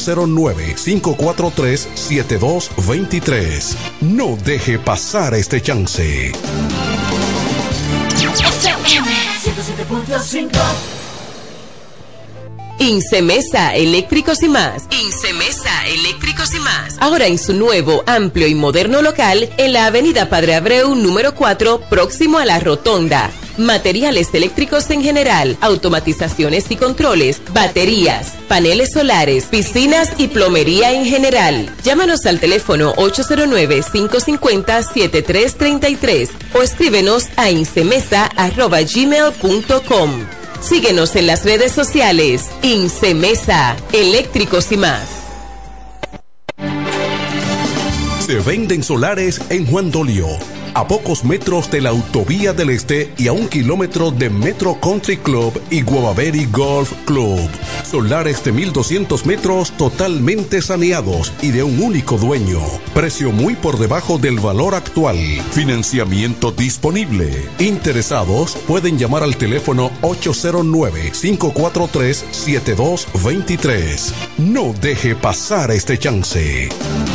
809-543-7223. No deje pasar este chance. 107.5. Incemesa Eléctricos y Más. Incemesa Eléctricos y Más. Ahora en su nuevo, amplio y moderno local en la avenida Padre Abreu número 4, próximo a la Rotonda. Materiales eléctricos en general, automatizaciones y controles, baterías, paneles solares, piscinas y plomería en general. Llámanos al teléfono 809-550-7333 o escríbenos a incemesa@gmail.com. Síguenos en las redes sociales. Incemesa Eléctricos y Más. Se venden solares en Juan Dolio, a pocos metros de la Autovía del Este y a 1 kilómetro de Metro Country Club y Guavaberi Golf Club. Solares de 1,200 metros totalmente saneados y de un único dueño. Precio muy por debajo del valor actual. Financiamiento disponible. Interesados pueden llamar al teléfono 809-543-7223. No deje pasar este chance.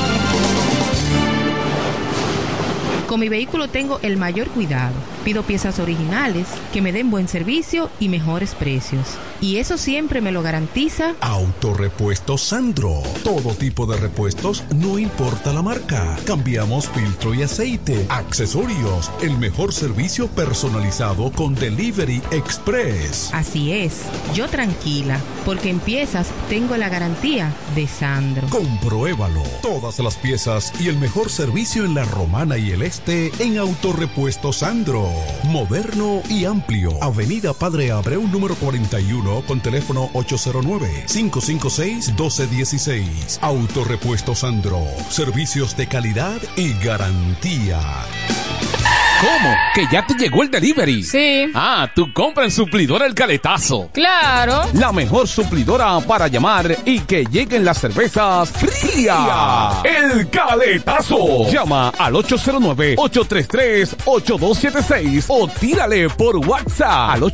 Con mi vehículo tengo el mayor cuidado. Pido piezas originales, que me den buen servicio y mejores precios. Y eso siempre me lo garantiza Autorepuestos Sandro. Todo tipo de repuestos, no importa la marca. Cambiamos filtro y aceite, accesorios, el mejor servicio personalizado con Delivery Express. Así es, yo tranquila, porque en piezas tengo la garantía de Sandro. Compruébalo. Todas las piezas y el mejor servicio en La Romana y el Este en Autorepuestos Sandro. Moderno y amplio. Avenida Padre Abreu número 41 con teléfono 809-556-1216. Autorepuestos Sandro. Servicios de calidad y garantía. ¿Cómo? ¿Que ya te llegó el delivery? Sí. Ah, tu compra en Suplidora El Caletazo. ¡Claro! La mejor suplidora para llamar y que lleguen las cervezas frías. El Caletazo. Llama al 809-833-8276 o tírale por WhatsApp al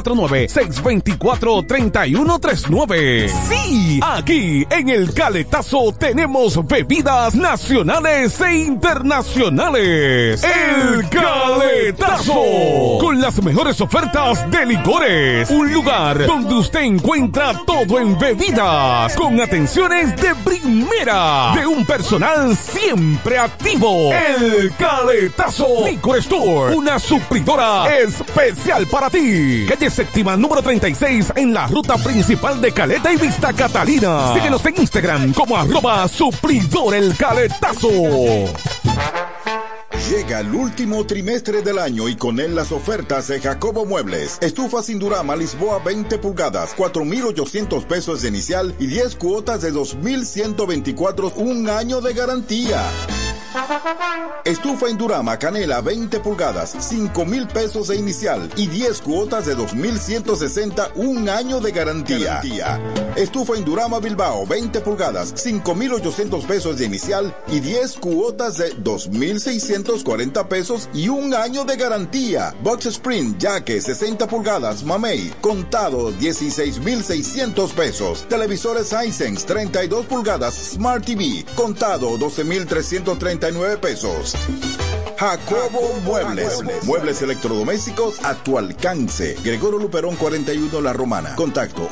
849-624-3139. Sí, aquí en El Caletazo tenemos bebidas nacionales e internacionales. El Caletazo. Con las mejores ofertas de licores. Un lugar donde usted encuentra todo en bebidas. Con atenciones de primera. De un personal siempre activo. El Caletazo Licor Store. Una suplidora especial para ti. Calle Séptima número 36 en la ruta principal de Caleta y Vista Catalina. Síguenos en Instagram como @suplidor El Caletazo. Llega el último trimestre del año y con él las ofertas de Jacobo Muebles. Estufa sin Durama Lisboa 20 pulgadas, 4,800 pesos de inicial y 10 cuotas de 2,124, un año de garantía. Estufa Indurama Canela 20 pulgadas, 5,000 pesos de inicial y 10 cuotas de 2,160, un año de garantía. Estufa Indurama Bilbao 20 pulgadas, 5,800 pesos de inicial y 10 cuotas de 2,640 pesos y un año de garantía. Box Spring Yaque 60 pulgadas Mamey, contado 16,600 pesos. Televisores Hisense 32 pulgadas Smart TV, contado 12,339 pesos. Jacobo Muebles. Muebles electrodomésticos a tu alcance. Gregorio Luperón 41 La Romana. Contacto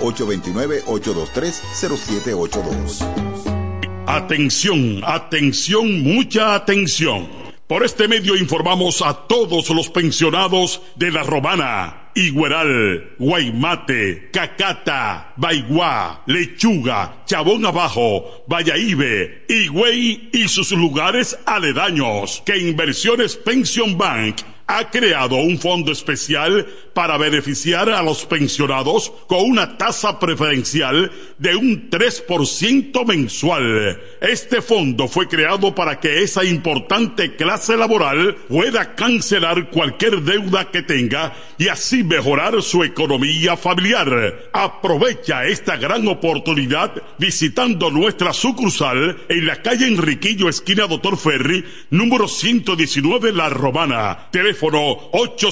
829-823-0782. Atención, atención, mucha atención. Por este medio informamos a todos los pensionados de La Romana, Igueral, Guaymate, Cacata, Baigua, Lechuga, Chabón Abajo, Valladolid, Higüey y sus lugares aledaños, que Inversiones Pension Bank ha creado un fondo especial para beneficiar a los pensionados con una tasa preferencial de un 3% mensual. Este fondo fue creado para que esa importante clase laboral pueda cancelar cualquier deuda que tenga y así mejorar su economía familiar. Aprovecha esta gran oportunidad visitando nuestra sucursal en la calle Enriquillo, esquina Doctor Ferry, número 119, La Romana. Teléfono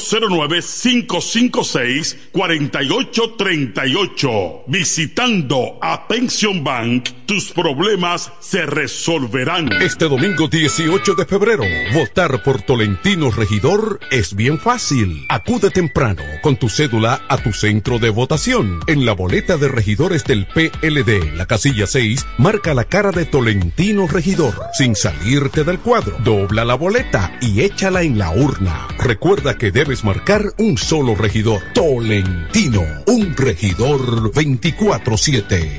809-556-4838. Visitando a Pension Bank, tus problemas se resolverán. Este domingo 18 de febrero, votar por Tolentino Regidor es bien fácil. Acude temprano con tu cédula a tu centro de votación. En la boleta de regidores del PLD, la casilla 6, marca la cara de Tolentino Regidor. Sin salirte del cuadro, dobla la boleta y échala en la urna. Recuerda que debes marcar un solo regidor. Tolentino, un regidor 24/7.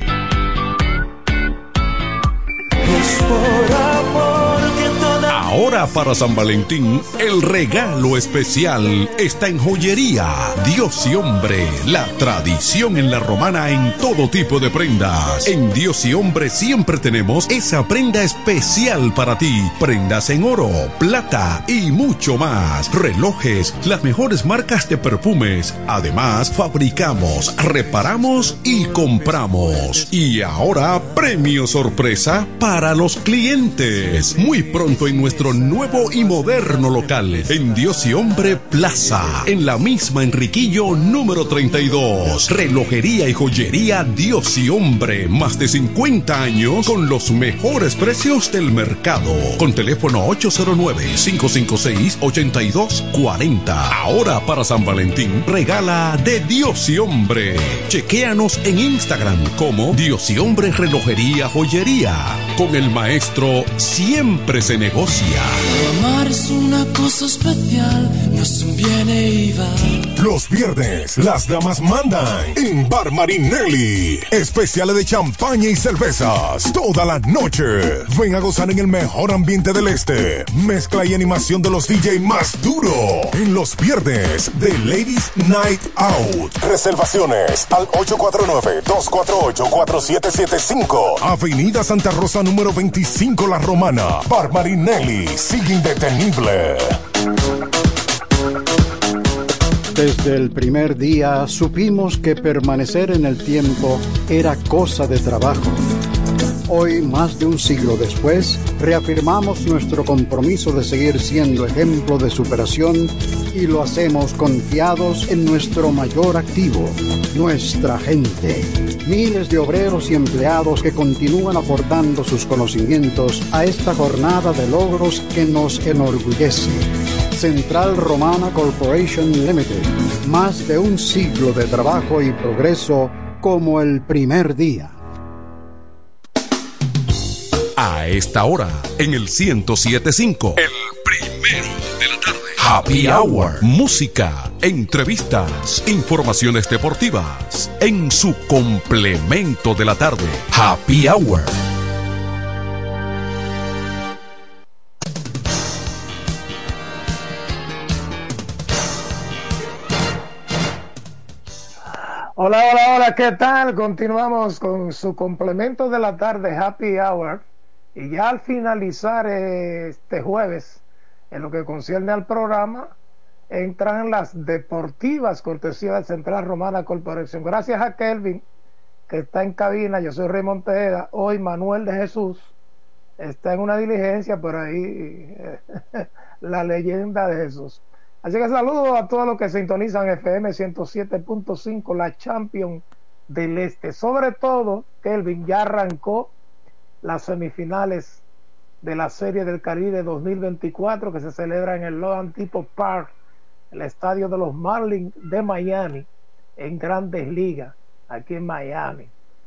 Ahora para San Valentín, el regalo especial está en Joyería Dios y Hombre, la tradición en La Romana en todo tipo de prendas. En Dios y Hombre siempre tenemos esa prenda especial para ti. Prendas en oro, plata y mucho más. Relojes, las mejores marcas de perfumes. Además, fabricamos, reparamos y compramos. Y ahora, premio sorpresa para los clientes. Muy pronto en nuestro nuevo y moderno local en Dios y Hombre Plaza, en la misma Enriquillo número 32. Relojería y joyería Dios y Hombre, más de 50 años con los mejores precios del mercado. Con teléfono 809-556-8240. Ahora para San Valentín, regala de Dios y Hombre. Chequéanos en Instagram como Dios y Hombre Relojería Joyería. Con el maestro siempre se negocia. Amar es una cosa especial, no es un viene y va. Los viernes, las damas mandan en Bar Marinelli. Especiales de champaña y cervezas toda la noche. Ven a gozar en el mejor ambiente del este. Mezcla y animación de los DJ más duro. En los viernes de Ladies Night Out. Reservaciones al 849-248-4775. Avenida Santa Rosa número 25, La Romana. Bar Marinelli sigue indetenible. Desde el primer día supimos que permanecer en el tiempo era cosa de trabajo. Hoy, más de un siglo después, reafirmamos nuestro compromiso de seguir siendo ejemplo de superación y lo hacemos confiados en nuestro mayor activo, nuestra gente. Miles de obreros y empleados que continúan aportando sus conocimientos a esta jornada de logros que nos enorgullece. Central Romana Corporation Limited. Más de un siglo de trabajo y progreso como el primer día. A esta hora, en el 107.5, el primero de la tarde. Happy Hour. Música, entrevistas, informaciones deportivas. En su complemento de la tarde. Happy Hour. Hola, hola, hola, ¿qué tal? Continuamos con su complemento de la tarde, Happy Hour. Y ya al finalizar este jueves, en lo que concierne al programa, entran las deportivas, cortesía de Central Romana Corporación. Gracias a Kelvin, que está en cabina. Yo soy Raymond Tejeda. Hoy Manuel de Jesús está en una diligencia por ahí, la leyenda de Jesús. Así que saludo a todos los que sintonizan FM 107.5, la Champion del Este. Sobre todo, Kelvin, ya arrancó las semifinales de la Serie del Caribe 2024 que se celebra en el Loan Depot Park, el estadio de los Marlins de Miami, en Grandes Ligas, aquí en Miami.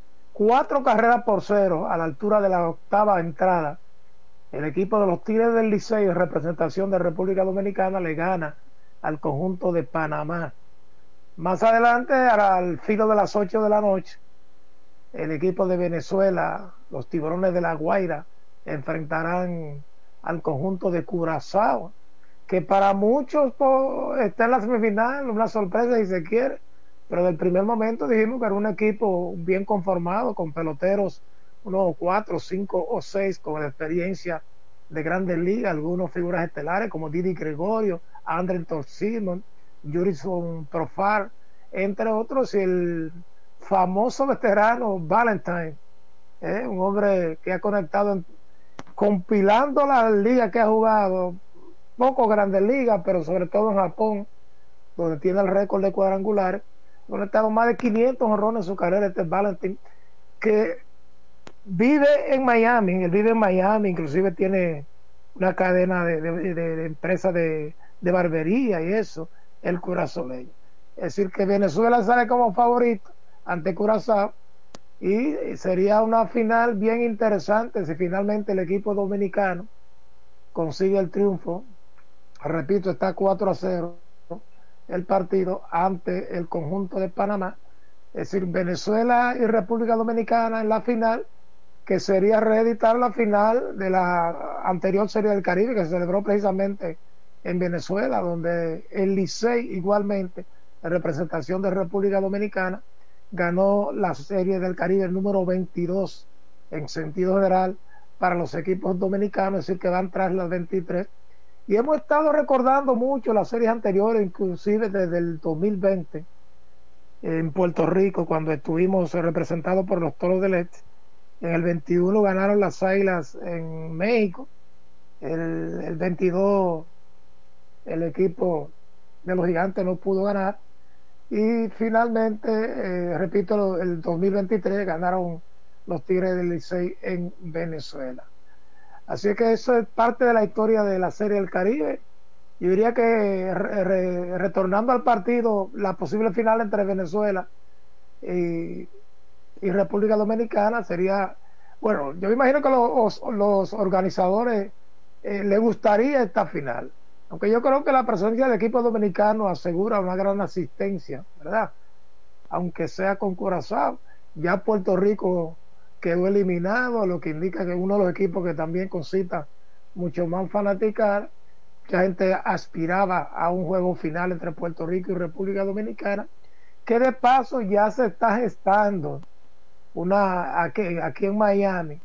4-0 a la altura de la octava entrada. El equipo de los Tigres del Licey, en representación de República Dominicana, le gana al conjunto de Panamá. Más adelante, al filo de las 8 de la noche, el equipo de Venezuela, los Tiburones de La Guaira, enfrentarán al conjunto de Curazao, que para muchos está en la semifinal, una sorpresa si se quiere, pero del primer momento dijimos que era un equipo bien conformado, con peloteros, unos 4, 5 o 6 con experiencia de Grandes Ligas, algunos figuras estelares como Didi Gregorio, Andrelton Simmons, Jurison Profar, entre otros, y el famoso veterano Valentine, un hombre que ha conectado compilando las ligas que ha jugado, poco Grandes Ligas, pero sobre todo en Japón, donde tiene el récord de cuadrangulares, conectado más de 500 honrones en su carrera. Este Valentine, que vive en Miami, inclusive tiene una cadena de empresas de barbería y eso, el curazoleño. Es decir, que Venezuela sale como favorito ante Curazao, y sería una final bien interesante si finalmente el equipo dominicano consigue el triunfo. Repito, está 4-0 el partido ante el conjunto de Panamá. Es decir, Venezuela y República Dominicana en la final, que sería reeditar la final de la anterior Serie del Caribe, que se celebró precisamente en Venezuela, donde el Licey igualmente, en representación de República Dominicana, ganó la Serie del Caribe el número 22 en sentido general para los equipos dominicanos, es decir, que van tras las 23. Y hemos estado recordando mucho las series anteriores, inclusive desde el 2020 en Puerto Rico, cuando estuvimos representados por los Toros del Este. En el 21 ganaron las Águilas en México, el 22 el equipo de los Gigantes no pudo ganar, y finalmente, repito, el 2023 ganaron los Tigres del Licey en Venezuela. Así que eso es parte de la historia de la Serie del Caribe. Yo diría que retornando al partido, la posible final entre Venezuela y República Dominicana sería, bueno, yo me imagino que los organizadores les gustaría esta final, aunque yo creo que la presencia del equipo dominicano asegura una gran asistencia, ¿verdad? Aunque sea con Curazao. Ya Puerto Rico quedó eliminado, lo que indica que uno de los equipos que también concita mucho más fanaticada. Mucha gente aspiraba a un juego final entre Puerto Rico y República Dominicana, que de paso ya se está gestando aquí en Miami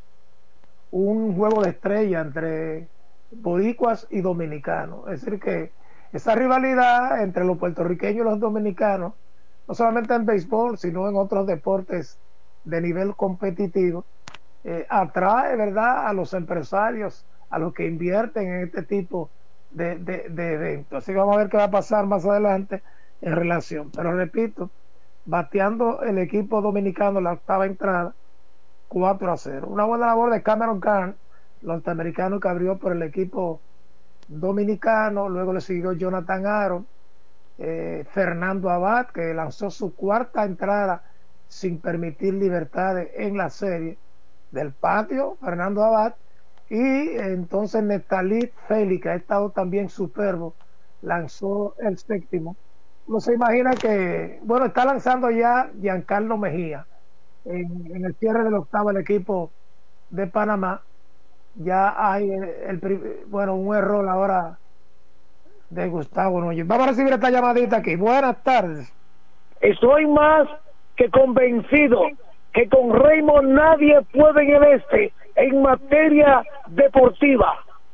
un juego de estrella entre boricuas y dominicanos. Es decir, que esa rivalidad entre los puertorriqueños y los dominicanos, no solamente en béisbol, sino en otros deportes de nivel competitivo, atrae, ¿verdad?, a los empresarios, a los que invierten en este tipo de eventos. Así que vamos a ver qué va a pasar más adelante en relación. Pero repito, bateando el equipo dominicano la octava entrada, 4-0. Una buena labor de Cameron Carn, norteamericano, que abrió por el equipo dominicano. Luego le siguió Jonathan Aaron, Fernando Abad, que lanzó su cuarta entrada sin permitir libertades en la serie del patio, Fernando Abad. Y entonces Neftalí Félix, que ha estado también superbo, lanzó el séptimo. No se imagina que, bueno, está lanzando ya Giancarlo Mejía en el cierre del octavo, el equipo de Panamá. Ya hay un error ahora de Gustavo Núñez. Vamos a recibir esta llamadita aquí. Buenas tardes. Estoy más que convencido que con Raymond nadie puede en el este en materia deportiva.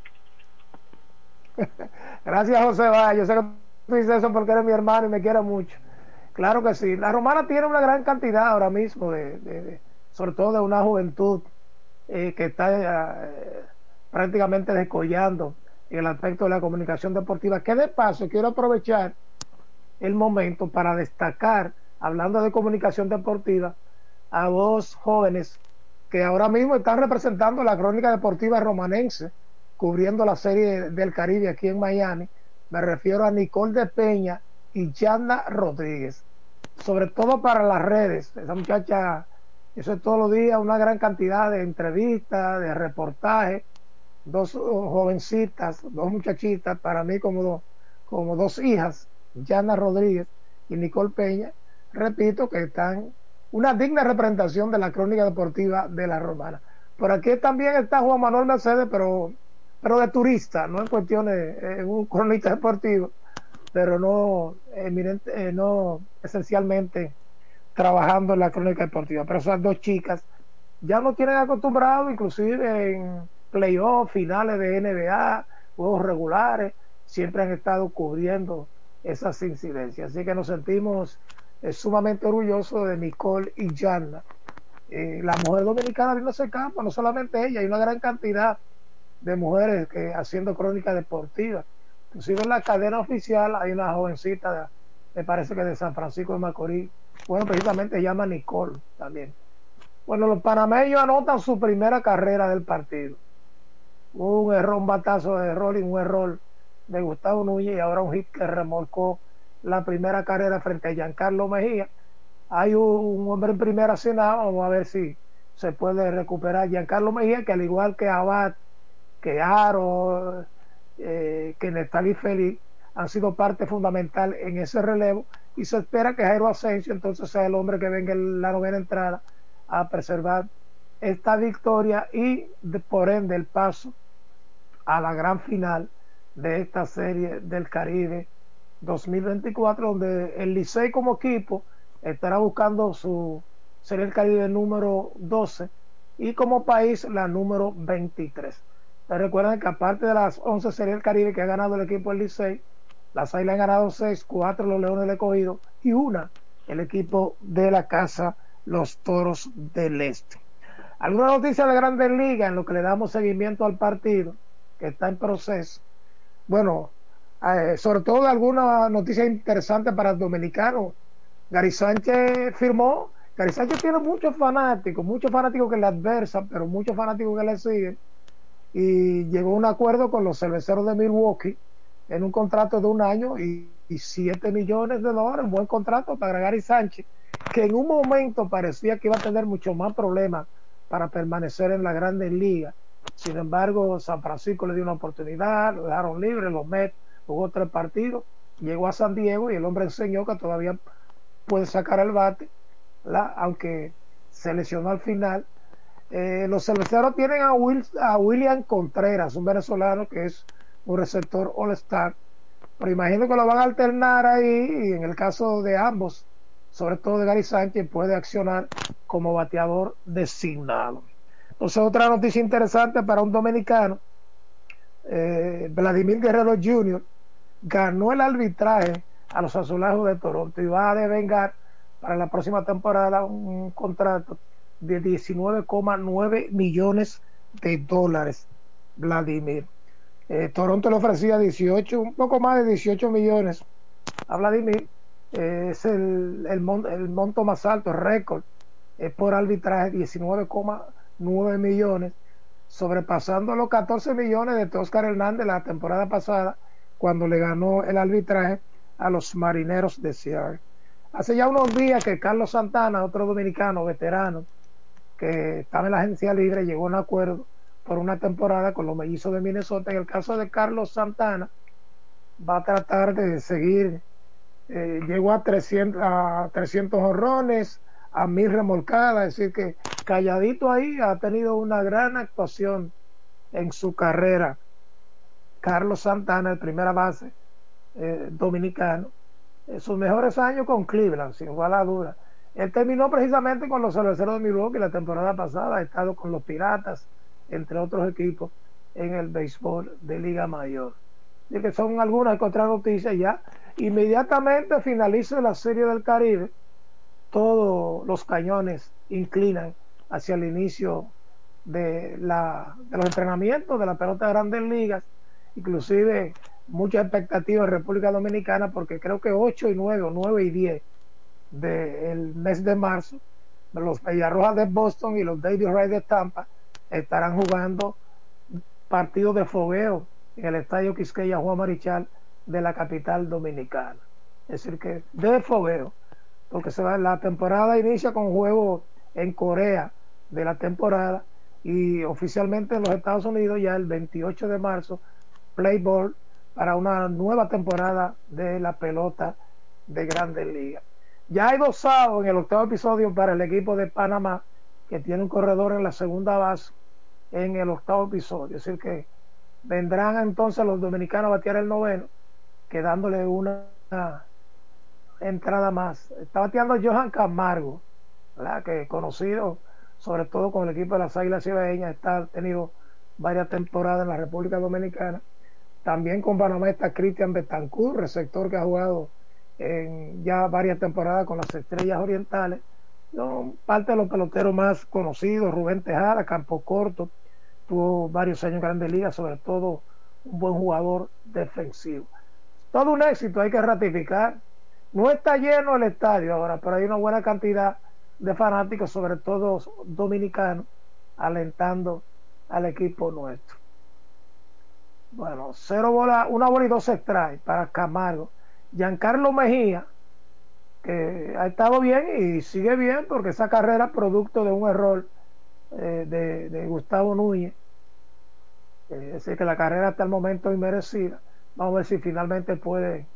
Gracias, José Valle. Yo sé que tú dices eso porque eres mi hermano y me quieres mucho. Claro que sí. La Romana tiene una gran cantidad ahora mismo, sobre todo de una juventud que está prácticamente descollando en el aspecto de la comunicación deportiva. Que de paso quiero aprovechar el momento para destacar, hablando de comunicación deportiva, a dos jóvenes que ahora mismo están representando la crónica deportiva romanense, cubriendo la Serie del Caribe aquí en Miami. Me refiero a Nicole de Peña y Yanna Rodríguez, sobre todo para las redes. Esa muchacha, eso es todos los días una gran cantidad de entrevistas, de reportajes. Dos jovencitas, dos muchachitas, para mí como dos hijas, Yanna Rodríguez y Nicole Peña, repito que están una digna representación de la crónica deportiva de la Romana. Por aquí también está Juan Manuel Mercedes, pero de turista, no en cuestiones, un cronista deportivo, pero no esencialmente trabajando en la crónica deportiva. Pero esas dos chicas ya nos tienen acostumbrados, inclusive en playoffs, finales de NBA, juegos regulares, siempre han estado cubriendo esas incidencias. Así que nos sentimos sumamente orgullosos de Nicole y Yanna. La mujer dominicana no se escapa, no solamente ella, hay una gran cantidad de mujeres que haciendo crónica deportiva. Inclusive en la cadena oficial hay una jovencita, me parece que de San Francisco de Macorís, bueno, precisamente se llama Nicole también. Bueno, los panameños anotan su primera carrera del partido. Hubo un error, un batazo de error y un error de Gustavo Núñez, y ahora un hit que remolcó la primera carrera frente a Giancarlo Mejía. Hay un hombre en primera sin nada, vamos a ver si se puede recuperar Giancarlo Mejía, que al igual que Abad, que Aro, que Nestalí Félix han sido parte fundamental en ese relevo, y se espera que Jairo Asensio entonces sea el hombre que venga en la novena entrada a preservar esta victoria y por ende el paso a la gran final de esta Serie del Caribe 2024, donde el Licey como equipo estará buscando su Serie del Caribe número 12 y como país la número 23. Les recuerden que aparte de las 11 Series del Caribe que ha ganado el equipo del Licey, las Águilas han ganado 6, 4 los Leones del Escogido y una el equipo de la casa, los Toros del Este. ¿Alguna noticia de Grandes Ligas en lo que le damos seguimiento al partido que está en proceso? Bueno, sobre todo alguna noticia interesante para el dominicano. Gary Sánchez firmó. Gary Sánchez tiene muchos fanáticos que le adversan, pero muchos fanáticos que le siguen, y llegó a un acuerdo con los Cerveceros de Milwaukee en un contrato de 1 año y $7 millones, un buen contrato para Gary Sánchez, que en un momento parecía que iba a tener mucho más problemas para permanecer en la Grandes Ligas. Sin embargo, San Francisco le dio una oportunidad, lo dejaron libre, los Mets jugó 3 partidos, llegó a San Diego y el hombre enseñó que todavía puede sacar el bate, aunque se lesionó al final. Los Cerveceros tienen a William Contreras, un venezolano que es un receptor All-Star, pero imagino que lo van a alternar ahí, y en el caso de ambos, sobre todo de Gary Sánchez, puede accionar como bateador designado. Entonces, otra noticia interesante para un dominicano, Vladimir Guerrero Jr. ganó el arbitraje a los Azulejos de Toronto y va a devengar para la próxima temporada un contrato de $19,9 millones. Vladimir, Toronto le ofrecía 18, un poco más de 18 millones a Vladimir. Es el monto más alto, el récord por arbitraje, 19,9 millones, sobrepasando los 14 millones de Oscar Hernández la temporada pasada, cuando le ganó el arbitraje a los Marineros de Seattle. Hace ya unos días que Carlos Santana, otro dominicano veterano que estaba en la agencia libre, llegó a un acuerdo por una temporada con los Mellizos de Minnesota. En el caso de Carlos Santana, va a tratar de seguir, llegó a 300 jonrones, a 1000 remolcadas, es decir que calladito ahí ha tenido una gran actuación en su carrera Carlos Santana, el primera base dominicano, sus mejores años con Cleveland, sin lugar a duda. Él terminó precisamente con los Cerveceros de Milwaukee la temporada pasada, ha estado con los Piratas, entre otros equipos, en el béisbol de Liga Mayor. Y que son algunas otras noticias ya. Inmediatamente finaliza la Serie del Caribe, todos los cañones inclinan hacia el inicio de los entrenamientos de la pelota de Grandes Ligas, inclusive muchas expectativas en República Dominicana, porque creo que 8 y 9 o 9 y 10 del mes de marzo los Mediarrojas de Boston y los Davis Rays de Tampa estarán jugando partidos de fogueo en el Estadio Quisqueya Juan Marichal de la capital dominicana. Es decir, que de fogueo, porque la temporada inicia con juegos en Corea de la temporada, y oficialmente en los Estados Unidos ya el 28 de marzo play ball para una nueva temporada de la pelota de Grandes Ligas. Ya hay 2 outs en el 8º episodio para el equipo de Panamá, que tiene un corredor en la segunda base en el 8º episodio. Es decir que vendrán entonces los dominicanos a batear el 9º, quedándole una entrada más. Está bateando Johan Camargo, ¿verdad? Que conocido sobre todo con el equipo de las Águilas Cibaeñas, ha tenido varias temporadas en la República Dominicana. También con Panamá está Cristian Betancourt, receptor que ha jugado en ya varias temporadas con las Estrellas Orientales. Parte de los peloteros más conocidos, Rubén Tejada, campo corto, tuvo varios años en Grandes Ligas, sobre todo un buen jugador defensivo. Todo un éxito, hay que ratificar. No está lleno el estadio ahora, pero hay una buena cantidad de fanáticos, sobre todo dominicanos, alentando al equipo nuestro. Bueno, 0 bolas, 1 bola y 2 strikes para Camargo. Giancarlo Mejía, que ha estado bien y sigue bien, porque esa carrera producto de un error de Gustavo Núñez, es decir, que la carrera hasta el momento es inmerecida. Vamos a ver si finalmente puede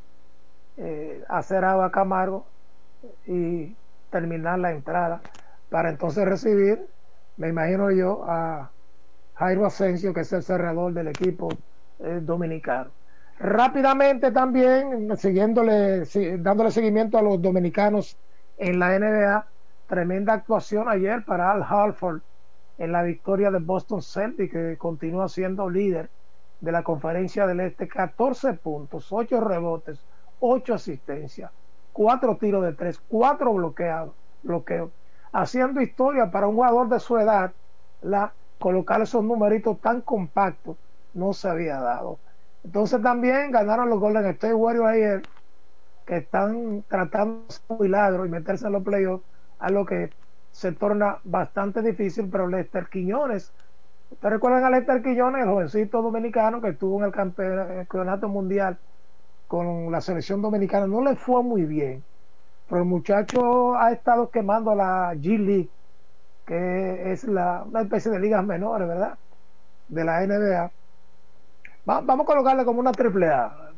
hacer agua a Camargo y terminar la entrada, para entonces recibir, me imagino yo, a Jairo Asensio, que es el cerrador del equipo dominicano. Rápidamente también, dándole seguimiento a los dominicanos en la NBA, tremenda actuación ayer para Al Horford en la victoria de Boston Celtics, que continúa siendo líder de la Conferencia del Este. 14 puntos, 8 rebotes, 8 asistencias, 4 tiros de 3, 4 bloqueos, haciendo historia para un jugador de su edad. Colocar esos numeritos tan compactos no se había dado. Entonces también ganaron los Golden State Warriors ayer, que están tratando de hacer un milagro y meterse en los playoffs, algo que se torna bastante difícil. Pero Lester Quiñones, ¿ustedes recuerdan a Lester Quiñones, el jovencito dominicano que estuvo en el campeonato mundial con la selección dominicana? No le fue muy bien, pero el muchacho ha estado quemando la G League, que es una especie de ligas menores, ¿verdad?, de la NBA. Vamos a colocarle como una AAA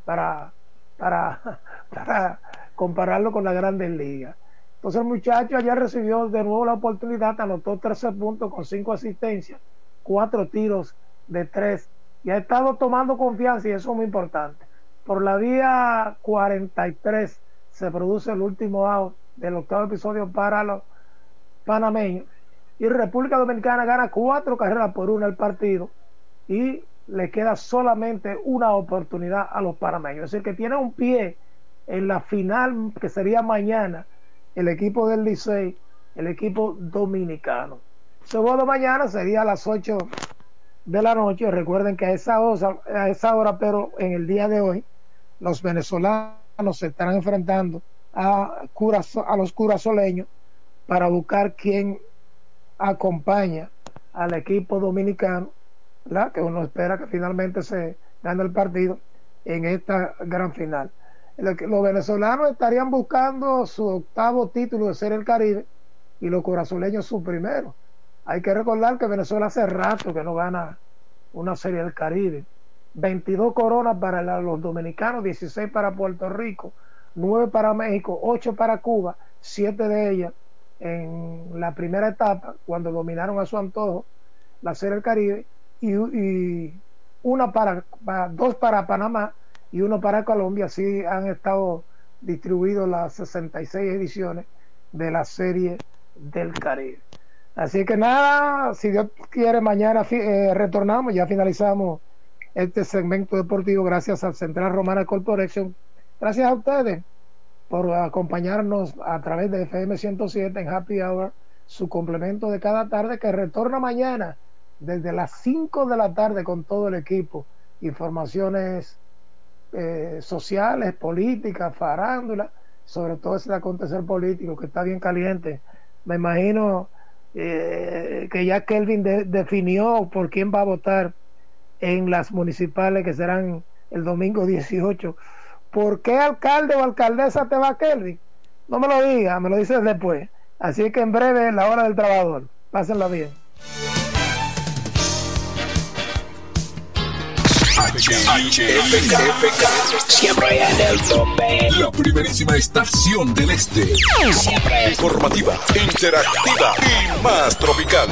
para compararlo con la Grandes Ligas. Entonces el muchacho ayer recibió de nuevo la oportunidad, anotó 13 puntos con 5 asistencias, 4 tiros de 3, y ha estado tomando confianza, y eso es muy importante. Por la vía 43 se produce el último out del 8º episodio para los panameños, y República Dominicana gana 4 carreras por 1 el partido, y le queda solamente una oportunidad a los panameños. Es decir, que tiene un pie en la final, que sería mañana, el equipo del Licey, el equipo dominicano. Ese juego mañana sería a las 8 de la noche. Recuerden que a esa hora, pero en el día de hoy, los venezolanos se estarán enfrentando a los curazoleños para buscar quién acompaña al equipo dominicano, ¿verdad?, que uno espera que finalmente se gane el partido en esta gran final. Los venezolanos estarían buscando su 8º título de Serie del Caribe y los curazoleños su primero. Hay que recordar que Venezuela hace rato que no gana una Serie del Caribe. 22 coronas para los dominicanos, 16 para Puerto Rico, 9 para México, 8 para Cuba, 7 de ellas en la primera etapa, cuando dominaron a su antojo la Serie del Caribe, y 2 para Panamá y 1 para Colombia. Así han estado distribuido las 66 ediciones de la Serie del Caribe. Así que nada, si Dios quiere, mañana retornamos, ya finalizamos este segmento deportivo gracias al Central Romana Corporation. Gracias a ustedes por acompañarnos a través de FM 107 en Happy Hour, su complemento de cada tarde, que retorna mañana desde las 5 de la tarde con todo el equipo. Informaciones sociales, políticas, farándula, sobre todo ese acontecer político que está bien caliente. Me imagino que ya Kelvin definió por quién va a votar en las municipales que serán el domingo 18. ¿Por qué alcalde o alcaldesa te va, Kelvin? No me lo diga, me lo dices después. Así que en breve, la hora del trabajador. Pásenla bien. Siempre en el tope. La primerísima estación del este. Siempre informativa, interactiva y más tropical.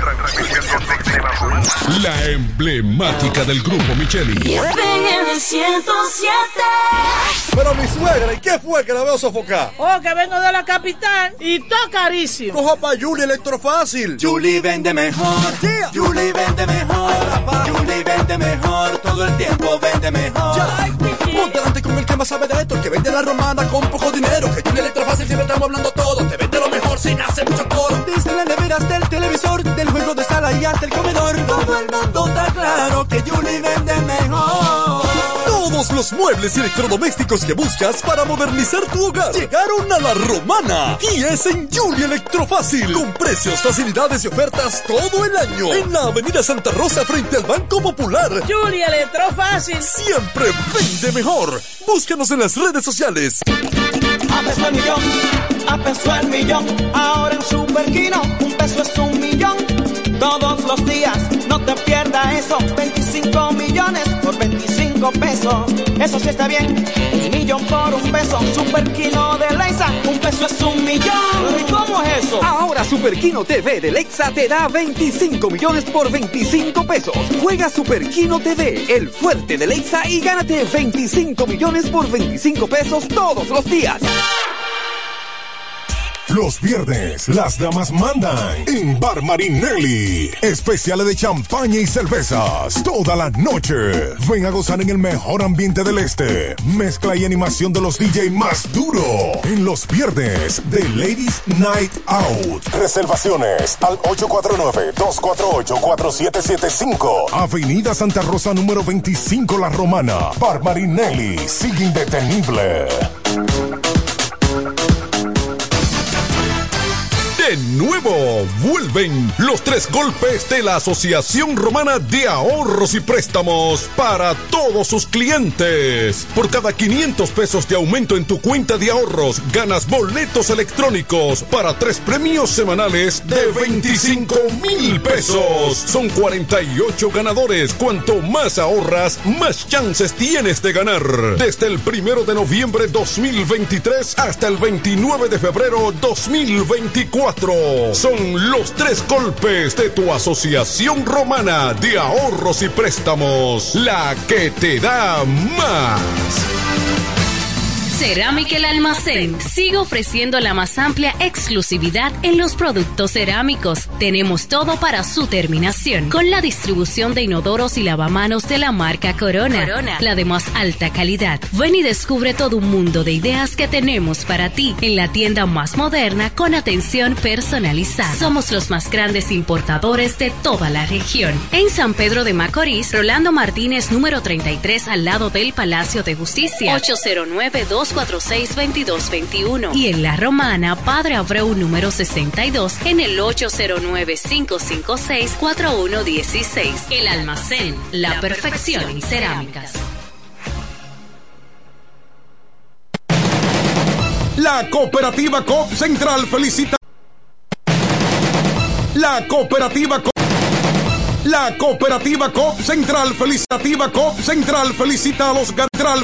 La emblemática del grupo Micheli. En el 107. Pero mi suegra, ¿y qué fue que la veo sofocar? Oh, que vengo de la capital y está carísimo. Coja pa' Julie Electrofácil. Julie vende mejor. Yeah. Julie vende mejor. Julie vende mejor. Todo el tiempo vende mejor. Ponte delante con el que más sabe de esto, el que vende la romana con poco dinero. Que Julie Electrofácil siempre estamos hablando todo. Te vende lo mejor sin hacer mucho coro. Desde la nevera hasta el televisor, del juego de sala y hasta el comedor. Todo el mundo está claro que Julie vende mejor. Todos los muebles y electrodomésticos que buscas para modernizar tu hogar llegaron a la romana. Y es en Julie Electrofácil. Con precios, facilidades y ofertas todo el año. En la avenida Santa Rosa frente al Banco Popular. Julie Electrofácil. Siempre vende mejor. Búscanos en las redes sociales. A peso el millón, a peso el millón. Ahora en Superquino, un peso es un millón. Todos los días, no te pierdas eso. 25 millones por 25 pesos. Eso sí está bien. Un millón por un peso. Superquino de Lexa, un peso es un millón. ¿Y cómo es eso? Ahora Superquino TV de Lexa te da 25 millones por 25 pesos. Juega Superquino TV, el fuerte de Lexa, y gánate 25 millones por 25 pesos todos los días. Los viernes, las damas mandan en Bar Marinelli. Especiales de champaña y cervezas toda la noche. Ven a gozar en el mejor ambiente del este. Mezcla y animación de los DJ más duro. En los viernes de Ladies Night Out. Reservaciones al 849-248-4775. Avenida Santa Rosa número 25 La Romana. Bar Marinelli. Sigue indetenible. De nuevo, vuelven los 3 golpes de la Asociación Romana de Ahorros y Préstamos para todos sus clientes. Por cada 500 pesos de aumento en tu cuenta de ahorros, ganas boletos electrónicos para 3 premios semanales de 25,000 pesos. Son 48 ganadores. Cuanto más ahorras, más chances tienes de ganar. Desde el 1 de noviembre 2023 hasta el 29 de febrero 2024. Son los 3 golpes de tu Asociación Romana de Ahorros y Préstamos, la que te da más. Cerámica El Almacén sigue ofreciendo la más amplia exclusividad en los productos cerámicos. Tenemos todo para su terminación, con la distribución de inodoros y lavamanos de la marca Corona, la de más alta calidad. Ven y descubre todo un mundo de ideas que tenemos para ti en la tienda más moderna con atención personalizada. Somos los más grandes importadores de toda la región. En San Pedro de Macorís, Rolando Martínez número 33 al lado del Palacio de Justicia, 809-246-2221. Y en La Romana, Padre Abreu número 62 en el 809-556-4116. El Almacén, la perfección en cerámicas. La Cooperativa Coop Central felicita. La Cooperativa Coop Central felicita a los ganadores.